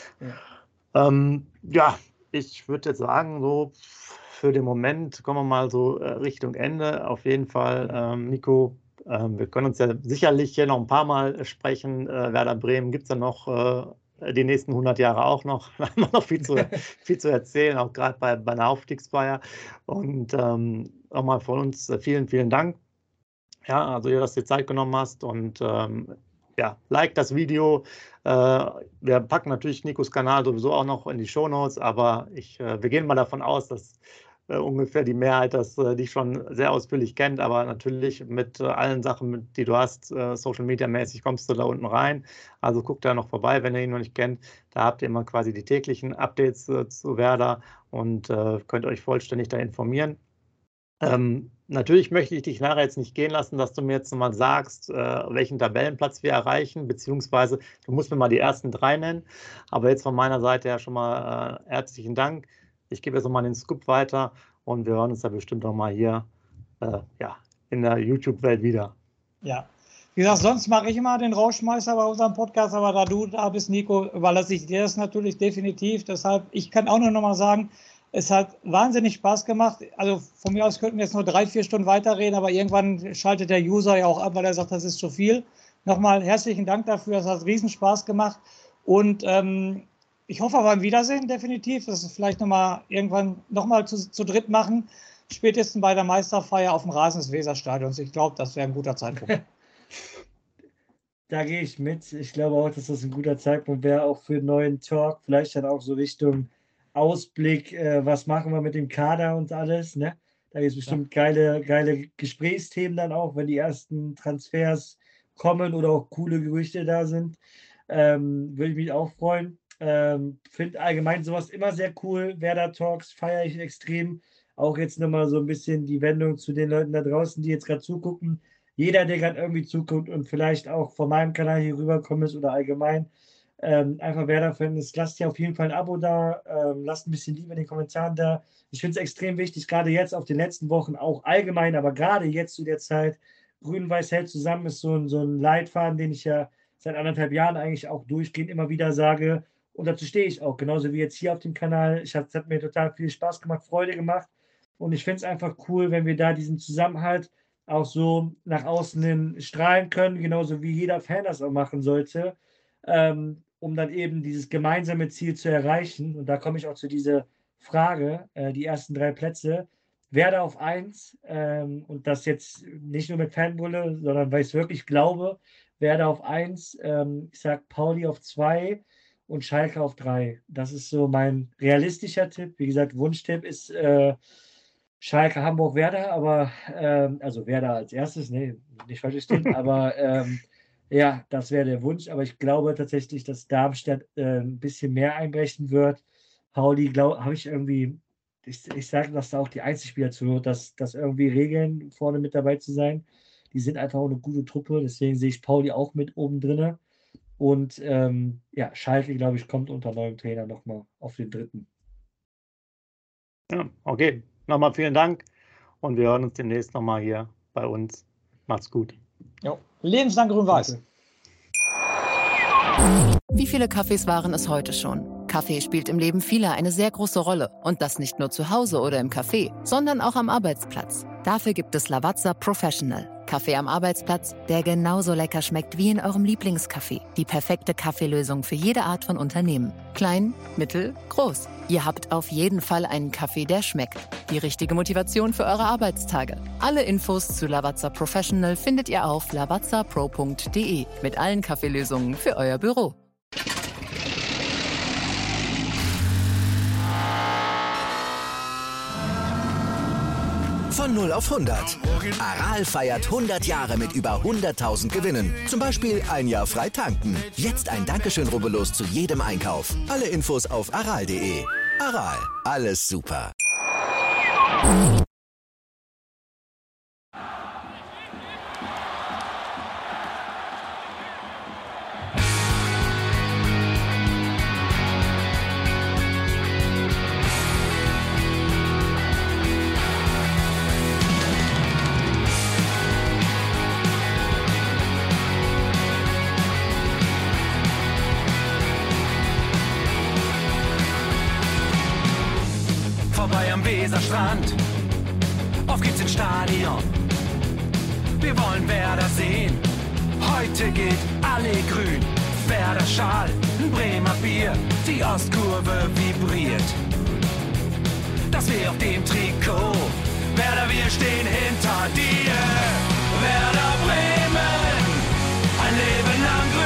Ja, ähm, ja ich würde jetzt sagen, so für den Moment kommen wir mal so äh, Richtung Ende. Auf jeden Fall, ähm, Nico, äh, wir können uns ja sicherlich hier noch ein paar Mal sprechen. Äh, Werder Bremen gibt es ja noch äh, die nächsten hundert Jahre auch noch. Da haben wir noch viel zu, viel zu erzählen, auch gerade bei, bei einer Aufstiegsfeier. Und ähm, auch mal von uns äh, vielen, vielen Dank. Ja, also, dass du dir Zeit genommen hast und ähm, ja, like das Video. Äh, wir packen natürlich Nikos Kanal sowieso auch noch in die Shownotes, aber ich, äh, wir gehen mal davon aus, dass äh, ungefähr die Mehrheit das äh, dich schon sehr ausführlich kennt, aber natürlich mit äh, allen Sachen, mit, die du hast, äh, Social Media mäßig, kommst du da unten rein. Also guckt da noch vorbei, wenn ihr ihn noch nicht kennt. Da habt ihr immer quasi die täglichen Updates äh, zu Werder und äh, könnt euch vollständig da informieren. Ähm, natürlich möchte ich dich nachher jetzt nicht gehen lassen, dass du mir jetzt nochmal sagst, äh, welchen Tabellenplatz wir erreichen, beziehungsweise du musst mir mal die ersten drei nennen. Aber jetzt von meiner Seite ja schon mal äh, herzlichen Dank. Ich gebe jetzt nochmal den Scoop weiter und wir hören uns da bestimmt nochmal hier äh, ja, in der YouTube-Welt wieder. Ja, wie gesagt, sonst mache ich immer den Rauschmeister bei unserem Podcast, aber da du da bist, Nico, überlasse ich dir das natürlich definitiv. Deshalb, ich kann auch nur nochmal sagen, es hat wahnsinnig Spaß gemacht. Also von mir aus könnten wir jetzt nur drei, vier Stunden weiterreden, aber irgendwann schaltet der User ja auch ab, weil er sagt, das ist zu viel. Nochmal herzlichen Dank dafür, es hat riesen Spaß gemacht und ähm, ich hoffe beim Wiedersehen definitiv, dass wir es vielleicht nochmal irgendwann nochmal zu, zu dritt machen, spätestens bei der Meisterfeier auf dem Rasen des Weserstadions. Ich glaube, das wäre ein guter Zeitpunkt. Da gehe ich mit. Ich glaube auch, dass das ein guter Zeitpunkt wäre, auch für einen neuen Talk, vielleicht dann auch so Richtung Ausblick, äh, was machen wir mit dem Kader und alles, ne? Da gibt es bestimmt ja. geile, geile Gesprächsthemen dann auch, wenn die ersten Transfers kommen oder auch coole Gerüchte da sind. Ähm, würde ich mich auch freuen. Ähm, finde allgemein sowas immer sehr cool. Werder Talks feiere ich extrem. Auch jetzt nochmal so ein bisschen die Wendung zu den Leuten da draußen, die jetzt gerade zugucken. Jeder, der gerade irgendwie zuguckt und vielleicht auch von meinem Kanal hier rüberkommen ist oder allgemein, Ähm, einfach Werder-Fan ist, lasst hier auf jeden Fall ein Abo da, ähm, lasst ein bisschen Liebe in den Kommentaren da. Ich finde es extrem wichtig, gerade jetzt auf den letzten Wochen, auch allgemein, aber gerade jetzt zu der Zeit, Grün-Weiß hält zusammen ist so ein, so ein Leitfaden, den ich ja seit anderthalb Jahren eigentlich auch durchgehend immer wieder sage und dazu stehe ich auch, genauso wie jetzt hier auf dem Kanal. Ich hab, es hat mir total viel Spaß gemacht, Freude gemacht und ich finde es einfach cool, wenn wir da diesen Zusammenhalt auch so nach außen hin strahlen können, genauso wie jeder Fan das auch machen sollte. Ähm, um dann eben dieses gemeinsame Ziel zu erreichen. Und da komme ich auch zu dieser Frage, äh, die ersten drei Plätze. Werder auf eins, ähm, und das jetzt nicht nur mit Fanbulle, sondern weil ich es wirklich glaube, Werder auf eins, ähm, ich sage Pauli auf zwei und Schalke auf drei. Das ist so mein realistischer Tipp. Wie gesagt, Wunschtipp ist äh, Schalke, Hamburg, Werder, aber ähm, also Werder als erstes, nee, nicht falsch stehen, aber ähm, ja, das wäre der Wunsch, aber ich glaube tatsächlich, dass Darmstadt äh, ein bisschen mehr einbrechen wird. Pauli, habe ich irgendwie, ich, ich sage, dass da auch die Einzelspieler zu Not, dass das irgendwie regeln, vorne mit dabei zu sein. Die sind einfach auch eine gute Truppe, deswegen sehe ich Pauli auch mit oben drin. Und ähm, ja, Schalke, glaube ich, kommt unter neuem Trainer nochmal auf den dritten. Ja, okay. Nochmal vielen Dank und wir hören uns demnächst nochmal hier bei uns. Macht's gut. Jo. Lebenslang Grün-Weiß. Wie viele Kaffees waren es heute schon? Kaffee spielt im Leben vieler eine sehr große Rolle. Und das nicht nur zu Hause oder im Café, sondern auch am Arbeitsplatz. Dafür gibt es Lavazza Professional. Kaffee am Arbeitsplatz, der genauso lecker schmeckt wie in eurem Lieblingscafé. Die perfekte Kaffeelösung für jede Art von Unternehmen. Klein, mittel, groß. Ihr habt auf jeden Fall einen Kaffee, der schmeckt. Die richtige Motivation für eure Arbeitstage. Alle Infos zu Lavazza Professional findet ihr auf lavazza pro punkt de mit allen Kaffeelösungen für euer Büro. Von null auf hundert. Aral feiert hundert Jahre mit über hunderttausend Gewinnen. Zum Beispiel ein Jahr frei tanken. Jetzt ein Dankeschön, rubbellos zu jedem Einkauf. Alle Infos auf aral punkt de. Aral, alles super. Vorbei am Weserstrand, auf geht's ins Stadion. Wir wollen Werder sehen, heute geht alle grün. Werder Schal, ein Bremer Bier, die Ostkurve vibriert. Das weh auf dem Trikot, Werder, wir stehen hinter dir. Werder Bremen, ein Leben lang grün.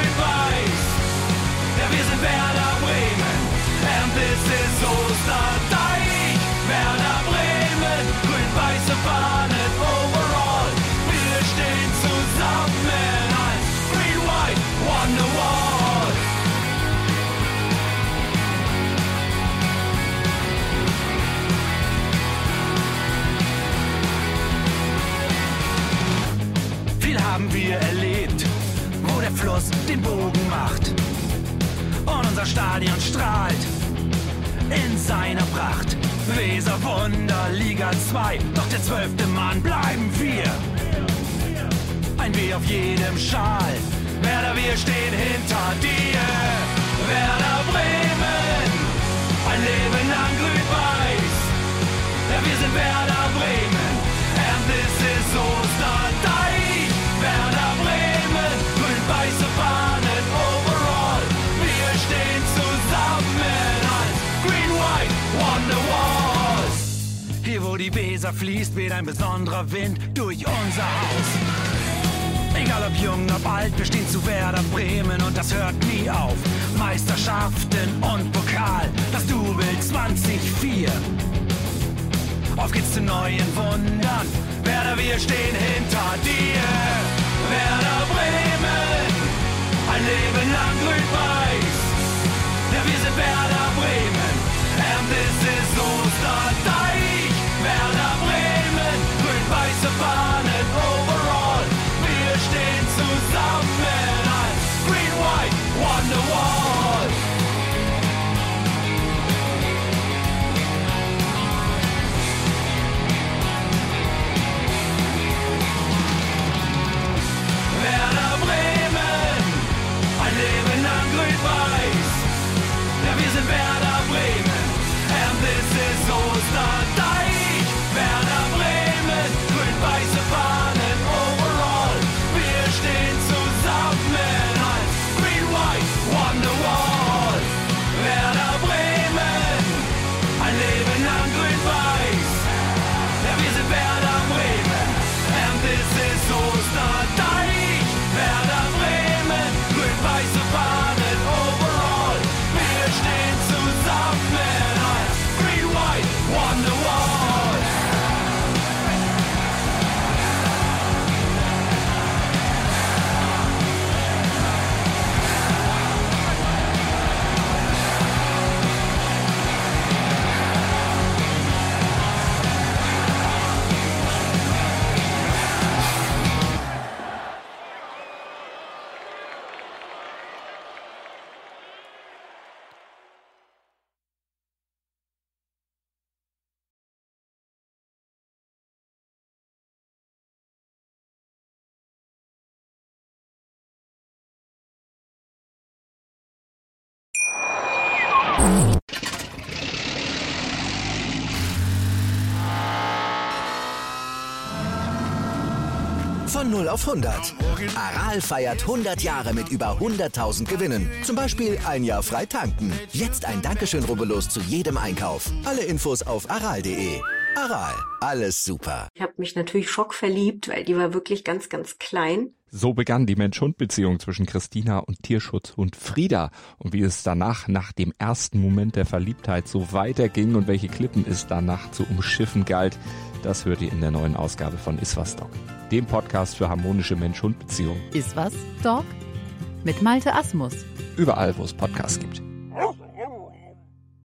haben wir erlebt, wo der Fluss den Bogen macht. Und unser Stadion strahlt in seiner Pracht. Weser Wunder, Liga zwei, doch der zwölfte Mann bleiben wir. Ein W auf jedem Schal, Werder, wir stehen hinter dir. Werder Bremen, ein Leben lang grün-weiß. Ja, wir sind Werder Bremen, and this is Osterdeich. Werder Bremen, grün-weiße Fahnen overall. Wir stehen zusammen als Green White Wonderwalls. Hier wo die Weser fließt, weht ein besonderer Wind durch unser Haus. Egal ob jung, ob alt, wir stehen zu Werder Bremen und das hört nie auf. Meisterschaften und Pokal, das Double zwanzig vier. Auf geht's zu neuen Wundern, Werder, wir stehen hinter dir. Werder Bremen, ein Leben lang grün-weiß. Ja, wir sind Werder Bremen, and this is Osterdeich. Werder Bremen, grün-weiße Fahnen overall. Wir stehen zusammen als Green White Wonderwall. Werder Bremen, ein Leben lang grün-weiß. Ja, wir sind Werder Bremen, and this is Osterdeich. Werder Bremen, grün-weiße Fahnen overall. Wir stehen zusammen als Green White Wonderwall. Werder Bremen, ein Leben lang grün-weiß. Ja, wir sind Werder Bremen, and this is Osterdeich. Werder Bremen, grün-weiße Fahnen overall. Wir stehen zusammen als Green White Wonderwall. Von null auf hundert. Aral feiert hundert Jahre mit über hunderttausend Gewinnen. Zum Beispiel ein Jahr frei tanken. Jetzt ein Dankeschön, rubbellos zu jedem Einkauf. Alle Infos auf aral punkt de. Aral, alles super. Ich habe mich natürlich schockverliebt, weil die war wirklich ganz, ganz klein. So begann die Mensch-Hund-Beziehung zwischen Christina und Tierschutzhund Frieda. Und wie es danach, nach dem ersten Moment der Verliebtheit, so weiterging und welche Klippen es danach zu umschiffen galt, das hört ihr in der neuen Ausgabe von Iswas Dog, dem Podcast für harmonische Mensch-Hund-Beziehungen. Iswas Dog? Mit Malte Asmus. Überall, wo es Podcasts gibt.